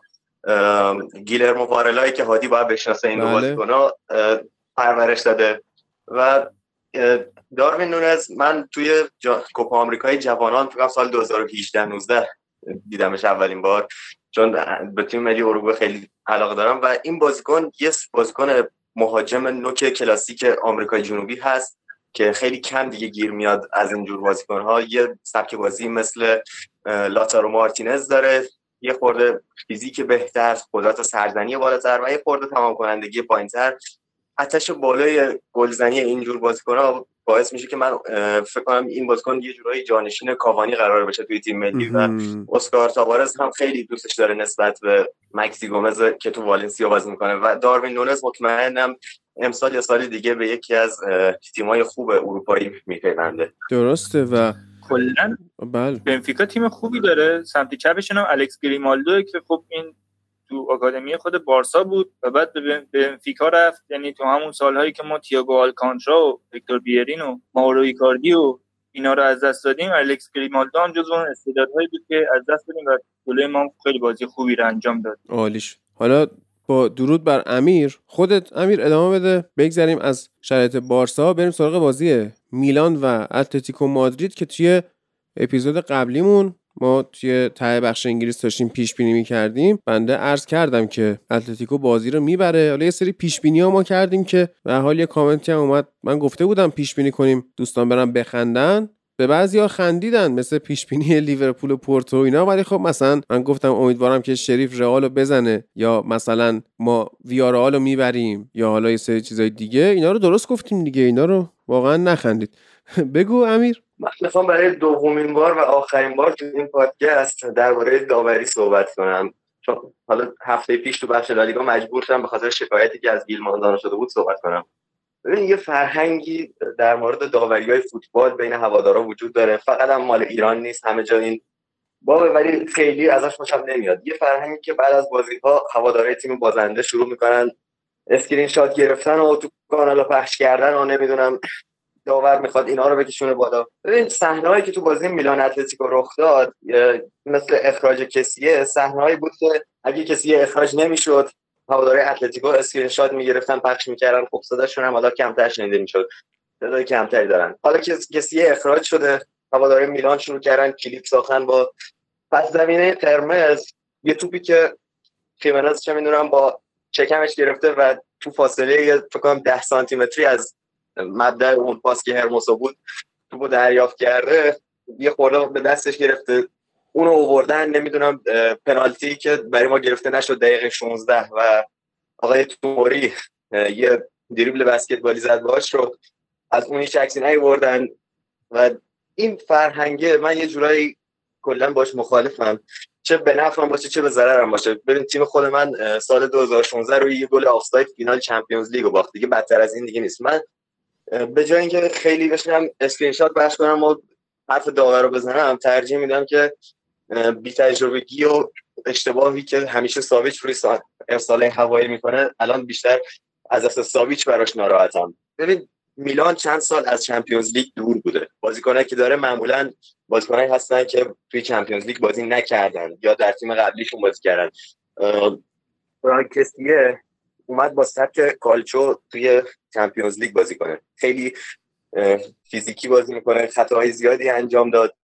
گیلرمو وارلای که هادی باید بشناسه این دو بازیکن‌ها پرورش داده. و داروین نونیز من توی کوپا آمریکای جوانان فکر کنم سال 2018-19 دیدمش اولین بار، چون به تیم ملی اروگوئه خیلی علاقه دارم و این بازیکن یه بازیکن مهاجم نوک کلاسیک آمریکای جنوبی هست که خیلی کم دیگه گیر میاد از اینجور بازیکن‌ها. یه سبک بازی مثل لاتارو مارتینز داره، یه خورده فیزیک بهتر، قدرت سرزنی بالاتر و یه خورده تمام کنندگی پایین‌تر. آتش بالای گلزنی اینجور بازیکن‌ها باعث میشه که من فکر کنم این بازیکن یه جورایی جانشین کاوانی قرار بشه توی تیم ملی و اسکار تاوارز هم خیلی دوستش داره نسبت به مکسی گومز که تو والنسیا بازی میکنه و داروین نونز مطمئنم امسال یا سال دیگه به یکی از تیم‌های خوب اروپایی میپیونده. درسته و کلاً بنفیکا تیم خوبی داره. سمت چپش هم الکس گریمالدو که خب این تو آکادمی خود بارسا بود و بعد به بنفیکا رفت، یعنی تو همون سالهایی که ما تییاگو آلکانترا و ویکتور بیرین و ماورو ایکاردی و اینا رو از دست دادیم، الکس گریمالدو هم جزو اون استعدادهایی بود که از دست دادیم و جلوی ما خیلی بازی خوبی رو انجام داد. عالیش. حالا با درود بر امیر، خودت امیر ادامه بده، بگذریم از شرایط بارسا بریم سراغ بازی میلان و اتلتیکو مادرید که توی اپیزود قبلیمون ما توی ته بخش انگلیس داشتیم پیش بینی می‌کردیم. بنده عرض کردم که اتلتیکو بازی رو میبره. حالا یه سری پیش بینی‌ها ما کردیم که به حال یه کامنتی هم اومد، من گفته بودم پیش بینی کنیم دوستان برن بخندن، به بعضیا خندیدن مثل پیش بینی لیورپول و پورتو اینا، ولی خب مثلا من گفتم امیدوارم که شریف رئالو بزنه یا مثلا ما ویارالو میبریم یا حالا یه سری چیزای دیگه. اینا رو درست گفتیم دیگه، اینا رو واقعا نخندید. بگو امیر. من میخوام برای دومین بار و آخرین بار تو این پادکست درباره داوری صحبت کنم، چون حالا هفته پیش تو بخش لالیگا مجبور شدم به خاطر شکایتی که از گیلماندانو شده بود صحبت کنم. ببین یه فرهنگی در مورد داوری‌های فوتبال بین هوادارا وجود داره، فقط هم مال ایران نیست، همه جا این ولی خیلی ازش خوشم نمیاد. یه فرهنگی که بعد از بازی‌ها هوادارهای تیم بازنده شروع میکنن اسکرین شات گرفتن و تو کانالا پخش کردن و نمیدونم داور میخواد اینا رو بکشونه بالا. ببین صحنه‌هایی که تو بازی میلان اتلتیکو رخ داد مثل اخراج کسیه، صحنه‌ای بود که اگه کسیه اخراج نمیشد هواداری اتلتیکو اسکرین شات میگرفتن پخش میکردن، خب صداشون هم حالا کمتر شنیده میشد، صدای کمتری دارن. حالا که کسیه اخراج شده هواداری میلان شروع کردن کلیپ ساختن با پس زمینه قرمز، یه توپی که خیمناز چه میدونم با چکمش گرفته و تو فاصله فکر کنم 10 سانتی متری از مبدأ اون پاس که هرموسو بود توپو دریافت کرده، یه خورده به دستش گرفته، اونو آوردن نمیدونم پنالتی که برای ما گرفته نشد دقیقه 16 و آقای توموری یه دریبل بسکتبالی زد باهاش رو از اون هیچ عکسی نیاوردن. و این فرهنگه من یه جورایی کلا باش مخالفم، چه به نفعم باشه چه به ضررم باشه. ببین تیم خود من سال 2016 رو یه گل آفساید فینال چمپیونز لیگ باخت، دیگه بدتر از این دیگه نیست. من به جای اینکه خیلی بشینم اسکرین شات بحث کنم و حرف داور رو بزنم، ترجیح میدم که بی تجربگی و اشتباهی که همیشه ساویچ روی ارسال هوایی میکنه الان بیشتر از اساس ساویچ براش ناراحتم. ببین میلان چند سال از چمپیونز لیگ دور بوده، بازیکنایی که داره معمولا بازیکنایی هستن که توی چمپیونز لیگ بازی نکردن یا در تیم قبلیشون بازی کردن. فرانکسیه اومد با سبک کالچو توی چمپیونز لیگ بازی کنه، خیلی فیزیکی بازی میکنه، خطاهای زیادی انجام داد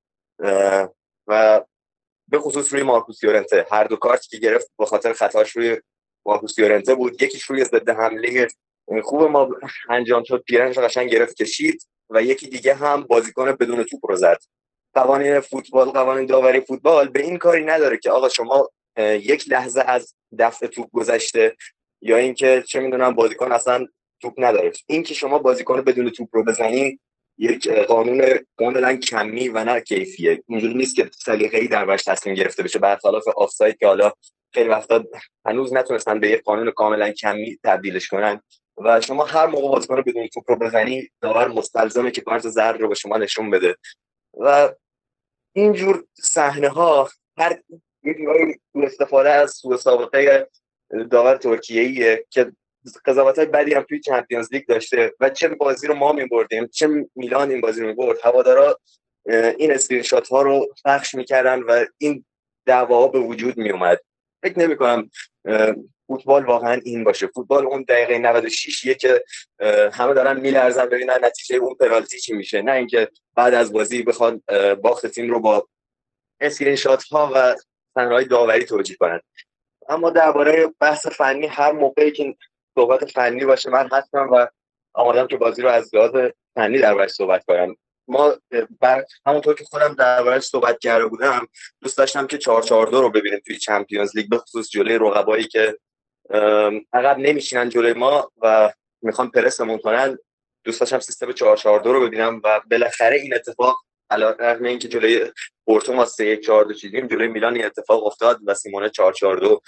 و به خصوص روی مارکوس یورنته هر دو کارتی که گرفت به خاطر خطاش روی مارکوس یورنته بود. یکیش روی ضد حمله خوب ما انجام شد، پیرنش قشنگ گرفت کشید و یکی دیگه هم بازیکن بدون توپ رو زد. قوانین فوتبال، قوانین داوری فوتبال به این کاری نداره که آقا شما یک لحظه از دفع توپ گذشته یا اینکه چه میدونم بازیکن اصلا توپ نداره، این که شما بازیکن بدون توپ رو بزنی یک قانون کاملا کمی و نه کیفیه. اینجوری نیست که سلیقه‌ای دربارش تصمیم گرفته بشه، برخلاف آفساید که حالا خیلی وقتا هنوز نتونستن به یک قانون کاملا کمی تبدیلش کنن و شما هر موقع بازیکن بدون توپ رو بزنی داور مستلزمه که کارت زرد رو به شما نشون بده. و اینجور صحنه‌ها هر یک جایی استفاده از سوء سابقه داور ترکیه‌ایه که قضاوت‌های بدی هم توی چمپیونز لیگ داشته و چه بازی رو ما می‌بردیم چه میلان این بازی رو می‌برد، هوادارا این اسکرین شات ها رو پخش می‌کردن و این دعواها به وجود می‌اومد. فکر نمی‌کنم فوتبال واقعا این باشه. فوتبال اون دقیقه 96 که همه دارن میلرزن ببینن نتیجه اون پنالتی چی میشه، نه اینکه بعد از بازی بخوان باخت تیم رو با اسکرین شات ها و صحنه‌های داوری توجیه کنن. اما درباره بحث فنی هر موقعی که صحبت فنی باشه من هستم و آمادم که بازی رو از لحاظ فنی دربارش صحبت کنم. ما همونطور که خودم دربارش صحبت کرده بودم دوست داشتم که 442 رو ببینیم توی چمپیونز لیگ، به خصوص جلوی رقبایی که عقب نمیشینن جلوی ما و میخوان پرسمون کنن. دوست داشتم سیستم 442 رو ببینم و بالاخره این اتفاق علاوه اینکه جلوی پورتو ما 3-1-4-2 چیدیم جلوی میلان این اتفاق افتاد و سیمونه 442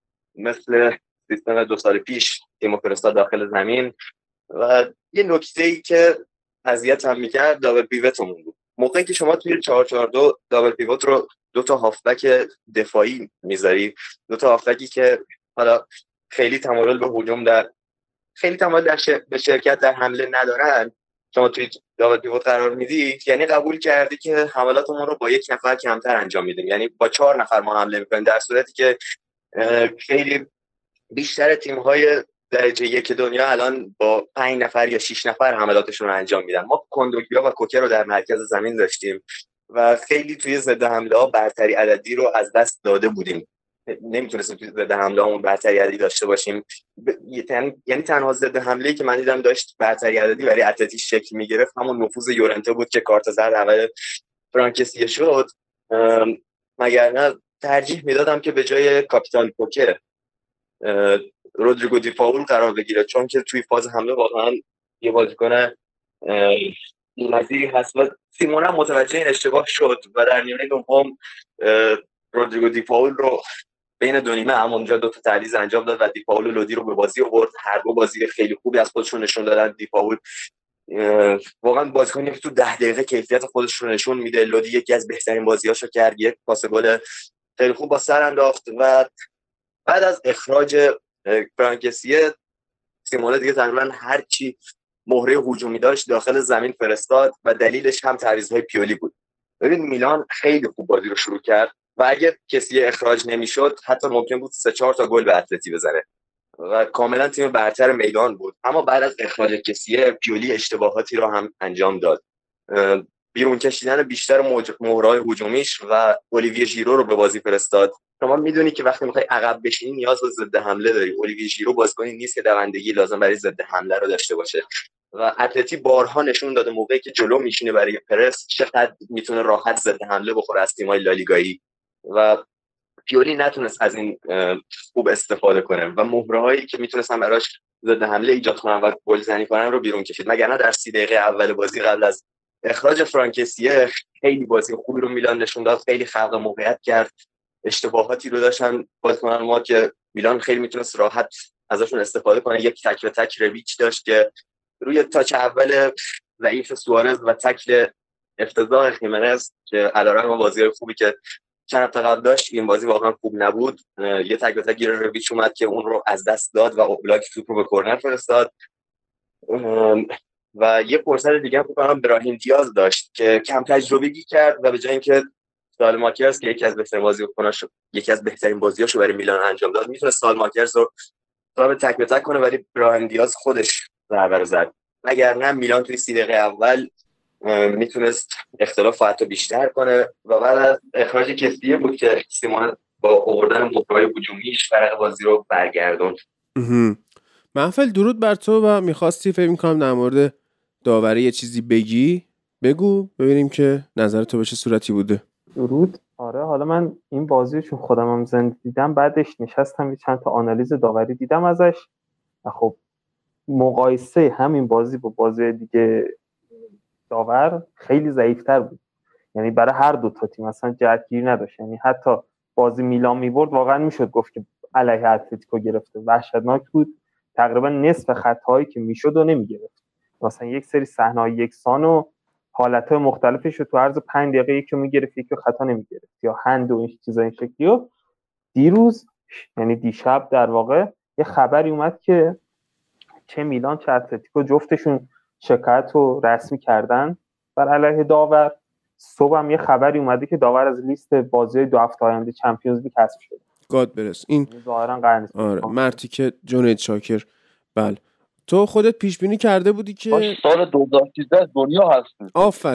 مثل سیستم 2 سال پیش تیمو فرستاد داخل زمین. و یه نکته‌ای که اذیت هم می‌کرد دابل پیوتمون بود. موقعی که شما توی 442 دابل پیوت رو دو تا هافبک دفاعی میذاری، دو تا هافبکی که حالا خیلی تمایل به هجوم خیلی تمایل به شرکت در حمله ندارن، شما توی دابل پیوت قرار میدی، یعنی قبول کردی که حملاتمون رو با یک نفر کمتر انجام میدیم، یعنی با 4 نفر ما حمله میکنیم، در صورتی که خیلی بیشتر تیم‌های درجه یک دنیا الان با 5 نفر یا 6 نفر حملاتشون رو انجام میدن. ما کندوگبیا و کوکر رو در مرکز زمین داشتیم و خیلی توی ضد حمله ها برتری عددی رو از دست داده بودیم، نمیتونستیم توی ضد حمله همون برتری عددی داشته باشیم. یعنی تنها ضد حمله‌ای که من دیدم داشت برتری عددی برای اتلتیک شکل میگرفت همون نفوذ یورنته بود که کارت زرد اول فرانکسیه شد. مگر نه ترجیح میدادم که به جای کاپیتان کوکر رودریگو دی پاول قرار بگیره، چون که توی فاز حمله واقعا یه بازیکن نظیری هست و سیمون هم متوجه این اشتباه شد و در نیمه دوم رودریگو دی پاول رو بین دو نیمه همونجا دو تا تعویض انجام داد و دیپاول و لودی رو به بازی آورد. هر دو بازی خیلی خوبی از خودشون نشون دادن. دیپاول واقعا بازیکنی که تو 10 دقیقه کیفیت خودش رو نشون میده. لودی یکی از بهترین بازیاشو کرد، یک پاس گل خیلی خوب با سر انداخت و بعد از اخراج فرانکسیه سیمونه دیگه تقریبا هر چی مهره هجومی داشت داخل زمین فرستاد و دلیلش هم تعویض‌های پیولی بود. ببین میلان خیلی خوب بازی رو شروع کرد و اگه کسی اخراج نمیشد حتی ممکن بود 3-4 تا گل به اتلتی بزنه و کاملا تیم برتر میدان بود. اما بعد از اخراج کسی پیولی اشتباهاتی رو هم انجام داد. بیرون کشیدن بیشتر مهرهای هجومیش و اولیویه ژیرو رو به بازی فرستاد. شما میدونی که وقتی میخوای عقب بشینی نیاز به ضد حمله داری. اولیویه ژیرو بازیکنی نیست که دوندگی لازم برای ضد حمله رو داشته باشه و اتلتی بارها نشون داده موقعی که جلو میشینه برای پرس چقدر میتونه راحت ضد حمله بخوره از تیم‌های لالیگایی و پیولی نتونست از این خوب استفاده کنه و مهرهایی که میتونستن براش ضد حمله ایجاد کنن و گلزنی کنن رو بیرون کشید. مگر در 30 دقیقه اول بازی قبل از اخراج فرانکسیه خیلی بازی خوبی رو میلان نشون داد، خیلی خلق موقعیت کرد. اشتباهاتی رو داشتن بازیکنان ما که میلان خیلی میتونست راحت ازشون استفاده کنه. یک تک به تک رویچ داشت که روی تاچ اول ضعیف سوارز و تکل افتضاح خیمنز که علیرغم بازی‌های خوبی که چند هفته قبل داشت این بازی واقعا خوب نبود. یه تک به تک گیر رویچ اومد که اون رو از دست داد و اوبلاک توپ رو به کرنر فرستاد و یه فرصت دیگه فکر کنم براهیم دیاز داشت که کم تجربگی کرد و به جای اینکه سالماکرز که یکی از بهترین بازیکناشو یکی از بهترین بازیاشو برای میلان انجام داد میتونه سالماکرز رو صاحب تک به تک کنه ولی براهیم دیاز خودش ضربه رو زد. وگرنه میلان توی 30 دقیقه اول میتونست اختلاف حتی بیشتر کنه و بعد از اخراج کسیه بود که سیمون با آوردن مهرهای هجومیش فرق بازی رو برگردوند. محفل درود بر تو و میخواستی فکر می‌کنم در مورد داوری یه چیزی بگو ببینیم که نظر تو به چه صورتی بوده. درود. آره حالا من این بازی چون خودم هم زنده دیدم بعدش نشستم چند تا آنالیز داوری دیدم ازش و خب مقایسه همین بازی با بازی دیگه داور خیلی ضعیف‌تر بود. یعنی برای هر دو تا تیم اصلا جهتگیری نداشت. یعنی حتی بازی میلان میبرد واقعا میشد گفت که علیه اتلتیکو گرفته. وحشتناک بود. تقریبا نصف خطاهایی که میشد و نمیگرفت. مثلا یک سری صحنه‌های یکسان و حالت‌های مختلفش رو تو عرض 5 دقیقه یکی میگرفت یکی خطا نمیگرفت یا هند و این چیزا این شکلی. و دیروز یعنی دیشب در واقع یه خبری اومد که چه میلان چه اتلتیکو جفتشون شکایت رو رسمی کردن بر علیه داور. صبح هم یه خبری اومده که داور از لیست بازی 2 هفته آینده چمپیونز لیگ حذف شده. گاد برس. این ظاهرا قرار نیست. آره مرتی که جنید شاکر. بله تو خودت پیش بینی کرده بودی که سال 2013 دنیا هست.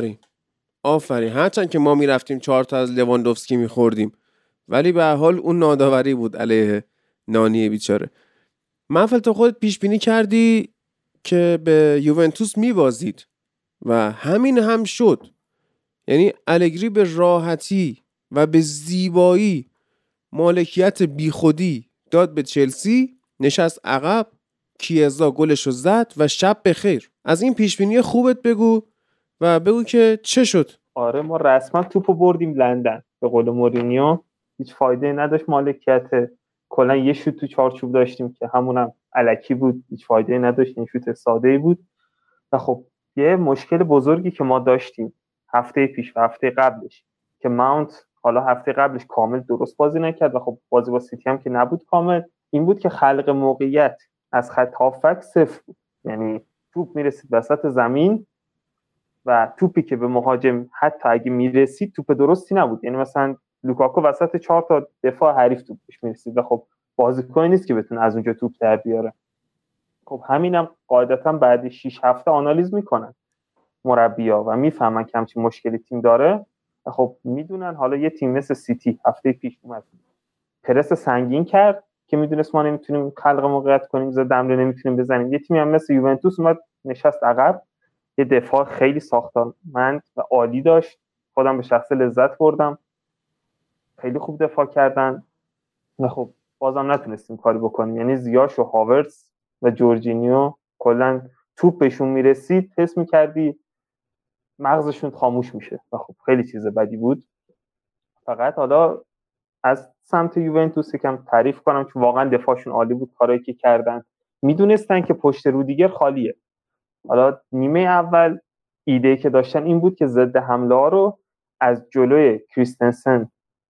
آفرین هرچند که ما میرفتیم 4 تا از لواندوفسکی میخوردیم ولی به هر حال اون ناداوری بود علیه نانی بیچاره. محفل تو خودت پیش بینی کردی که به یوونتوس میبازید و همین هم شد. یعنی الگری به راحتی و به زیبایی مالکیت بیخودی داد به چلسی، نشست عقب، کیزا گلشو زد و شب بخیر. از این پیشبینی خوبت بگو و بگو که چه شد. آره ما رسما توپو بردیم لندن. به قول مورینیو هیچ فایده نداشت مالکیت. کلا یه شوت تو چارچوب داشتیم که همونم الکی بود، هیچ فایده نداشت، این شوت ساده‌ای بود. و خب یه مشکل بزرگی که ما داشتیم هفته پیش و هفته قبلش که ماونت حالا هفته قبلش کامل درست بازی نکرد و خب بازی با سیتی هم که نبود کامل، این بود که خلق موقعیت از خط هافک صفر بود. یعنی توپ میرسید وسط زمین و توپی که به مهاجم حتی اگه میرسید توپ درستی نبود. یعنی مثلا لوکاکو وسط 4 تا دفاع حریف توپش میرسید و خب بازیکنی نیست که بتونه از اونجا توپ در بیاره. خب همینم قاعدتا بعد 6 هفته آنالیز میکنن مربی‌ها و میفهمن که همچین مشکلی تیم داره. خب میدونن حالا یه تیم مثل سیتی هفته پیش اومد پرس سنگین کرد که میدونست ما نمیتونیم خلق موقعیت کنیم، زد حمله نمیتونیم بزنیم. یه تیمی هم مثل یوونتوس اومد نشست عقب، یه دفاع خیلی ساختمند و عالی داشت. خودم به شخص لذت بردم، خیلی خوب دفاع کردن و خب بازم نتونستیم کاری بکنیم. یعنی زیاش و هاورتز و جورجینیو کلا توپ بهشون میرسید حس میکردی مغزشون خاموش میشه و خب خیلی چیز بدی بود. فقط حالا از سمت یوونتوس یکم تعریف کنم چون واقعا دفاعشون عالی بود، کارایی که کردن. میدونستن که پشت رودیگر خالیه. حالا نیمه اول ایده که داشتن این بود که ضد حمله ها رو از جلوی کریستنسن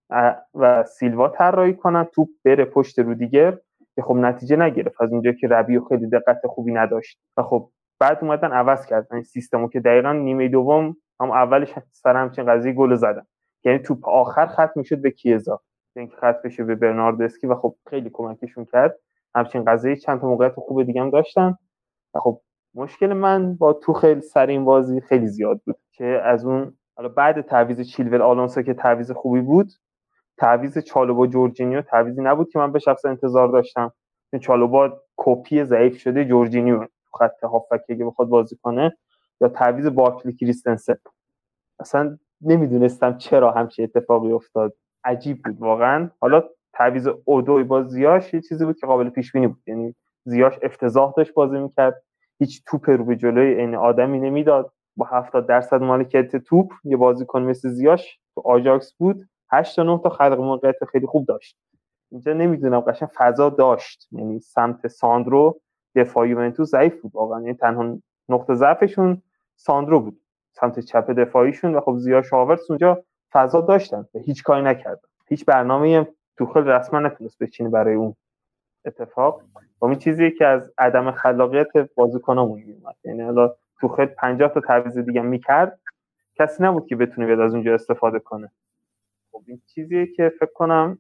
و سیلوا طراحی کنن، توپ بره پشت رودیگر، که خب نتیجه نگرفت از اونجایی که ربیو خیلی دقت خوبی نداشت. و خب بعد اومدن عوض کردن این سیستمو که دقیقاً نیمه دوم هم اولش سر همچین قضیه گل زدن، یعنی توپ آخر ختم میشد به کیزا، اینکه ختم بشه به برناردسکی و خب خیلی کمکشون کرد. همچین قضیه چند تا موقعیت خوب دیگه هم داشتن. و خب مشکل من با توخل سر این بازی خیلی زیاد بود که از اون حالا بعد تعویض چیلول آلونسو که تعویض خوبی بود، تعویض چالوبا جورجینیو تعویضی نبود که من به شخص انتظار داشتم. چون چالوبا کپی ضعیف شده جورجینیو تو خط هافبک اگه بخواد بازی کنه، یا تعویض بارکلی کریستنسن. اصلا نمیدونستم چرا همچین اتفاقی افتاد، عجیب بود واقعا. حالا تعویض اودوی با زیاش یه چیزی بود که قابل پیش بینی بود، یعنی زیاش افتضاح داشت بازی میکرد، هیچ توپ رو به جلوی این آدمی نمیداد، با 70% مالکیت توپ یه بازیکن مثل زیاش تو آژاکس بود 8 تا 9 تا خلق موقعیت خیلی خوب داشت. اینجا نمیدونم قشنگ فضا داشت، یعنی سمت ساندرو دفاع یوونتوس ضعیف بود واقعا، یعنی تنها نقطه ضعفشون ساندرو بود سمت چپ دفاعیشون. و خب زیا شاورس اونجا فضا داشتن و هیچ کاری نکردن. هیچ برنامه‌ای هم توخل رسما نتونست بچینه برای اون اتفاق. و این چیزیه که از عدم خلاقیت بازیکنامون میومد، یعنی حالا توخل 50 تا تعویض دیگه میکرد، کسی نبود که بتونه بیاد از اونجا استفاده کنه. خب این چیزیه که فکر کنم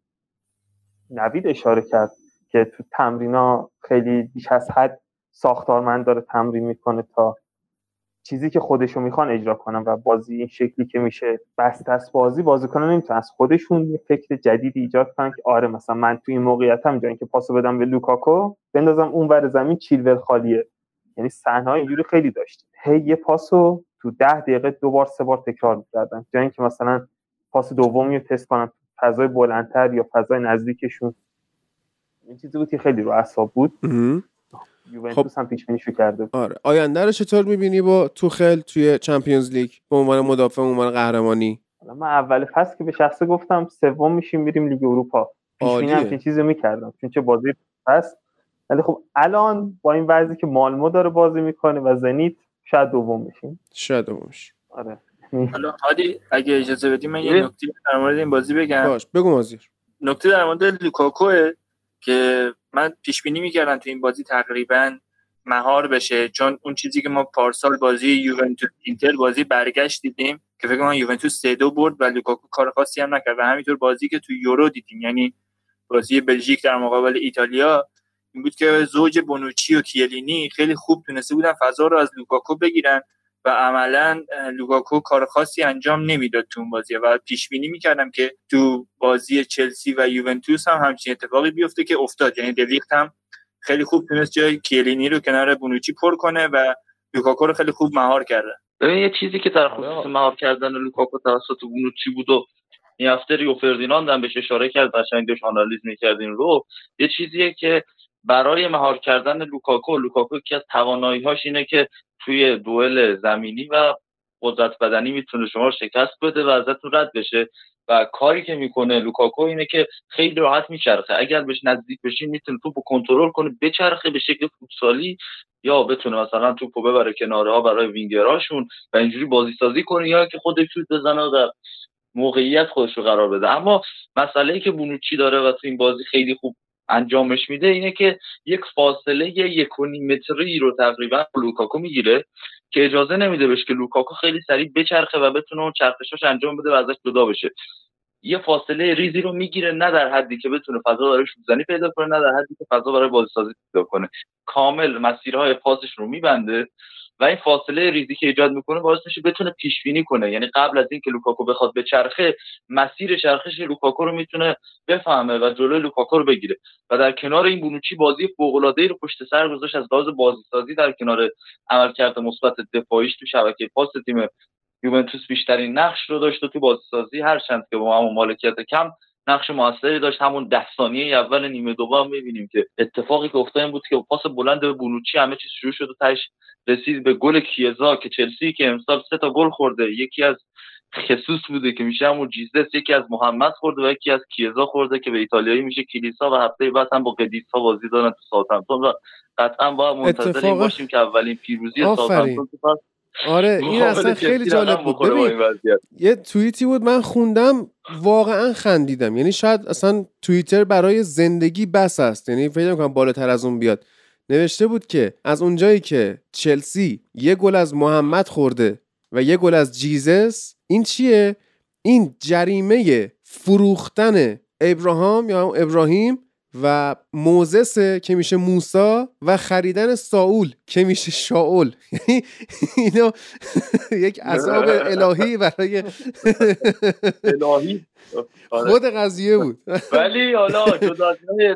نوید اشاره کرد که تو تمرینا خیلی بیش از حد ساختارمند داره تمرین میکنه تا چیزی که خودشو میخوان اجرا کنن. و بازی این شکلی که میشه بسته است بازیکنان نمیتونن از خودشون یه فکر جدید ایجاد کنن که آره مثلا من تو این موقعیتم جای اینکه پاسو بدم به لوکاکو بندازم اونور زمین چیلول خالیه. یعنی صحنه‌های اینجوری خیلی داشت، هی یه پاسو تو 10 دقیقه 2 بار 3 بار تکرار می‌کردن، جای اینکه مثلا پاس دومی رو تست کنن فضای بلندتر یا فضای نزدیکشون. این چیزی بود که خیلی رو اعصاب بود. یوونتوس هم پیش بینیشو کرده. آره، آینده رو چطور می‌بینی با توخل توی چمپیونز لیگ به عنوان مدافع، به عنوان قهرمانی؟ من اول فصل که به شخصه گفتم سوم میشیم میریم لیگ اروپا، پیش بینی همین چیزو می‌کردم چون چه بازی فصل. ولی خب الان با این وضعی که مالمو داره بازی میکنه و زنیت شاید دوم بشیم. آره. حالا عادی اگه اجازه بدی من یه نکته در مورد این بازی بگم. باش بگو مازیر. نکته در مورد لوکاکوه که من پیش بینی می‌کردم تو این بازی تقریبا مهار بشه، چون اون چیزی که ما پارسال بازی یوونتوس اینتر بازی برگشت دیدیم که فکر کنم یوونتوس 3-2 برد و لوکاکو کار خاصی هم نکرد، و همینطور بازی که تو یورو دیدیم، یعنی بازی بلژیک در مقابل ایتالیا، این بود که زوج بونوچی و کیلینی خیلی خوب تونسته بودن فضا رو از لوکاکو بگیرن و عملاً لوکاکو کار خاصی انجام نمیداد تو اون بازی. و پیش بینی می‌کردم که تو بازی چلسی و یوونتوس هم همچین اتفاقی بیفته که افتاد، یعنی دلیخت هم خیلی خوب تونست جای کیلینی رو کنار بونوچی پر کنه و لوکاکو رو خیلی خوب مهار کرده. ببین یه چیزی که در خصوص مهار کردن لوکاکو توسط بونوچی بود و این هفته ریو فردیناند هم بهش اشاره کرد، قشنگ داشت آنالیز می‌کردین رو، یه چیزیه که برای مهار کردن لوکاکو که از توانایی‌هاش اینه که توی دوئل زمینی و قدرت بدنی میتونه شما رو شکست بده و ازتون رد بشه. و کاری که میکنه لوکاکو اینه که خیلی راحت میچرخه، اگر بهش نزدیک بشین میتونه توپو کنترل کنه بچرخه به شکل فوتسالی، یا بتونه مثلا توپو ببره کناره‌ها برای وینگراشون و اینجوری بازی سازی کنه، یا که خودش شوت بزنه و در موقعیت خودش رو قرار بده. اما مسئله‌ای که بونوچی داره و تو این بازی خیلی خوب انجامش میده اینه که یک فاصله 1.5 متری رو تقریبا لوکاکو میگیره که اجازه نمیده بهش که لوکاکو خیلی سریع بچرخه و بتونه اون چرخشاش انجام بده و ازش جدا بشه. یه فاصله ریزی رو میگیره، نه در حدی که بتونه فضا برای شوت‌زنی پیدا کنه، نه در حدی که فضا برای بازیسازی پیدا کنه. کامل مسیرهای پاسش رو میبنده و این فاصله ریزی که ایجاد میکنه باعث میشه بتونه پیش بینی کنه، یعنی قبل از اینکه لوکاکو بخواد بچرخه مسیر چرخش لوکاکو رو میتونه بفهمه و جلوی لوکاکو رو بگیره. و در کنار این بونوچی بازی فوق‌العاده‌ای رو پشت سر گذاشت از لحاظ بازیسازی، در کنار عملکرد مثبت دفاعیش تو شبکه پاس تیم یوونتوس بیشترین نقش رو داشت و تو بازیسازی هرچند که با همون مالکیت کم نقش موثری داشت. همون 10 ثانیه اول نیمه دوم می‌بینیم که اتفاقی که افتاد این بود که پاس بلند به بونوچی همه چیز شروع شد و تاش رسید به گل کیزا که چلسی که امسال 3 تا گل خورده، یکی از خصوص بوده که میشه همون جیزس، یکی از محمد خورده و یکی از کیزا خورده که به ایتالیایی میشه کلیسا و هفته بعد هم با قدیسا بازی دارن تو ساوثهمپتون و قطعا باید منتظر باشیم که اولین پیروزی ساوثهمپتون تو آره این اصلا خیلی جالب بود. ببین یه توییتی بود من خوندم واقعا خندیدم، یعنی شاید اصلا توییتر برای زندگی بس است، یعنی فکر می‌کنم بالاتر از اون بیاد. نوشته بود که از اونجایی که چلسی یه گل از محمد خورده و یه گل از جیزس، این چیه؟ این جریمه فروختن ابراهام یا ابراهیم و موزس که میشه موسی و خریدن ساول که میشه شاول. یعنی اینا یک عذاب الهی برای الهی خود قضیه بود. ولی حالا جدا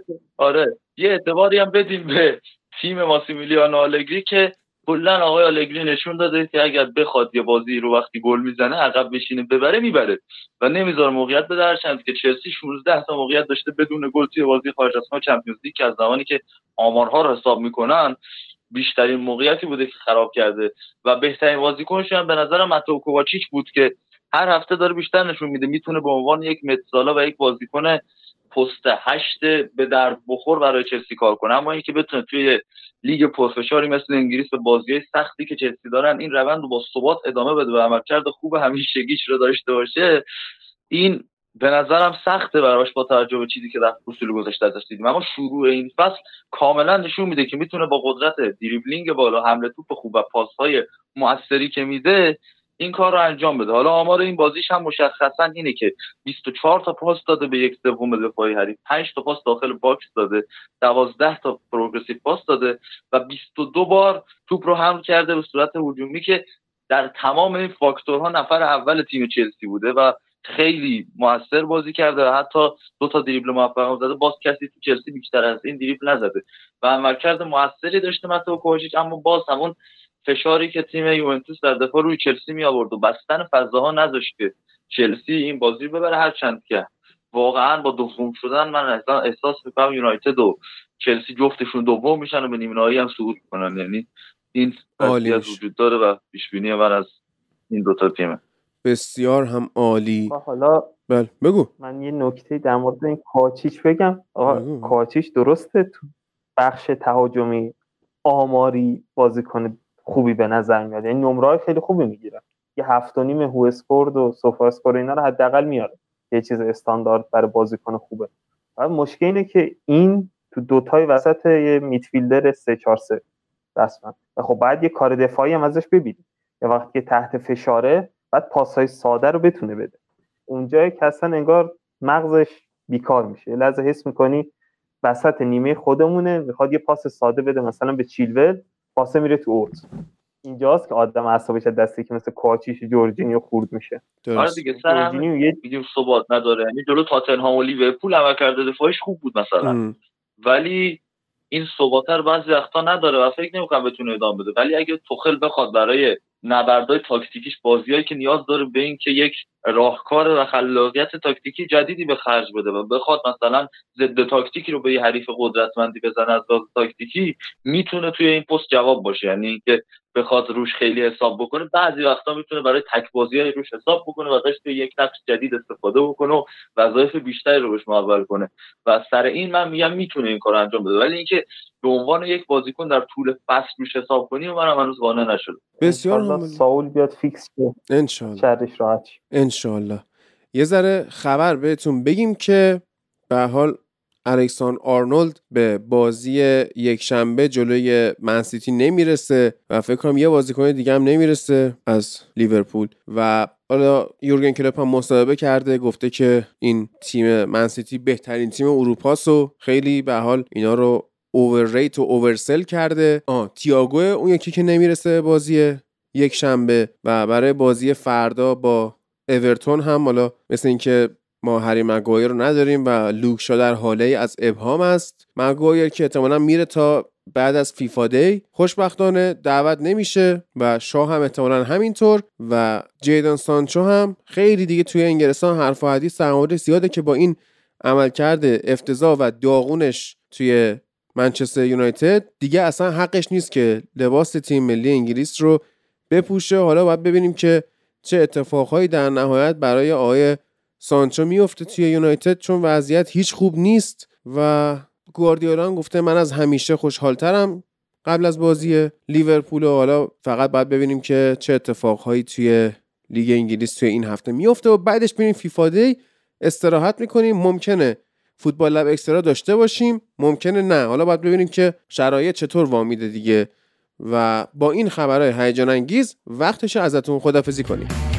آره یه اعتباری هم بدیم به تیم ماسیمیلیانو آلگری که کلا آقای آلگری نشون داده که اگر بخواد یه بازی رو وقتی گل میزنه عقب بشینه ببره میبره و نمیذاره موقعیت بده. هرچند که چلسی 16 تا موقعیت داشته بدون گل توی بازی خارج از چمپیونز لیگ که از زمانی که آمارها رو حساب میکنن بیشترین موقعیتی بوده که خراب کرده و بهترین بازیکنش هم به نظرم ماتئو کوواچیچ بود که هر هفته داره بیشتر نشون میده میتونه به عنوان یک متسالا و یک بازیکن پست 8 به درد بخور برای چلسی کار کنه، اما اینکه بتونه توی لیگ پرفشاری مثل انگلیس به بازی‌های سختی که چلسی دارن این روند رو با ثبات ادامه بده و عملکرد خوب همیشگیش رو داشته باشه، این به نظرم سخته براش با توجه به چیزی که در فصل گذشته ازش دیدیم. اما شروع این فصل کاملا نشون میده که میتونه با قدرت دریبلینگ بالا، حمله توپ خوب و پاس‌های موثری که میده این کار رو انجام بده. حالا آمار این بازیش هم مشخصا اینه که 24 تا پاس داده به یک سوم دفاعی حریف، 5 تا پاس داخل باکس داده، 12 تا پروگرسیو پاس داده و 22 بار توپ رو حمل کرده به صورت هجومی که در تمام این فاکتورها نفر اول تیم چلسی بوده و خیلی موثر بازی کرده و حتی 2 تا دریبل موفق زده. باز کسی تو چلسی بیشتر از این دریبل نزده و عملکرد موثری داشته ماتئو کوواچیچ، اما باز همون فشاری که تیم یوونتوس در دفاع روی چلسی می آورد و بستن فضاها نذاشت که چلسی این بازی ببره. هرچند که واقعا با دوم شدن من احساس می‌کنم یونایتد و چلسی جفتشون دوم میشن و به نیمه نهایی هم صعود می‌کنن. یعنی این قضیه وجود داره و پیش بینی من از این دو تا تیمه بسیار هم عالی. حالا بله بگو. من یه نکته در مورد این کوواچیچ بگم. آقا کوواچیچ درسته تو بخش تهاجمی آماری بازیکن خوبی به نظر میاد، یعنی نمره‌های خیلی خوبی میگیره، یه 7.5 هو اسکورد و سوفا اسکور اینا رو حداقل میاره، یه چیز استاندارد برای بازیکن خوبه. ولی مشکل اینه که این تو دوتای وسط یه میدفیلدر 3-4-3 رسما، خب بعد یه کار دفاعی هم ازش ببینید، یه وقتی که تحت فشاره بعد پاس‌های ساده رو بتونه بده. اونجایی که اصلا انگار مغزش بیکار میشه، یه لحظه حس می‌کنی وسط نیمه خودمونه میخواد یه پاس ساده بده مثلا به چیلول، پاس میره تو اوت. اینجاست که آدم اعصابش دستی که مثل کوواچیچ جورجینیو خورد میشه. آره دیگه جورجینیو یه ثبات نداره، یعنی جلو تاتنهام و لیورپول عملکرد دفاعیش خوب بود مثلا ولی این ثبات رو بعضی وقتا نداره و فکر نمی‌کنم بتونه ادامه بده. ولی اگه توخل بخواد برای نبردهای تاکتیکیش بازیایی که نیاز داره به این که یک راهکار و خلاقیت تاکتیکی جدیدی به خرج بده و بخواد مثلا ضد تاکتیکی رو به یه حریف قدرتمندی بزنه از لحاظ تاکتیکی، میتونه توی این پست جواب باشه. یعنی اینکه بخواد روش خیلی حساب بکنه، بعضی وقتا میتونه برای تک بازیای روش حساب بکنه و ازش توی یک نقش جدید استفاده بکنه و وظایف بیشتری رو بهش محول کنه و سر این من میگم میتونه این کارو انجام بده. ولی اینکه به عنوان یک بازیکن در طول فصل روش حساب کنی و منم هنوز قانع نشدم. بسیار ساول بیاد فیکس شه ان شاء الله، شرش راحت ان شاء الله. یه ذره خبر بهتون بگیم که به حال الکساندر آرنولد به بازی یک شنبه جلوی منسیتی نمیرسه و فکر کنم یه بازیکن دیگه هم نمیرسه از لیورپول و حالا یورگن کلوپ هم مصاحبه کرده، گفته که این تیم منسیتی بهترین تیم اروپاست و خیلی به حال اینا رو اوورریت و اوورسل کرده. تییاگو اون یکی که نمیرسه بازی یک شنبه و برای بازی فردا با اورتون هم حالا مثل اینکه ما هری مگوایر رو نداریم و لوک شا در حاله از ابهام است. مگوایر که احتمالاً میره تا بعد از فیفا دی، خوشبختانه دعوت نمیشه و شاه هم احتمالاً همینطور و جیدن سانچو هم خیلی دیگه توی انگلستان حرف و حدیث در مورد زیاده که با این عملکرد افتضاح و داغونش توی منچستر یونایتد دیگه اصلا حقش نیست که لباس تیم ملی انگلیس رو بپوشه. حالا باید ببینیم که چه اتفاقهایی در نهایت برای آقای سانچو میفته توی یونایتد، چون وضعیت هیچ خوب نیست و گواردیولا هم گفته من از همیشه خوشحالترم قبل از بازی لیورپول و حالا فقط باید ببینیم که چه اتفاقهایی توی لیگ انگلیس توی این هفته میفته و بعدش بریم فیفا دی استراحت میکنیم. ممکنه فوتبال لب اکسترا داشته باشیم، ممکنه نه، حالا باید ببینیم که شرایط چطور وامیده دیگه. و با این خبرهای هیجان انگیز وقتشه ازتون خداحافظی کنیم.